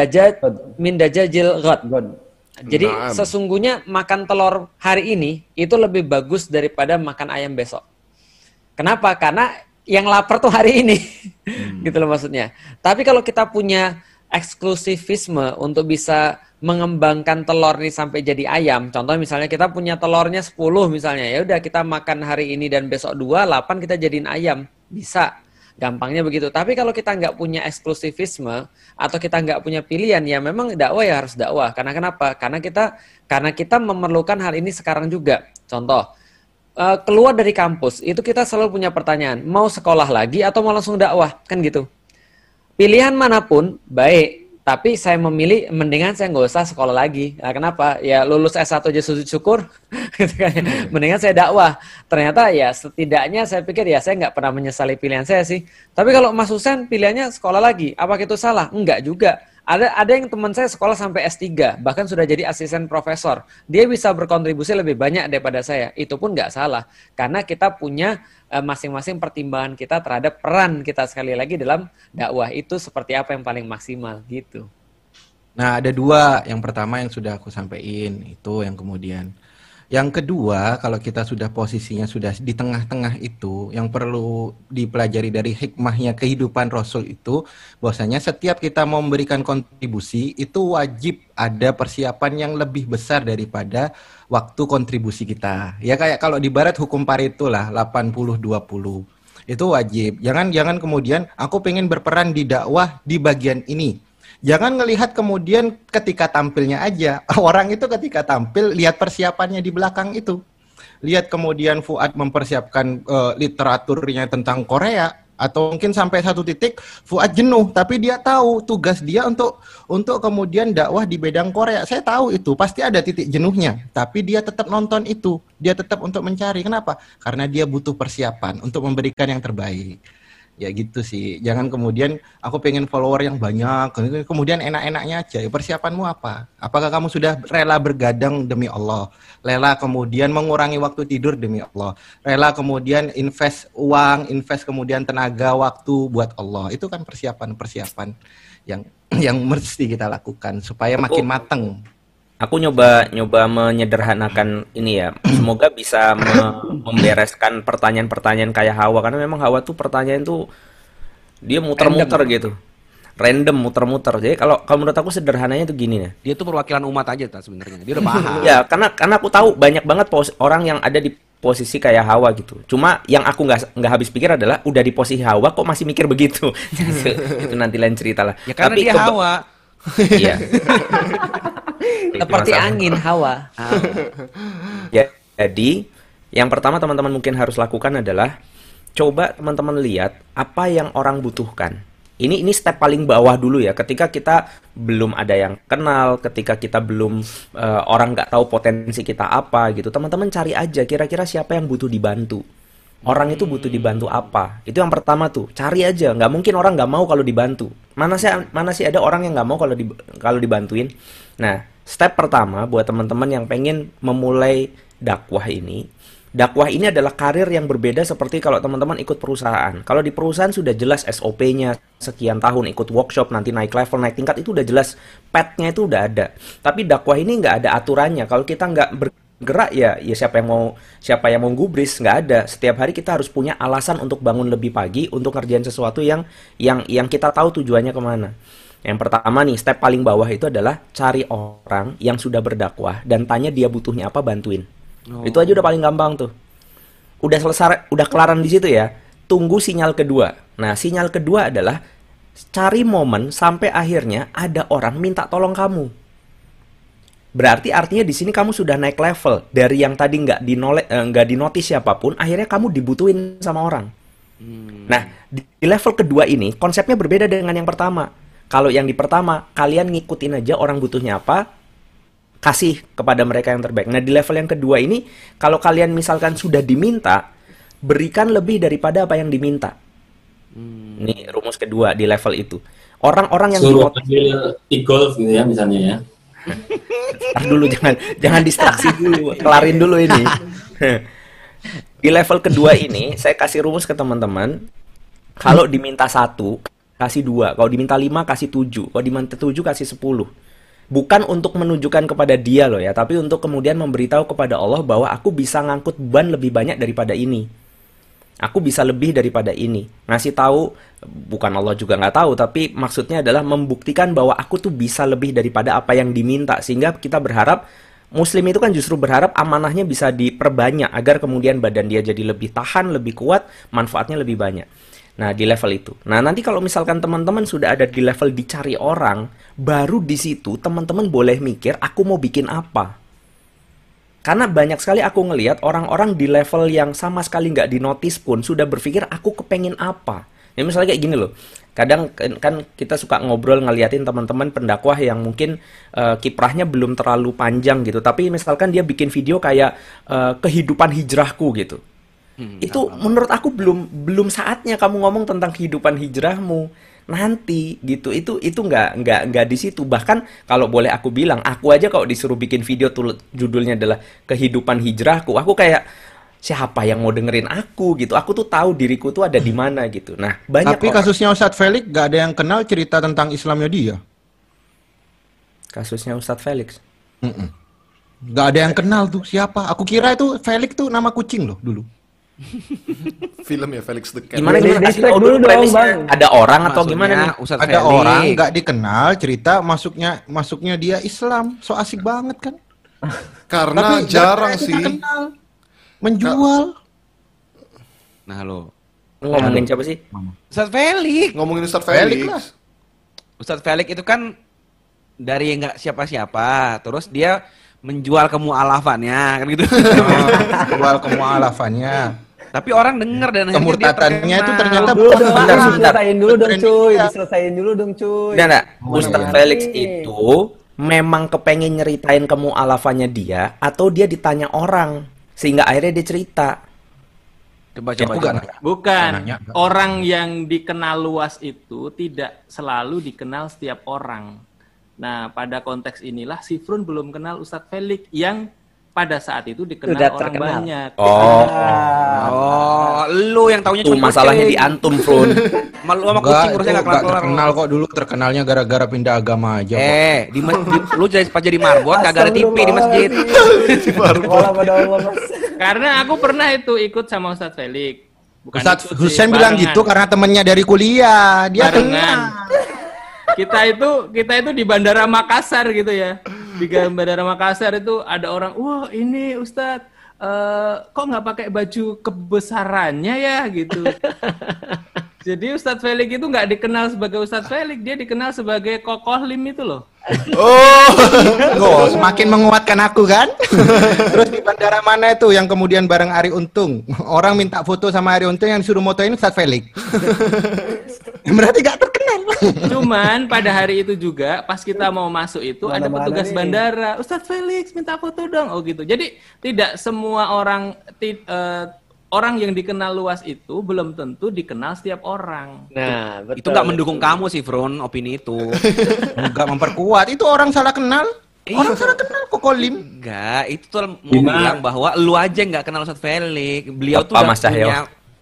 ghad. Jadi Naam. sesungguhnya makan telur hari ini itu lebih bagus daripada makan ayam besok. Kenapa? Karena yang lapar tuh hari ini. Gitu loh maksudnya. Tapi kalau kita punya eksklusivisme untuk bisa mengembangkan telur ini sampai jadi ayam. Contoh misalnya kita punya telurnya 10 misalnya. Ya udah kita makan hari ini dan besok 2, 8 kita jadiin ayam. Bisa. Gampangnya begitu. Tapi kalau kita nggak punya eksklusivisme atau kita nggak punya pilihan, ya memang dakwah ya harus dakwah. Karena kenapa? Karena kita memerlukan hal ini sekarang juga. Contoh, keluar dari kampus itu kita selalu punya pertanyaan, mau sekolah lagi atau mau langsung dakwah, kan gitu. Pilihan manapun baik, tapi saya memilih mendingan saya nggak usah sekolah lagi. Nah, kenapa? Ya lulus S1 aja sujud syukur, gitu kan. Mendingan saya dakwah. Ternyata ya setidaknya saya pikir ya saya nggak pernah menyesali pilihan saya sih. Tapi kalau Mas Husen pilihannya sekolah lagi, apa itu salah? Enggak juga. Ada yang teman saya sekolah sampai S3, bahkan sudah jadi asisten profesor. Dia bisa berkontribusi lebih banyak daripada saya. Itu pun nggak salah. Karena kita punya masing-masing pertimbangan kita terhadap peran kita sekali lagi dalam dakwah itu seperti apa yang paling maksimal gitu. Nah, ada dua. Yang pertama yang sudah aku sampaikan, itu yang kemudian. Yang kedua, kalau kita sudah posisinya sudah di tengah-tengah itu, yang perlu dipelajari dari hikmahnya kehidupan Rasul itu, bahwasanya setiap kita mau memberikan kontribusi, itu wajib ada persiapan yang lebih besar daripada waktu kontribusi kita. Ya kayak kalau di barat hukum Pareto lah, 80-20. Itu wajib. Jangan kemudian aku pengen berperan di dakwah di bagian ini. Jangan ngelihat kemudian ketika tampilnya aja. Orang itu ketika tampil, lihat persiapannya di belakang itu. Lihat kemudian Fuad mempersiapkan literaturnya tentang Korea. Atau mungkin sampai satu titik Fuad jenuh. Tapi dia tahu tugas dia untuk kemudian dakwah di bidang Korea. Saya tahu itu, pasti ada titik jenuhnya. Tapi dia tetap nonton itu. Dia tetap untuk mencari. Kenapa? Karena dia butuh persiapan untuk memberikan yang terbaik. Ya gitu sih. Jangan kemudian aku pengen follower yang banyak, kemudian enak-enaknya aja. Persiapanmu apa? Apakah kamu sudah rela bergadang demi Allah? Rela kemudian mengurangi waktu tidur demi Allah? Rela kemudian invest uang, invest kemudian tenaga, waktu buat Allah? Itu kan persiapan-persiapan yang mesti kita lakukan supaya makin mateng. Aku nyoba menyederhanakan ini ya. Semoga bisa membereskan pertanyaan-pertanyaan kayak Hawa, karena memang Hawa tuh pertanyaan tuh dia muter-muter gitu. Random muter-muter. Jadi kalau menurut aku sederhananya tuh gini ya. Dia tuh perwakilan umat aja sebenarnya. Dia udah paham. Ya, karena aku tahu banyak banget orang yang ada di posisi kayak Hawa gitu. Cuma yang aku nggak habis pikir adalah udah di posisi Hawa kok masih mikir begitu. Itu nanti lain cerita lah. Ya karena dia Hawa. Iya. Seperti angin hawa. Ya, jadi yang pertama teman-teman mungkin harus lakukan adalah coba teman-teman lihat apa yang orang butuhkan. Ini step paling bawah dulu ya. Ketika kita belum ada yang kenal, ketika kita belum orang nggak tahu potensi kita apa gitu, teman-teman cari aja kira-kira siapa yang butuh dibantu. Orang itu butuh dibantu apa? Itu yang pertama tuh, cari aja. Nggak mungkin orang nggak mau kalau dibantu. Mana sih ada orang yang nggak mau kalau dibantuin? Nah, step pertama buat teman-teman yang pengen memulai dakwah ini adalah karir yang berbeda seperti kalau teman-teman ikut perusahaan. Kalau di perusahaan sudah jelas SOP-nya, sekian tahun ikut workshop, nanti naik level, naik tingkat, itu udah jelas, path-nya itu udah ada. Tapi dakwah ini nggak ada aturannya. Kalau kita nggak bergerak ya siapa yang mau gubris, nggak ada. Setiap hari kita harus punya alasan untuk bangun lebih pagi untuk ngerjain sesuatu yang kita tahu tujuannya kemana. Yang pertama nih, step paling bawah itu adalah cari orang yang sudah berdakwah dan tanya dia butuhnya apa, bantuin. Itu aja udah paling gampang tuh. Udah selesai, udah kelaran di situ ya. Tunggu sinyal kedua. Nah, sinyal kedua adalah cari momen sampai akhirnya ada orang minta tolong kamu. Berarti artinya di sini kamu sudah naik level dari yang tadi nggak dinotis siapapun, akhirnya kamu dibutuhin sama orang. Nah, di level kedua ini konsepnya berbeda dengan yang pertama. Kalau yang di pertama, kalian ngikutin aja orang butuhnya apa, kasih kepada mereka yang terbaik. Nah, di level yang kedua ini, kalau kalian misalkan sudah diminta, berikan lebih daripada apa yang diminta. Ini rumus kedua di level itu. Orang-orang yang suruh ambil e-golf gitu ya misalnya ya. Ntar dulu, jangan distraksi dulu, kelarin dulu ini. Di level kedua ini, saya kasih rumus ke teman-teman. Kalau diminta 1, kasih 2. Kalau diminta 5, kasih 7. Kalau diminta 7, kasih 10. Bukan untuk menunjukkan kepada dia loh ya, tapi untuk kemudian memberitahu kepada Allah bahwa aku bisa ngangkut beban lebih banyak daripada ini. Aku bisa lebih daripada ini. Ngasih tahu, bukan Allah juga nggak tahu, tapi maksudnya adalah membuktikan bahwa aku tuh bisa lebih daripada apa yang diminta. Sehingga kita berharap, Muslim itu kan justru berharap amanahnya bisa diperbanyak agar kemudian badan dia jadi lebih tahan, lebih kuat, manfaatnya lebih banyak. Nah, di level itu. Nah, nanti kalau misalkan teman-teman sudah ada di level dicari orang, baru di situ teman-teman boleh mikir, aku mau bikin apa? Karena banyak sekali aku ngelihat orang-orang di level yang sama sekali nggak dinotis pun sudah berpikir, aku kepengen apa? Ya misalnya kayak gini loh. Kadang kan kita suka ngobrol ngeliatin teman-teman pendakwah yang mungkin kiprahnya belum terlalu panjang gitu. Tapi misalkan dia bikin video kayak kehidupan hijrahku gitu. Itu menurut aku belum saatnya kamu ngomong tentang kehidupan hijrahmu nanti gitu. Itu nggak di situ. Bahkan kalau boleh aku bilang, aku aja kalau disuruh bikin video tuh judulnya adalah kehidupan hijrahku, aku kayak siapa yang mau dengerin aku gitu. Aku tuh tahu diriku tuh ada di mana gitu. Nah, banyak Tapi kasusnya Ustadz Felix gak ada yang kenal cerita tentang Islamnya dia. Kasusnya Ustadz Felix. Gak ada yang kenal tuh siapa. Aku kira itu Felix tuh nama kucing loh dulu. Film ya Felix the Cat. Gimana Di- kasih di- tahu dulu dulu dong, premisnya. Bang. Ada orang atau gimana nih? Ustadz Ada Felix. orang gak dikenal cerita masuknya dia Islam. So asik banget kan. Karena Tapi jarang itu sih. terkenal. Menjual. Nah lo, Ngomongin siapa sih? Ustadz Felix. Ngomongin Ustadz Felix Felix. lah. Ustadz Felix itu kan dari nggak siapa-siapa, terus dia menjual kemualafannya kan gitu. Jual kemualafannya. Tapi orang denger dan akhirnya dia Kemurtadannya itu terkenal. ternyata Dulu dong, Bentar, sebentar. diselesain dulu dong Trending cuy, ya. diselesain dulu dong cuy. Nah, Ustadz ya? Felix itu memang kepengen nyeritain kemualafannya dia atau dia ditanya orang sehingga akhirnya dia cerita. Coba Ya, aku coba. nggak nanya. Bukan. Nanya. Orang yang dikenal luas itu tidak selalu dikenal setiap orang. Nah, pada konteks inilah Sifrun belum kenal Ustadz Felix yang pada saat itu dikenal Sudah orang terkenal. banyak. Oh, lu yang taunya Tuh cuma masalahnya kucing. di antum, Frun. Malu sama kucing urusnya nggak nggak kelar-kelar. terkenal kok dulu, terkenalnya gara-gara pindah agama aja kok. Lu jadi marbot kagak ada TV di masjid. Wala pada Allah, Mas. Karena aku pernah itu ikut sama Ustadz Felix. Bukan Ustadz ikut sih, Husain bilang barengan. gitu karena temennya dari kuliah. Dia Barengan. kenal. Kita itu di Bandara Makassar gitu ya. Di Bandara Makassar itu ada orang, wah ini Ustadz, kok nggak pakai baju kebesarannya ya gitu. Jadi Ustadz Felix itu nggak dikenal sebagai Ustadz Felix, dia dikenal sebagai Kokoh Lim itu loh. Oh, semakin menguatkan aku kan. Terus di bandara mana itu yang kemudian bareng Ari Untung? Orang minta foto sama Ari Untung yang disuruh motoin Ustadz Felix. Berarti gak terkenal. Cuman pada hari itu juga pas kita mau masuk itu ada Mana-mana petugas nih. bandara, Ustadz Felix minta foto dong, oh gitu. Jadi tidak semua orang orang yang dikenal luas itu belum tentu dikenal setiap orang. Nah, betul. Itu nggak mendukung kamu sih, Frun, opini itu. Enggak memperkuat. Itu orang salah kenal. Orang salah kenal kok Kolim. Enggak, itu tuh mau Gimana? bilang bahwa lu aja nggak kenal Ustadz Felix. Beliau tuh Bapak udah Mas Cahyo. punya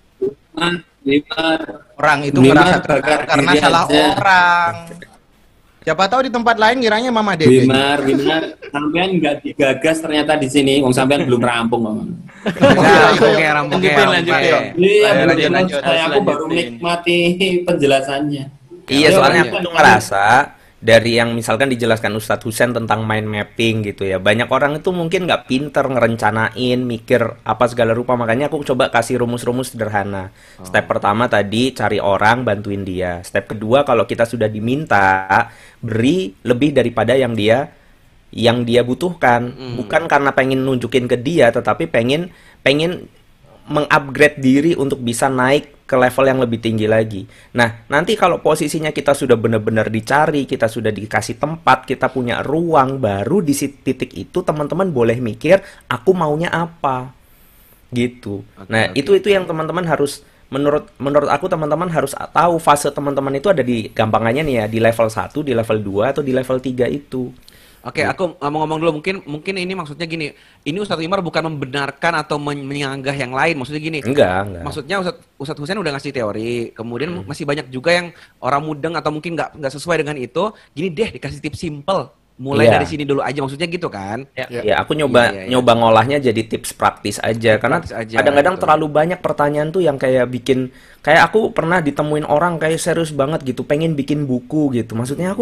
Orang itu Memang merasa bakar kenal karena diri salah aja. orang. Siapa tahu di tempat lain ngiranya Mama Dede. Wimar, sampean nggak digagas ternyata di sini, wong sampean belum rampung, Bang. Rampungnya. Lanjutin. Iya, Lanjut, belum lanjut, selesai. Aku baru lanjutin. menikmati penjelasannya. Iya, soalnya iya. aku tuh ngerasa dari yang misalkan dijelaskan Ustadz Husain tentang mind mapping gitu ya, banyak orang itu mungkin nggak pinter ngerencanain, mikir apa segala rupa, makanya aku coba kasih rumus-rumus sederhana. Step pertama tadi cari orang, bantuin dia. Step kedua, kalau kita sudah diminta, beri lebih daripada yang dia butuhkan, bukan karena pengen nunjukin ke dia, tetapi pengen mengupgrade diri untuk bisa naik ke level yang lebih tinggi lagi. Nah, nanti kalau posisinya kita sudah benar-benar dicari, kita sudah dikasih tempat, kita punya ruang, baru di titik itu teman-teman boleh mikir, aku maunya apa, gitu. Nah, itu yang teman-teman harus, menurut aku teman-teman harus tahu fase teman-teman itu ada di, gampangannya nih ya, di level 1, di level 2, atau di level 3 itu. Oke, aku mau ngomong dulu. Mungkin ini maksudnya gini. Ini Ustadz Wimar bukan membenarkan atau menyanggah yang lain. Maksudnya gini. Enggak. Maksudnya Ustadz Husain udah ngasih teori. Kemudian masih banyak juga yang orang mudeng atau mungkin nggak sesuai dengan itu. Gini deh, dikasih tips simple. Mulai Iya. dari sini dulu aja. Maksudnya gitu kan? Ya, aku nyoba Iya. nyoba ngolahnya jadi tips praktis aja karena Praktis aja, kadang-kadang betul. terlalu banyak pertanyaan tuh yang kayak aku pernah ditemuin orang kayak serius banget gitu, pengen bikin buku gitu. Maksudnya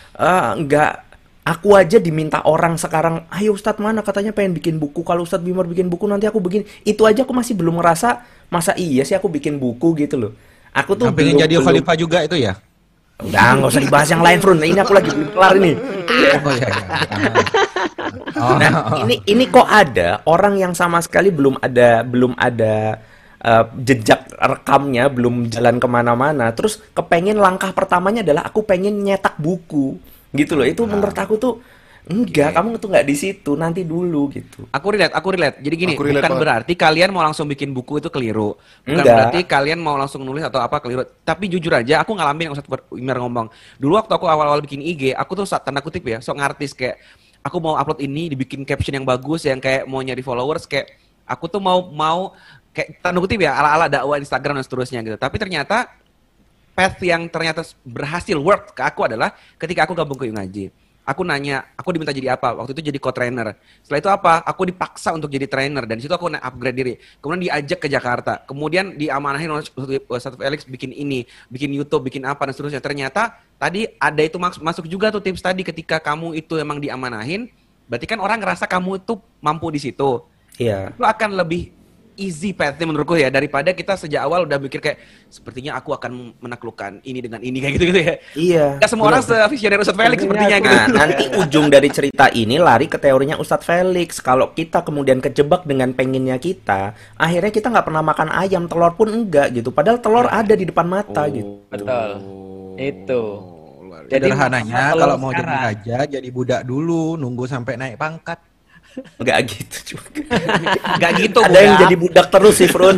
aku aja diminta orang sekarang, ayo Ustadz mana katanya pengen bikin buku, kalau Ustadz Wimar bikin buku nanti aku begini. Itu aja aku masih belum ngerasa, masa iya sih aku bikin buku gitu loh. Aku tuh Pengen jadi khalifah juga itu ya? Udah nggak usah dibahas yang lain, Frun. Ini aku lagi belum kelar ini. Oh iya. Oh. Nah, ini kok ada orang yang sama sekali belum ada jejak rekamnya, belum jalan kemana-mana. Terus kepengen langkah pertamanya adalah aku pengen nyetak buku, gitu loh. Itu menurut aku tuh enggak, kamu tuh nggak di situ, nanti dulu gitu. Aku relate. Jadi gini, Aku relate bukan banget. berarti kalian mau langsung bikin buku itu keliru. Bukan Enggak. berarti kalian mau langsung nulis atau apa keliru. Tapi jujur aja, aku ngalamin yang Ustadz Wimar ngomong. Dulu waktu aku awal-awal bikin IG, aku tuh tanda kutip ya, sok ngartis kayak aku mau upload ini, dibikin caption yang bagus, yang kayak mau nyari followers, kayak aku tuh mau kayak tanda kutip ya, ala-ala dakwah Instagram dan seterusnya gitu. Tapi ternyata path yang ternyata berhasil work ke aku adalah ketika aku gabung ke Ngaji. Aku nanya, aku diminta jadi apa? Waktu itu jadi co-trainer. Setelah itu apa? Aku dipaksa untuk jadi trainer dan di situ aku upgrade diri. Kemudian diajak ke Jakarta. Kemudian diamanahin oleh Ustadz Felix bikin ini, bikin YouTube, bikin apa dan seterusnya. Ternyata tadi ada itu masuk juga tuh tips tadi, ketika kamu itu emang diamanahin, berarti kan orang ngerasa kamu itu mampu di situ. Iya. Itu akan lebih easy path-nya menurutku ya, daripada kita sejak awal udah mikir kayak sepertinya aku akan menaklukkan ini dengan ini kayak gitu ya. Iya. Gak semua orang se-visioner Ustadz Felix sepertinya gitu. Nah, nanti ujung dari cerita ini lari ke teorinya Ustadz Felix. Kalau kita kemudian kejebak dengan pengennya kita, akhirnya kita nggak pernah makan ayam, telur pun enggak gitu. Padahal telur ada di depan mata gitu. Betul. Itu. Sederhananya masalah kalau mau jadi sekarang. raja, jadi budak dulu, nunggu sampai naik pangkat. Nggak gitu juga. Nggak gitu, Ada yang budak. jadi budak terus sih, Frun.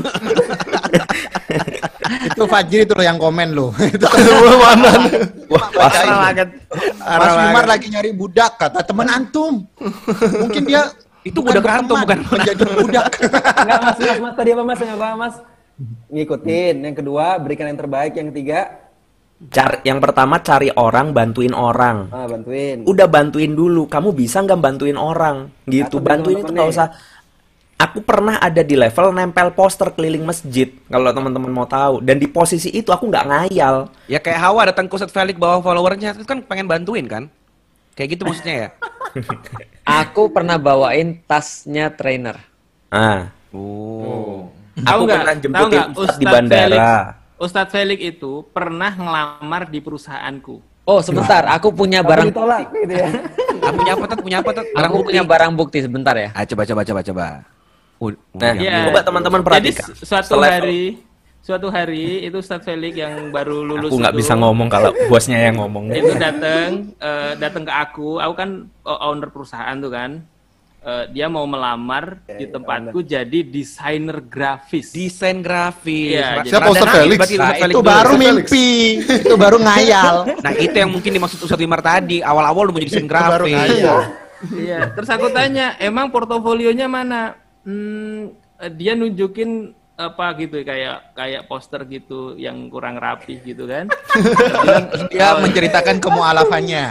Itu Fajri itu loh yang komen loh. Itu Mana? Wah, Parah banget. Mas Wimar lagi nyari budak kata teman antum. Mungkin dia Itu bukan budak antum, berteman, bukan menjadi budak. Enggak mas, tadi apa mas? Yang apa mas? Ngikutin. Yang kedua, berikan yang terbaik. Yang ketiga, Yang pertama cari orang, bantuin orang. bantuin. Udah bantuin dulu, kamu bisa nggak bantuin orang gitu. Atau Bantuin itu nggak temen-temennya. usah. Aku pernah ada di level nempel poster keliling masjid, kalau teman-teman mau tahu. Dan di posisi itu aku nggak ngayal. Ya kayak Hawa datang ke Ustadz Felix bawa followernya, itu kan pengen bantuin kan? Kayak gitu maksudnya ya? Aku pernah bawain tasnya trainer. Ah, Oh. aku pernah jemputin Ustadz di bandara. Ustadz Felix itu pernah ngelamar di perusahaanku. Oh sebentar, aku punya Tapi barang. ditolak gitu ya. Punya apa tuh? Punya apa tuh? Barang Aku bukti. punya barang bukti sebentar ya. Ah, coba. Nah, Iya. coba teman-teman Jadi perhatikan. suatu hari itu Ustadz Felix yang baru lulus Aku nggak itu, bisa ngomong kalau bosnya yang ngomong. itu datang ke aku kan owner perusahaan tuh kan. Dia mau melamar di tempatku jadi desainer grafis. Desain grafis. Iya, Siapa Rada Ustadz naif Felix? berarti Nah, Ustadz Felix itu dulu. baru Felix. mimpi. Itu baru ngayal. Nah, itu yang mungkin dimaksud Ustadz Wimar tadi. Awal-awal lu mau jadi desain Baru grafis. ngayal. Iya, terus aku tanya, emang portofolionya mana? Dia nunjukin apa gitu kayak poster gitu yang kurang rapi gitu kan. Dia menceritakan kemualafannya.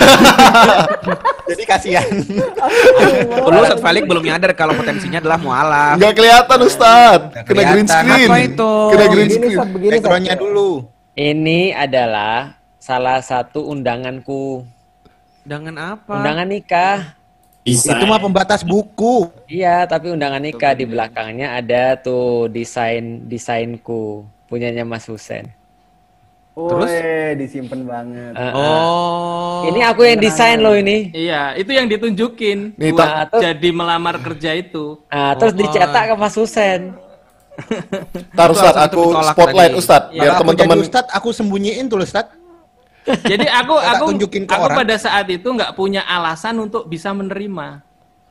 Jadi kasihan. Dulu Ustadz Felix belum nyadar kalau potensinya adalah mualaf. Nggak kelihatan Ustad. Nggak Kena green kelihatan. screen. Apa itu? Kena green Begini screen. Sat, begini Sat. Backgroundnya dulu. Ini adalah salah satu undanganku. Undangan apa? Undangan nikah. Bisa. Itu mah pembatas buku. Iya, tapi undangan nikah di belakangnya ada tuh desainku punyanya Mas Husen. Terus disimpan banget. Oh. Ini aku yang desain loh ini. Iya, itu yang ditunjukin Nih, buat terus- jadi melamar kerja itu. Nah, terus dicetak ke Mas Husen. Tar Itu Ustad, langsung aku ditolak spotlight tadi. Ustad. Iya, Biar Kalau aku teman-teman. jadi Ustadz, aku sembunyiin tuh Ustadz. Jadi aku Tak tunjukin ke orang. pada saat itu nggak punya alasan untuk bisa menerima.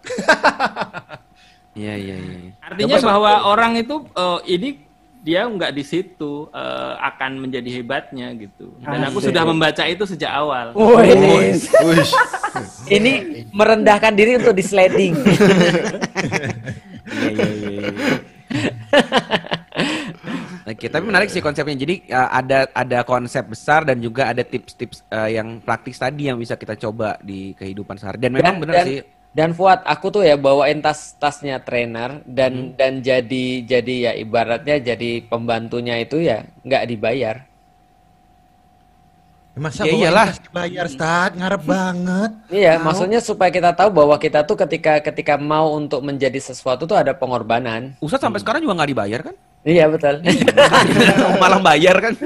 Iya. Artinya bahwa orang itu ini dia nggak di situ akan menjadi hebatnya gitu. Dan aku sudah membaca itu sejak awal. Wih. Wih. Ini merendahkan diri untuk di sliding. Iya. Oke, tapi menarik sih konsepnya. Jadi ada konsep besar dan juga ada tips-tips yang praktis tadi yang bisa kita coba di kehidupan sehari. Dan memang benar sih. Dan Fuad, aku tuh ya bawain tasnya trainer dan jadi ya ibaratnya jadi pembantunya itu ya nggak dibayar. Masa Ya bawain iyalah. tas dibayar Ustadz, ngarep banget. Iya, maksudnya supaya kita tahu bahwa kita tuh ketika mau untuk menjadi sesuatu tuh ada pengorbanan. Ustadz sampai sekarang juga nggak dibayar kan? Iya betul. Malah bayar kan?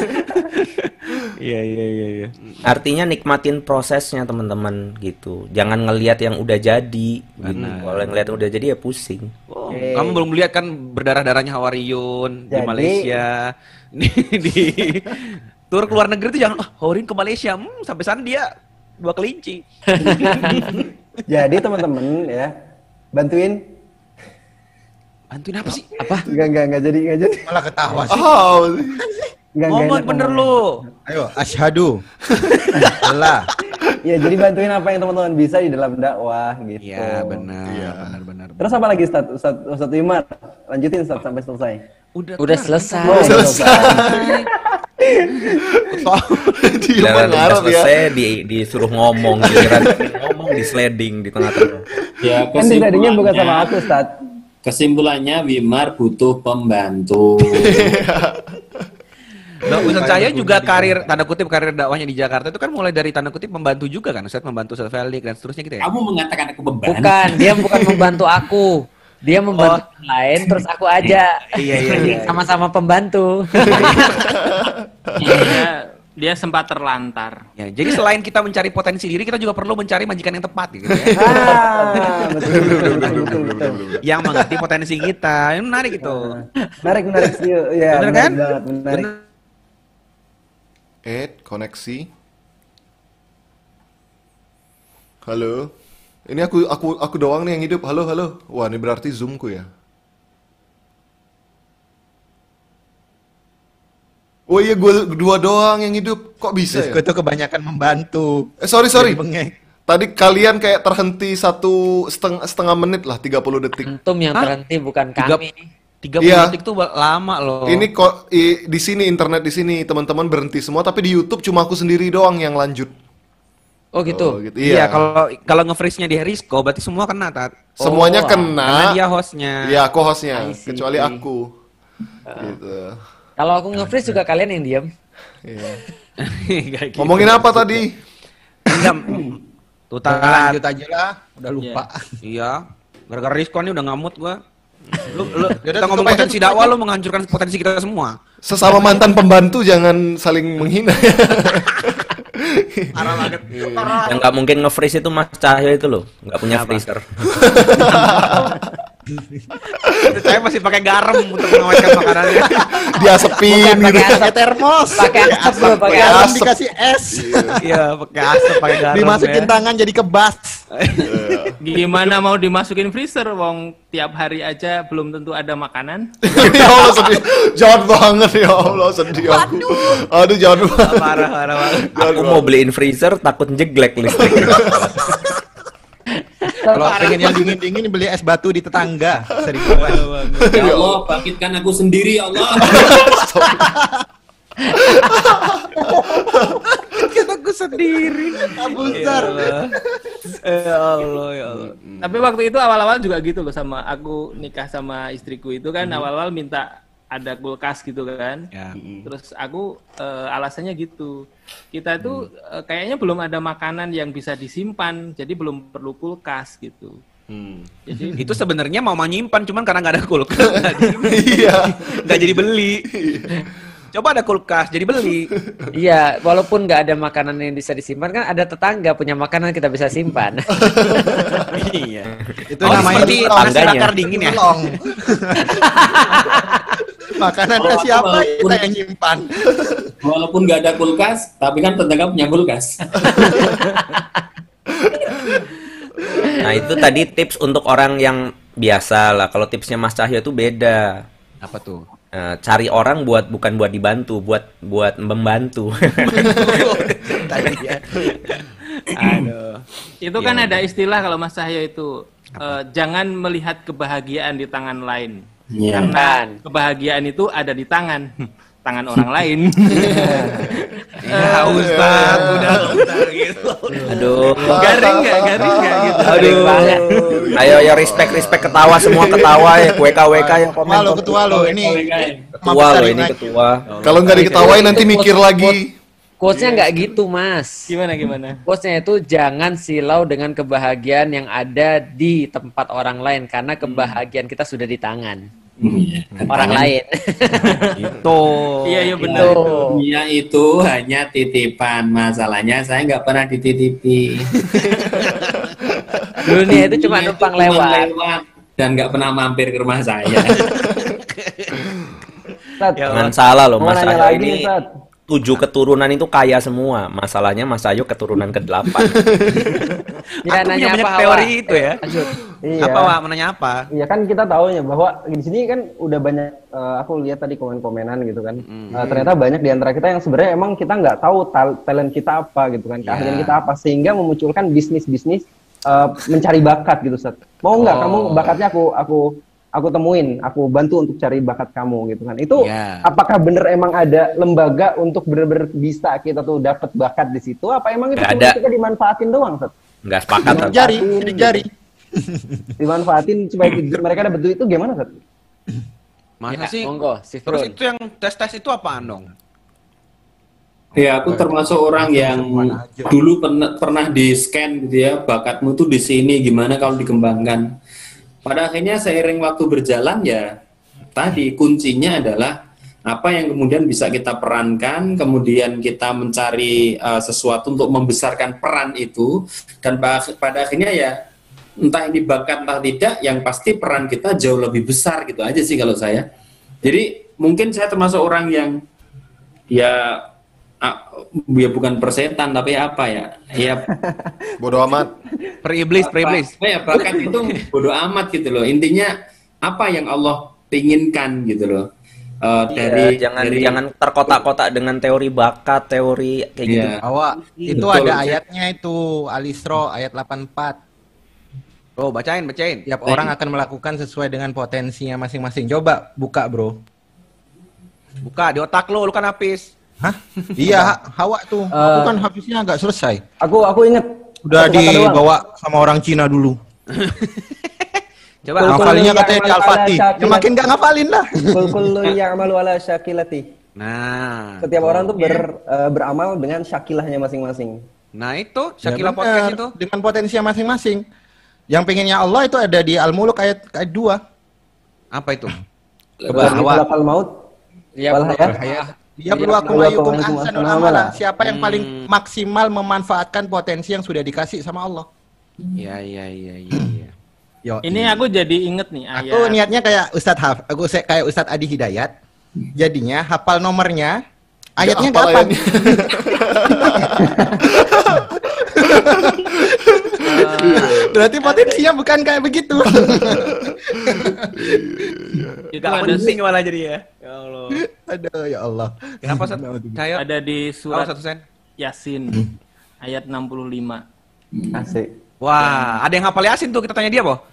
Iya. Artinya nikmatin prosesnya teman-teman gitu. Jangan ngelihat yang udah jadi. Gitu. Kalau yang ngelihat yang udah jadi ya pusing. Oh, kamu belum lihat kan berdarah-darahnya Hawariyun di Jadi- Malaysia. di tur ke luar negeri tuh jangan Hawariyun ke Malaysia. Sampai sana dia 2 kelinci. Jadi teman-teman ya, bantuin. Bantuin apa sih? Enggak jadi. Malah ketawa sih. Oh. Enggak Ngomong enak bener ngomongnya. lu. Ayo, asyhadu. Allah. Ya, jadi bantuin apa yang teman-teman bisa di dalam dakwah gitu. Iya, benar. Terus apa lagi Ustadz Wimar? Lanjutin Ustadz sampai selesai. Udah selesai. Oh, selesai. Dia Dan udah mengharap ya. selesai disuruh ngomong, giliran ngomong di sliding di tengah-tengah. Ya, Kan desainnya bukan sama aku Ustadz. Kesimpulannya Wimar butuh pembantu. Nah, Ustadz saya juga karir tanda kutip karir dakwahnya di Jakarta itu kan mulai dari tanda kutip membantu juga kan Ustadz, membantu Ustadz Felix dan seterusnya gitu ya. Kamu mengatakan aku beban. Bukan, dia bukan membantu aku. Dia membantu yang lain terus aku aja. Iya. Sama-sama pembantu. Dia sempat terlantar. Ya, jadi selain kita mencari potensi diri, kita juga perlu mencari majikan yang tepat gitu ya. Betul. Yang mengerti potensi kita. Ini menarik itu. Menarik sih. Ya, Bener menarik kan? banget, menarik. Koneksi. Halo. Ini aku doang nih yang hidup. Halo, halo. Wah, ini berarti Zoom-ku ya. Oh iya, gue dua doang yang hidup. Kok bisa ya? Gue tuh kebanyakan membantu. Sorry. Jadi bengek. Tadi kalian kayak terhenti setengah menit lah, 30 detik. Antum yang terhenti bukan kami. 30 Iya. detik tuh lama loh. Ini kok di sini internet di sini teman-teman berhenti semua, tapi di YouTube cuma aku sendiri doang yang lanjut. Oh gitu. Gitu. Iya, Iya. kalau nge-freeze-nya di Risco berarti semua kena, Tat. Semuanya Karena kena. dia hostnya. Iya, aku hostnya, I see. kecuali aku. Gitu. Kalau aku nge-freeze juga kalian yang diem. Iya. Kayak gitu. Ngomongin apa tadi? Enggak. Tuh, Tat. Lanjut aja lah, udah lupa. Iya. Gara-gara Risco nih udah ngamut gua. Lu Yaudah, kita ngomong tutup aja, potensi tutup dakwah, aja. lu menghancurkan potensi kita semua. Sesama mantan pembantu jangan saling menghina. Parah banget. Yang nggak mungkin nge-freeze itu Mas Cahyo itu loh, nggak punya freezer. Saya masih pakai garam untuk mengawetkan makanannya. Diasepin gitu. Pakai termos. Pakai asap bro, pakai Pakai asap. asap. Dikasih es. Iya, pakai asap, pakai garam. Dimasukin ya. tangan jadi kebas. Gimana mau dimasukin freezer, wong tiap hari aja belum tentu ada makanan. Ya Allah sedih. Jahat banget ya Allah, sedih aku. Aduh, jahat banget. Parah banget. Aku mau beliin freezer takut jeglek listriknya. Kalau pengen yang dingin-dingin beli es batu di tetangga. Sering banget. Ya Allah, bangkitkan aku sendiri ya Allah. Kita aku sendiri. Abusar. Ya Allah, ya Allah. Tapi waktu itu awal-awal juga gitu loh, sama aku nikah sama istriku itu kan awal-awal minta ada kulkas gitu kan. Ya. Terus aku alasannya gitu. Kita itu kayaknya belum ada makanan yang bisa disimpan, jadi belum perlu kulkas gitu. Jadi Itu sebenarnya mau menyimpan, cuman karena nggak ada kulkas, nggak Iya. nggak jadi beli. Coba ada kulkas, jadi beli. Iya, walaupun nggak ada makanan yang bisa disimpan kan ada tetangga punya makanan kita bisa simpan. Iya. Itu Oh, namanya seperti ditolong. nasi bakar dingin ya. Ditolong. Makanannya siapa kita yang nyimpan. Walaupun nggak ada kulkas, tapi kan tetangga punya kulkas. Nah itu tadi tips untuk orang yang biasa lah. Kalau tipsnya Mas Cahyo itu beda. Apa tuh? Cari orang bukan buat dibantu, buat membantu. Aduh. itu kan ada istilah kalau Mas Cahyo itu jangan melihat kebahagiaan di tangan lain. Iya. Karena kebahagiaan itu ada di tangan orang lain. Ya Ustaz, udah gitu. Aduh. Garing nggak gitu. Aduh. Ayo respect ketawa semua ketawa ya. WK yang komen. Ketua lo, ketua lo ini. Ketua lo ini ketua. Kalau nggak diketawain nanti mikir lagi. Quotes-nya nggak gitu, Mas. Gimana? Quotes-nya itu jangan silau dengan kebahagiaan yang ada di tempat orang lain karena kebahagiaan kita sudah di tangan orang lain. Itu. Iya benar. Dunia itu hanya titipan. Masalahnya saya nggak pernah dititipi. Dunia itu cuma numpang lewat. Dan nggak pernah mampir ke rumah saya. Sat, Jangan salah loh mau Mas nanya Cahyo lagi ini. nih, Sat. 7 keturunan itu kaya semua. Masalahnya Mas Cahyo keturunan ke-8. Tidak Aku nanya punya banyak apa teori itu ya. Iya. Apa Wak? Menanya apa? Iya kan kita tahu ya bahwa di sini kan udah banyak aku lihat tadi komen-komenan gitu kan. Ternyata banyak di antara kita yang sebenarnya emang kita nggak tahu talent kita apa gitu kan, keahlian kita apa sehingga memunculkan bisnis-bisnis mencari bakat gitu, Sat. Mau nggak kamu bakatnya aku temuin, aku bantu untuk cari bakat kamu gitu kan. Itu Iya. apakah bener emang ada lembaga untuk bener-bener bisa kita tuh dapat bakat di situ apa emang itu Nggak cuma ada. kita dimanfaatin doang, Sat? Nggak sepakat. Sidik jari, sidik jari. Dimanfaatin supaya mereka dapat duit itu gimana, Sat? Masa Ya, sih? monggo, si Terus Frun. itu yang tes itu apaan dong? Ya, aku termasuk orang yang dulu pernah di scan gitu ya, bakatmu tuh di sini, gimana kalau dikembangkan. Pada akhirnya seiring waktu berjalan ya, tadi kuncinya adalah apa yang kemudian bisa kita perankan, kemudian kita mencari sesuatu untuk membesarkan peran itu, dan pada akhirnya ya, entah ini bakat entah tidak, yang pasti peran kita jauh lebih besar gitu aja sih kalau saya. Jadi mungkin saya termasuk orang yang ya ya bukan persetan tapi apa ya? Ya Bodoh amat. Per iblis. ya bakat itu bodoh amat gitu loh. Intinya apa yang Allah inginkan gitu loh. Dari jangan terkotak-kotak dengan teori bakat, teori kayak gitu. Awak itu Betul. ada ayatnya itu Al-Isra ayat 84. Oh, bacain. Tiap orang akan melakukan sesuai dengan potensinya masing-masing. Coba buka, Bro. Buka di otak lu kan Hafiz. Hah? Iya, Hawa tuh. Aku kan habisnya nggak selesai. Aku inget. Udah Satu kata doang. dibawa sama orang Cina dulu. Coba Ngafalinnya Kullu katanya di ya'malu Al-Fatih. ala Ya makin nggak ngafalin lah. Kullu ya'malu ala syakilati. Nah. Setiap orang tuh beramal dengan syakilahnya masing-masing. Nah, itu Ya Syakila benar, podcast itu. dengan potensinya masing-masing. Yang pengennya Allah itu ada di Al-Muluk ayat 2. Apa itu? Coba Hawa. Malakal maut. Ya, Wal hayat. Dia berlaku mayukum ahsanul amala. Siapa yang paling maksimal memanfaatkan potensi yang sudah dikasih sama Allah? Iya. Yo, Ini aku jadi inget nih ayat. aku niatnya kayak kayak Ustadz Adi Hidayat. Jadinya hafal nomornya, ayatnya hafal kapan? ayatnya. Berarti potensinya bukan kayak begitu. Itu Gak ada penting malah jadi ya. Ya Allah. Aduh ya Allah. Kenapa Cayo? ada di surat Oh, 1 sen. Yasin ayat 65. Asik. Wah, ada yang hafal Yasin tuh, kita tanya dia, Boh.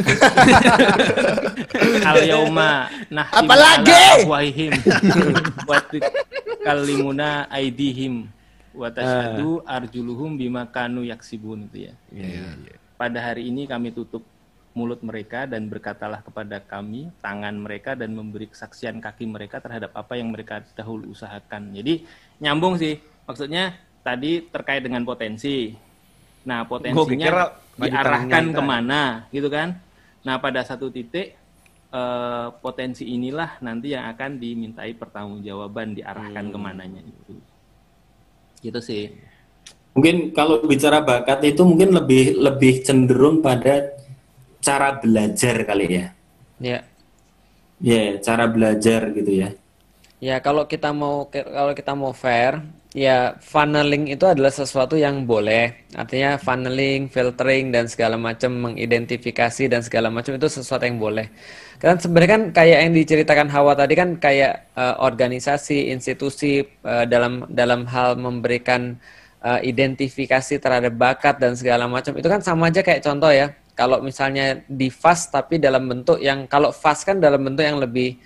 Al yauma nahtimu Apalagi? ala afwahihim wa tukallimuna aydihim wa tashhadu arjuluhum bima kanu yaksibun itu ya. Pada hari ini kami tutup mulut mereka dan berkatalah kepada kami tangan mereka dan memberi kesaksian kaki mereka terhadap apa yang mereka dahulu usahakan. Jadi nyambung sih. Maksudnya tadi terkait dengan potensi. Nah, potensinya diarahkan kemana, gitu kan? Nah, pada satu titik potensi inilah nanti yang akan dimintai pertanggungjawaban diarahkan kemananya itu. Gitu sih. mungkin kalau bicara bakat itu mungkin lebih cenderung pada cara belajar kali ya. Ya. Ya, cara belajar gitu ya. Ya, kalau kita mau fair, ya funneling itu adalah sesuatu yang boleh. Artinya funneling, filtering dan segala macam, mengidentifikasi dan segala macam itu sesuatu yang boleh. Kan sebenarnya kan kayak yang diceritakan Hawa tadi kan kayak organisasi, institusi dalam hal memberikan identifikasi terhadap bakat dan segala macam itu kan sama aja kayak contoh ya. Kalau misalnya di FAST tapi dalam bentuk yang kalau FAST kan dalam bentuk yang lebih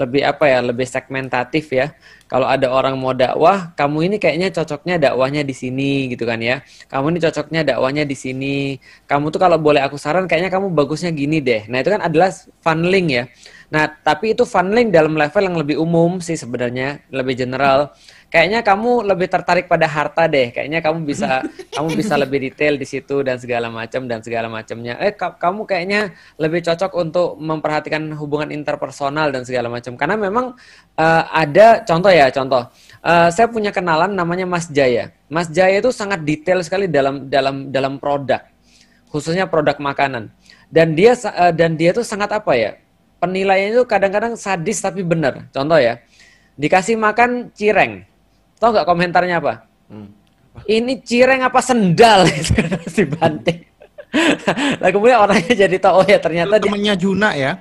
segmentatif ya. Kalau ada orang mau dakwah, kamu ini kayaknya cocoknya dakwahnya di sini gitu kan ya. Kamu ini cocoknya dakwahnya di sini. Kamu tuh kalau boleh aku saran kayaknya kamu bagusnya gini deh. Nah, itu kan adalah funneling ya. Nah, tapi itu funneling dalam level yang lebih umum sih sebenarnya, lebih general. Kayaknya kamu lebih tertarik pada harta deh. Kayaknya kamu bisa lebih detail di situ dan segala macamnya. Kamu kayaknya lebih cocok untuk memperhatikan hubungan interpersonal dan segala macam. Karena memang ada contoh. Saya punya kenalan namanya Mas Jaya. Mas Jaya itu sangat detail sekali dalam produk, khususnya produk makanan. Dan dia tuh sangat apa ya? Penilaiannya itu kadang-kadang sadis tapi benar. Contoh ya, dikasih makan cireng. Tahu nggak komentarnya apa? Ini cireng apa sendal? Dibanting. Nah kemudian orangnya jadi tahu ya ternyata temennya Juna ya.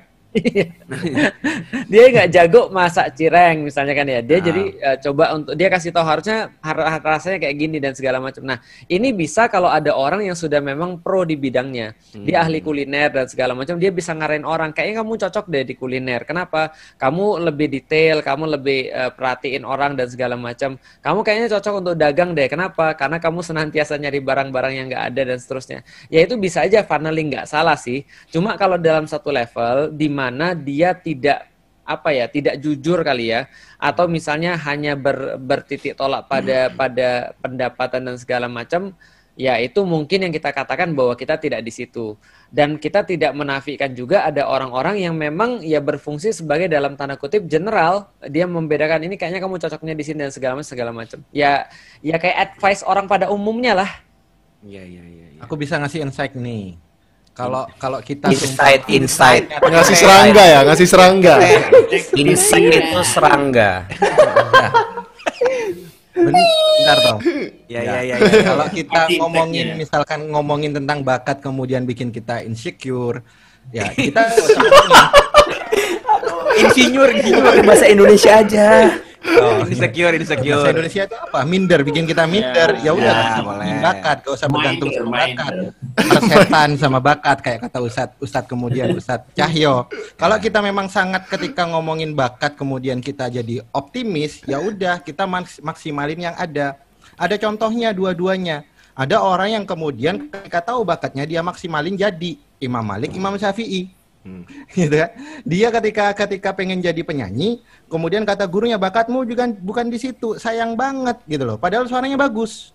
Dia nggak jago masak cireng misalnya kan ya. Dia jadi coba untuk dia kasih tahu harusnya rasanya kayak gini dan segala macam. Nah ini bisa kalau ada orang yang sudah memang pro di bidangnya, dia ahli kuliner dan segala macam, dia bisa ngarahin orang. Kayaknya kamu cocok deh di kuliner. Kenapa? Kamu lebih detail, kamu lebih perhatiin orang dan segala macam. Kamu kayaknya cocok untuk dagang deh. Kenapa? Karena kamu senantiasa nyari barang-barang yang nggak ada dan seterusnya. Ya itu bisa aja funneling, nggak salah sih. Cuma kalau dalam satu level di mana dia tidak jujur kali ya, atau misalnya hanya bertitik tolak pada pendapatan dan segala macam, ya itu mungkin yang kita katakan bahwa kita tidak di situ. Dan kita tidak menafikan juga ada orang-orang yang memang ya berfungsi sebagai dalam tanda kutip general, dia membedakan ini kayaknya kamu cocoknya di sini dan segala macam. Ya kayak advice orang pada umumnya lah. Iya. Aku bisa ngasih insight nih. Kalau kita Insight. Ngasih serangga. Insight itu serangga. Bentar toh. Ya. Kalau kita Feedbacknya. ngomongin tentang bakat kemudian bikin kita insecure, ya kita Insinyur Pakai bahasa Indonesia aja. insecure. bahasa Indonesia itu apa? Minder, bikin kita minder. Ya udah, boleh. bakat, gak usah bergantung Minder, sama bakat. minder. Persetan sama bakat kayak kata Ustadz kemudian Ustadz Cahyo. Kalau kita memang sangat ketika ngomongin bakat kemudian kita jadi optimis, ya udah kita maksimalin yang ada. Ada contohnya dua-duanya. Ada orang yang kemudian ketika tahu bakatnya dia maksimalin jadi Imam Malik, Imam Syafi'i. Gitu kan? Dia ketika pengen jadi penyanyi, kemudian kata gurunya bakatmu juga bukan di situ, sayang banget gitu loh. Padahal suaranya bagus.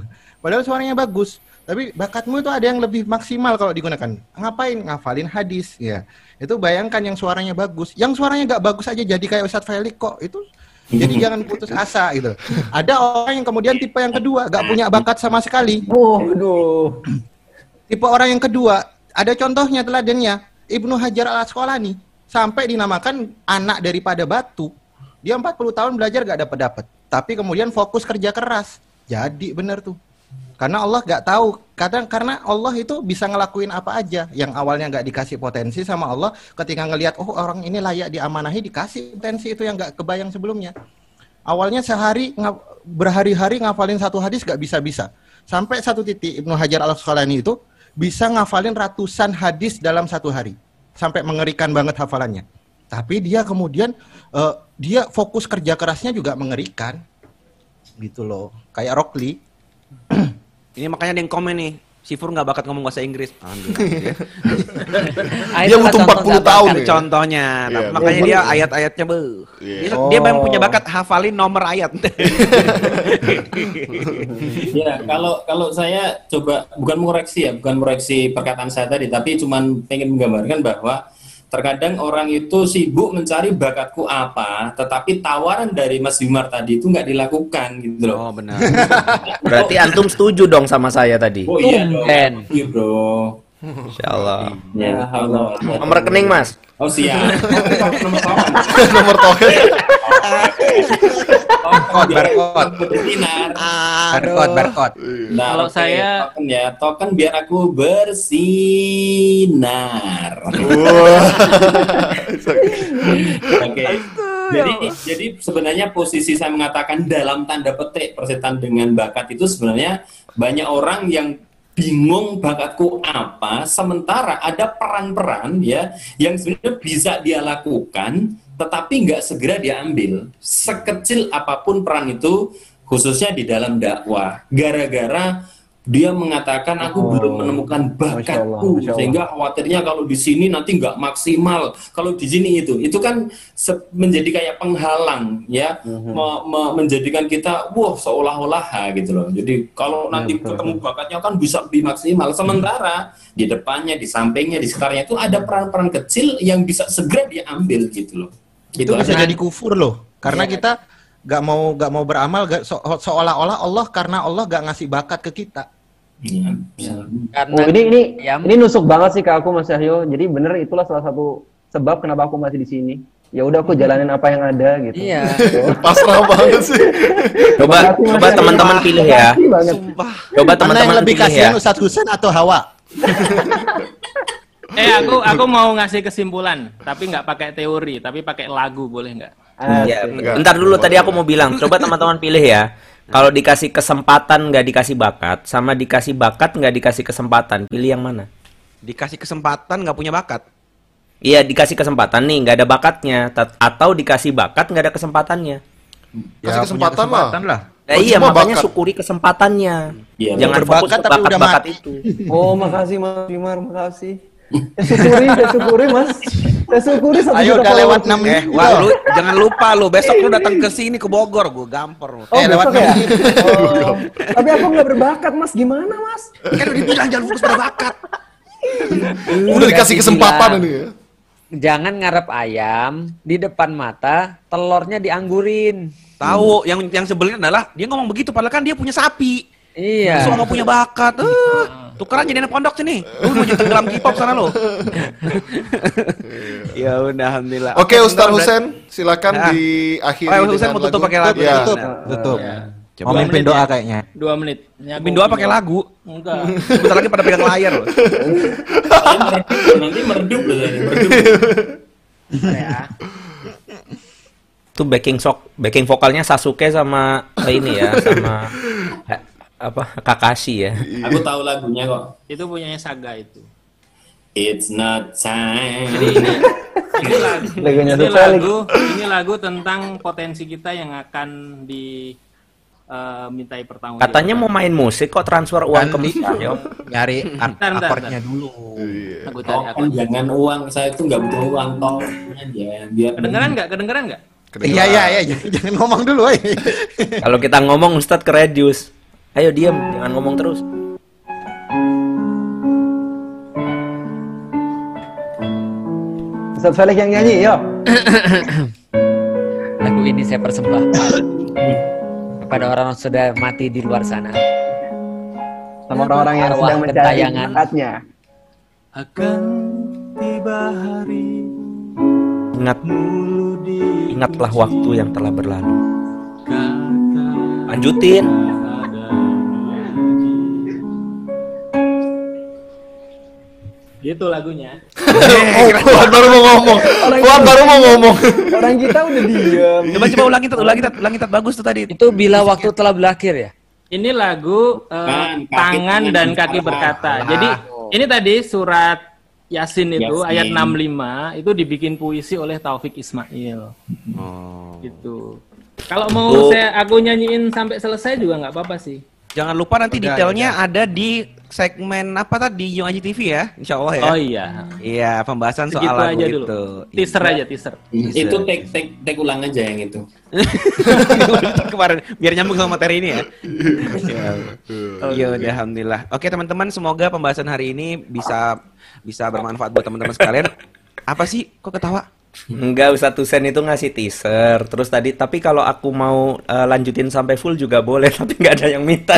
Tapi bakatmu itu ada yang lebih maksimal kalau digunakan. Ngapain? Ngafalin hadis ya. Itu bayangkan yang suaranya bagus. Yang suaranya gak bagus aja jadi kayak Ustadz Felix kok. Itu jadi jangan putus asa gitu. Ada orang yang kemudian tipe yang kedua gak punya bakat sama sekali. Waduh. Tipe orang yang kedua, ada contohnya teladannya. Ibnu Hajar al-Asqalani sampai dinamakan anak daripada batu. Dia 40 tahun belajar gak dapat. Tapi kemudian fokus kerja keras. Jadi bener tuh. Karena Allah gak tahu. Karena Allah itu bisa ngelakuin apa aja. Yang awalnya gak dikasih potensi sama Allah. Ketika ngelihat, oh orang ini layak diamanahi, dikasih potensi itu yang gak kebayang sebelumnya. Awalnya berhari-hari ngafalin satu hadis gak bisa-bisa. Sampai satu titik Ibnu Hajar al-Asqalani itu bisa ngafalin ratusan hadis dalam satu hari. Sampai mengerikan banget hafalannya. Tapi dia kemudian, dia fokus kerja kerasnya juga mengerikan. Gitu loh. Kayak Rock Lee. Ini makanya ada yang komen nih, Sifur nggak bakat ngomong bahasa Inggris. Alhamdulillah. Dia butuh 40 tahun Itu ya. contohnya. Iya, Makanya dia ayat-ayatnya dia memang punya bakat hafalin nomor ayat. Ya, kalau saya coba bukan mengoreksi perkataan saya tadi, tapi cuman pengen menggambarkan bahwa terkadang orang itu sibuk mencari bakatku apa, tetapi tawaran dari Mas Wimar tadi itu nggak dilakukan gitu loh. Oh benar. Berarti antum setuju dong sama saya tadi. Oh iya dong, Tumben. iya bro. Insyaallah. Ya, Allah. Nomor rekening, Mas. Oh siap. Nomor token. Nomor token. Barcode. Nah, Kalau oke, saya- token biar aku bersinar. Oke. Jadi sebenarnya posisi saya mengatakan dalam tanda petik persetan dengan bakat itu sebenarnya banyak orang yang bingung bakatku apa, sementara ada peran-peran ya yang sebenarnya bisa dia lakukan tetapi nggak segera diambil, sekecil apapun peran itu, khususnya di dalam dakwah, gara-gara dia mengatakan aku belum menemukan bakatku, Masya Allah. sehingga khawatirnya kalau di sini nanti nggak maksimal, kalau di sini itu kan menjadi kayak penghalang ya, menjadikan kita seolah-olah gitu loh. Jadi kalau nanti ketemu bakatnya kan bisa lebih maksimal, sementara di depannya, di sampingnya, di sekitarnya itu ada peran-peran kecil yang bisa segera diambil gitu loh. Itu bisa jadi kufur loh. Karena kita gak mau beramal, seolah-olah Allah karena Allah gak ngasih bakat ke kita. Iya. Karena ini nusuk banget sih ke aku Mas Yahyo. Jadi bener itulah salah satu sebab kenapa aku masih di sini. Ya udah aku jalanin apa yang ada gitu. Iya. Pasrah banget sih. Coba teman-teman pilih ya. Makasih banget. Coba Mana yang teman-teman lebih pilih ya. kasihan Ustadz Husain atau Hawa? Aku mau ngasih kesimpulan, tapi nggak pakai teori, tapi pakai lagu, boleh nggak? Ya, Enggak. bentar dulu tadi aku mau bilang. Coba teman-teman pilih ya. Kalau dikasih kesempatan nggak dikasih bakat, sama dikasih bakat nggak dikasih kesempatan, pilih yang mana? Dikasih kesempatan nggak punya bakat. Iya, dikasih kesempatan nih nggak ada bakatnya, atau dikasih bakat nggak ada kesempatannya. Kasih kesempatan lah. Nah, iya, cuma makanya bakat. syukuri kesempatannya. Iya, Jangan berbakat fokus ke tapi udah bakat-bakat mati. itu. Oh, makasih Mas Wimar, makasih. Saya syukuri Mas. Saya syukuri 1 Ayo juta udah lewat followers. 6 menit. Wah lu jangan lupa lu besok lu datang ke sini ke Bogor, gue gamper lu. Oh, lewat besok ya? 6 menit. Oh, tapi aku nggak berbakat Mas, gimana Mas? Kan udah dibilang jangan fokus pada bakat. Udah dikasih kesempatan ini ya. Jangan ngarep ayam di depan mata, telurnya dianggurin. Tahu yang sebelin adalah dia ngomong begitu padahal kan dia punya sapi. Iya. Soal nggak punya bakat. Tukeran jadi anak pondok sini. Lu mau tenggelam K-pop sana lu. Ya udah alhamdulillah. Oke Ustaz Husain, silakan Nah. diakhiri Oh, Ustaz Husain dengan mau tutup lagu. pakai lagu. Ya. Tutup. Ya. Coba. Mau mimpin menit doa ya? kayaknya. 2 menit. Ini aku Mimpin doa pakai lagu. Enggak. Bentar lagi pada pegang layar loh. Nanti meredup loh ini, meredup. Ya. Itu backing vokalnya Sasuke sama ini ya, sama Kakashi ya. Aku tahu lagunya kok. Itu punyanya Saga itu. It's not time. Jadi ini lagu, Lagunya ini The Felix. ini lagu tentang potensi kita yang akan dimintai pertanggung Katanya mau main musik kok transfer uang ke Kan kita, yo. Nyari Bentar. akornya dulu. Aku Oh, cari aku. jangan uang, saya tuh nggak butuh uang toh. Ya, biar Kedengeran nggak? Iya, jangan ngomong dulu. Kalau kita ngomong Ustadz ke reduce. Ayo diam, jangan ngomong terus. Ustaz Felix yang nyanyi, yo. Lagu ini saya persembahkan kepada orang yang sudah mati di luar sana. Sama orang-orang yang Arwah sedang mencari gentayangan. bakatnya. Akan tiba hari Ingatlah waktu yang telah berlalu. Lanjutin. Gitu lagunya. Fuad baru mau ngomong. Fuad baru mau ngomong. Orang kita udah diem. Coba ulangi tat bagus tuh tadi. Itu bila waktu telah berakhir ya. Ini lagu Kan, kaki tangan tangan dan bicara. kaki berkata. Jadi ini tadi surat Yasin itu Yasin. ayat 65 itu dibikin puisi oleh Taufik Ismail. Oh. Gitu. Kalau mau Itu- aku nyanyiin sampai selesai juga nggak apa-apa sih. Jangan lupa nanti Udah, detailnya ada di segmen apa tadi Yung Aji TV ya, Insya Allah ya. Oh iya. Iya, pembahasan soal Segitu lagu aja itu. dulu. Teaser aja, teaser. Itu take ulang aja yang itu. Kemarin biar nyambung sama materi ini ya. Iya, udah alhamdulillah. Oke, teman-teman, semoga pembahasan hari ini bisa bermanfaat buat teman-teman sekalian. Apa sih? Kok ketawa? Enggak, Ustadz Husen itu ngasih teaser. Terus tadi, tapi kalau aku mau lanjutin sampai full juga boleh, tapi nggak ada yang minta.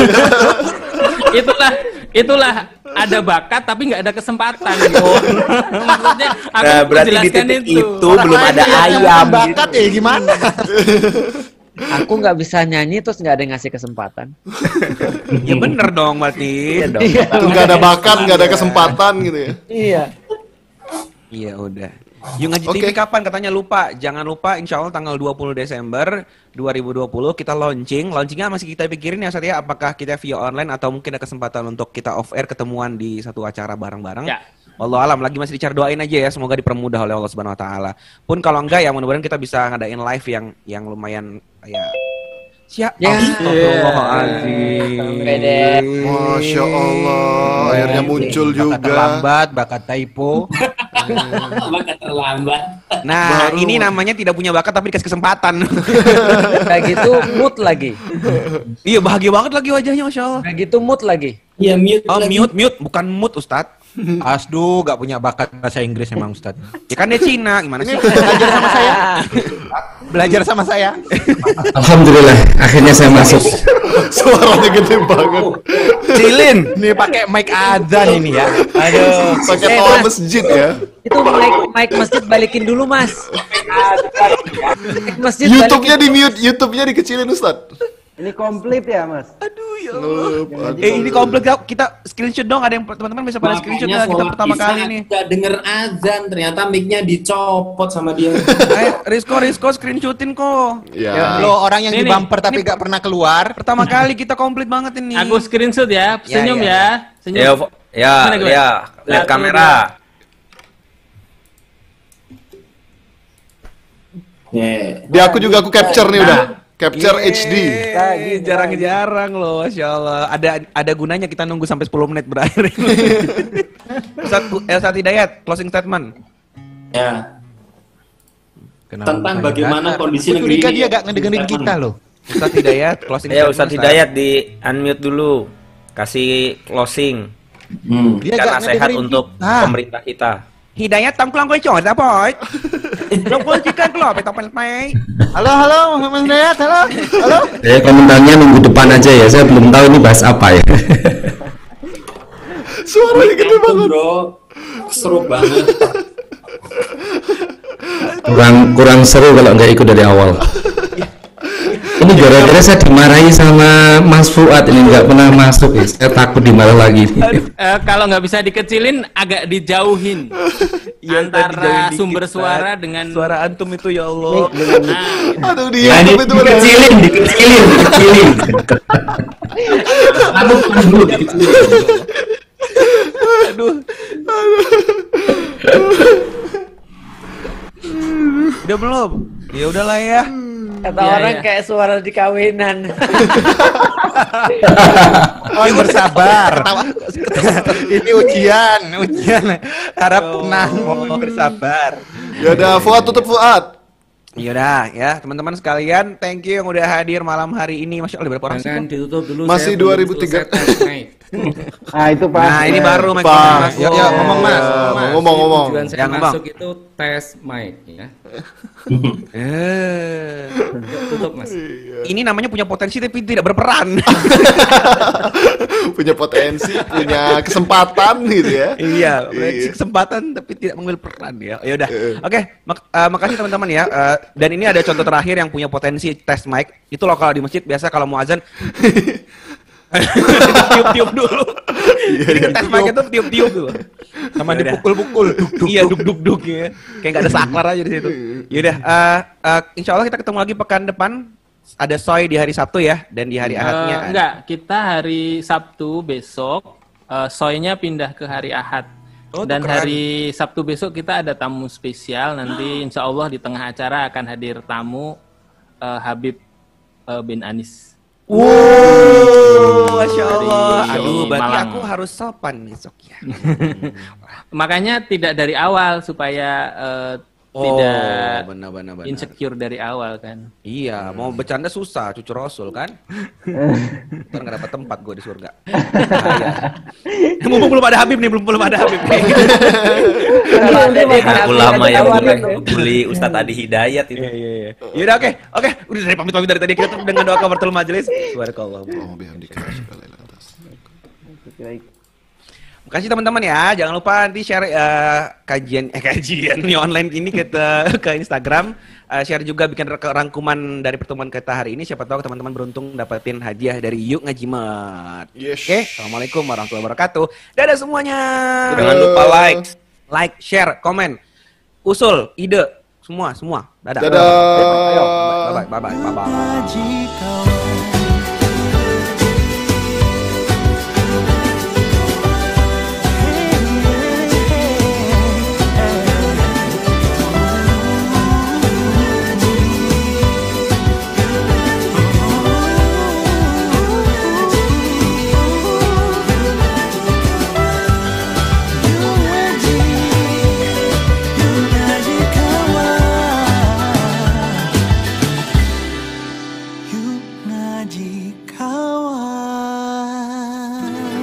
itulah ada bakat tapi nggak ada kesempatan gitu. Maksudnya aku Nah, berarti di menjelaskan titik itu belum ada ayam. Bakat ya gimana? Aku nggak bisa nyanyi terus nggak ada yang ngasih kesempatan. Ya bener dong berarti. Iya dong. Tuh nggak ada bakat, nggak ada kesempatan gitu ya. Iya. Iya udah. Yung Ngaji TV kapan katanya lupa. Jangan lupa insya Allah tanggal 20 Desember 2020 kita launching. Launchingnya masih kita pikirin ya Sat ya. Apakah kita via online atau mungkin ada kesempatan untuk kita off air ketemuan di satu acara bareng-bareng. Ya. Allah alam lagi masih dicari, doain aja ya, semoga dipermudah oleh Allah Subhanahu wa taala. Pun kalau enggak ya mudah-mudahan kita bisa ngadain live yang lumayan ya. Siap. Ya. Astagfirullahaladzim. Sampai deh. Masya Allah, akhirnya muncul Bakat juga. terlambat, bakat typo. Bakat terlambat. Nah, ini namanya tidak punya bakat tapi dikasih kesempatan. Kayak gitu mood lagi. Iya, bahagia banget lagi wajahnya, Masya Allah. Kayak gitu mood lagi. Ya mute Oh, lagi. mute, bukan mood, Ustadz. Asdu, gak punya bakat bahasa Inggris emang Ustadz. Ya kan dia Cina, gimana sih? Belajar sama saya. Alhamdulillah, akhirnya saya masuk. Suaranya gede banget. Cilin. Nih pakai mic adzan ini ya. Aduh. Pakai toa masjid ya. Itu mic masjid balikin dulu, Mas. Mic masjid YouTube-nya di mute, YouTube-nya dikecilin Ustad. Ini komplit ya, Mas? Ini komplit kita screenshot dong, ada yang teman-teman bisa pada screenshot ya, kita pertama kali nih. Gak denger azan, ternyata mic-nya dicopot sama dia. Ayo, Rizko screenshotin kok. Ya. Lo orang yang di Ini, bumper tapi gak pernah keluar. Pertama kali kita komplit banget ini. Aku screenshot ya, senyum ya. ya. Senyum. Ya, Gimana? lihat Lihat kamera. Di aku juga aku capture nih udah. Capture HD. Jarang-jarang loh, Masya Allah. Ada gunanya kita nunggu sampai 10 menit berakhir. Ustadz Hidayat, closing statement. Ya, Kenapa tentang bukannya bagaimana datar? kondisi Aku negeri curiga ini. dia gak ngedengerin kita loh. Ustadz Hidayat, closing Ya, statement. Ustadz Hidayat di unmute dulu. Kasih closing. Dia Dan gak nasihat ngedengerin untuk kita. pemerintah kita. Hidayat tangkulang kue cong, ada apa? Tangkulang chicken keluar, petopel pai. Halo, Mas Hidayat, halo. Saya komentarnya nunggu depan aja ya, saya belum tahu ini bahas apa ya. Suaranya gede banget. Bro, seru banget. Kurang seru kalau nggak ikut dari awal. Ini gara-gara saya dimarahi sama Mas Fuad ini nggak pernah masuk ya. Saya takut dimarah lagi. Kalau nggak bisa dikecilin, agak dijauhin antara sumber suara dengan suara antum itu ya Allah. Aduh Ya, dia ini itu dikecilin. Aduh. Udah belum? Ya udahlah ya. Kata orang kayak suara di kawinan. Oh, bersabar. Ini ujian. Harap tenang, mohon bersabar. Ya udah, Fuad tutup Fuad. Yaudah ya teman-teman sekalian, thank you yang udah hadir malam hari ini. Masya Allah berapa orang sih? Jangan ditutup dulu. Masih 2003. Nah itu Pak. Nah ini baru mic Pak. Mas. Ya, ngomong Mas. Ngomong. Tujuan saya Yang ngomong. masuk itu tes mic ya. Tutup Mas. Ini namanya punya potensi tapi tidak berperan. Punya potensi, punya kesempatan gitu ya. Iya, kesempatan tapi tidak mengambil peran ya. Ya udah. Oke, makasih teman-teman ya. Dan ini ada contoh terakhir yang punya potensi tes mic. Itu loh kalau di masjid biasa kalau mau azan tiup-tiup dulu. Jadi tes mic itu tiup-tiup dulu. Sama dipukul-pukul. Iya, duk-duk ya. Kayak nggak ada saklar aja di situ. Yaudah, insya Allah kita ketemu lagi pekan depan. Ada Soy di hari Sabtu ya, dan di hari Ahadnya. Enggak, kita hari Sabtu besok, Soynya pindah ke hari Ahad. Dan hari Sabtu besok kita ada tamu spesial. Nanti insya Allah di tengah acara akan hadir tamu Habib bin Anis. Wow, Masya Allah. Dari Aduh, berarti Malang. aku harus sopan besok ya. Makanya tidak dari awal supaya tidak benar. insecure dari awal kan. Iya, mau bercanda susah, cucu Rasul kan. Ntar nggak dapat tempat gue di surga. Mumpung belum ada Habib nih, belum ada Habib. Ulama yang bully Ustadz Adi Hidayat itu. Iya. Yaudah oke. Udah dari pamit dari tadi kita tuh dengan doa kafatul majelis. Subhanakallah. Makasih teman-teman ya. Jangan lupa nanti share kajian nih online ini ke Instagram. Share juga bikin rangkuman dari pertemuan kita hari ini. Siapa tahu teman-teman beruntung dapetin hadiah dari Yuk Ngajimat. Yes. Oke, assalamualaikum warahmatullahi wabarakatuh. Dadah semuanya. Jangan lupa like, share, komen, usul, ide, semua. Dadah. Dadah. Ayo, bye. Yuk ngaji kawan.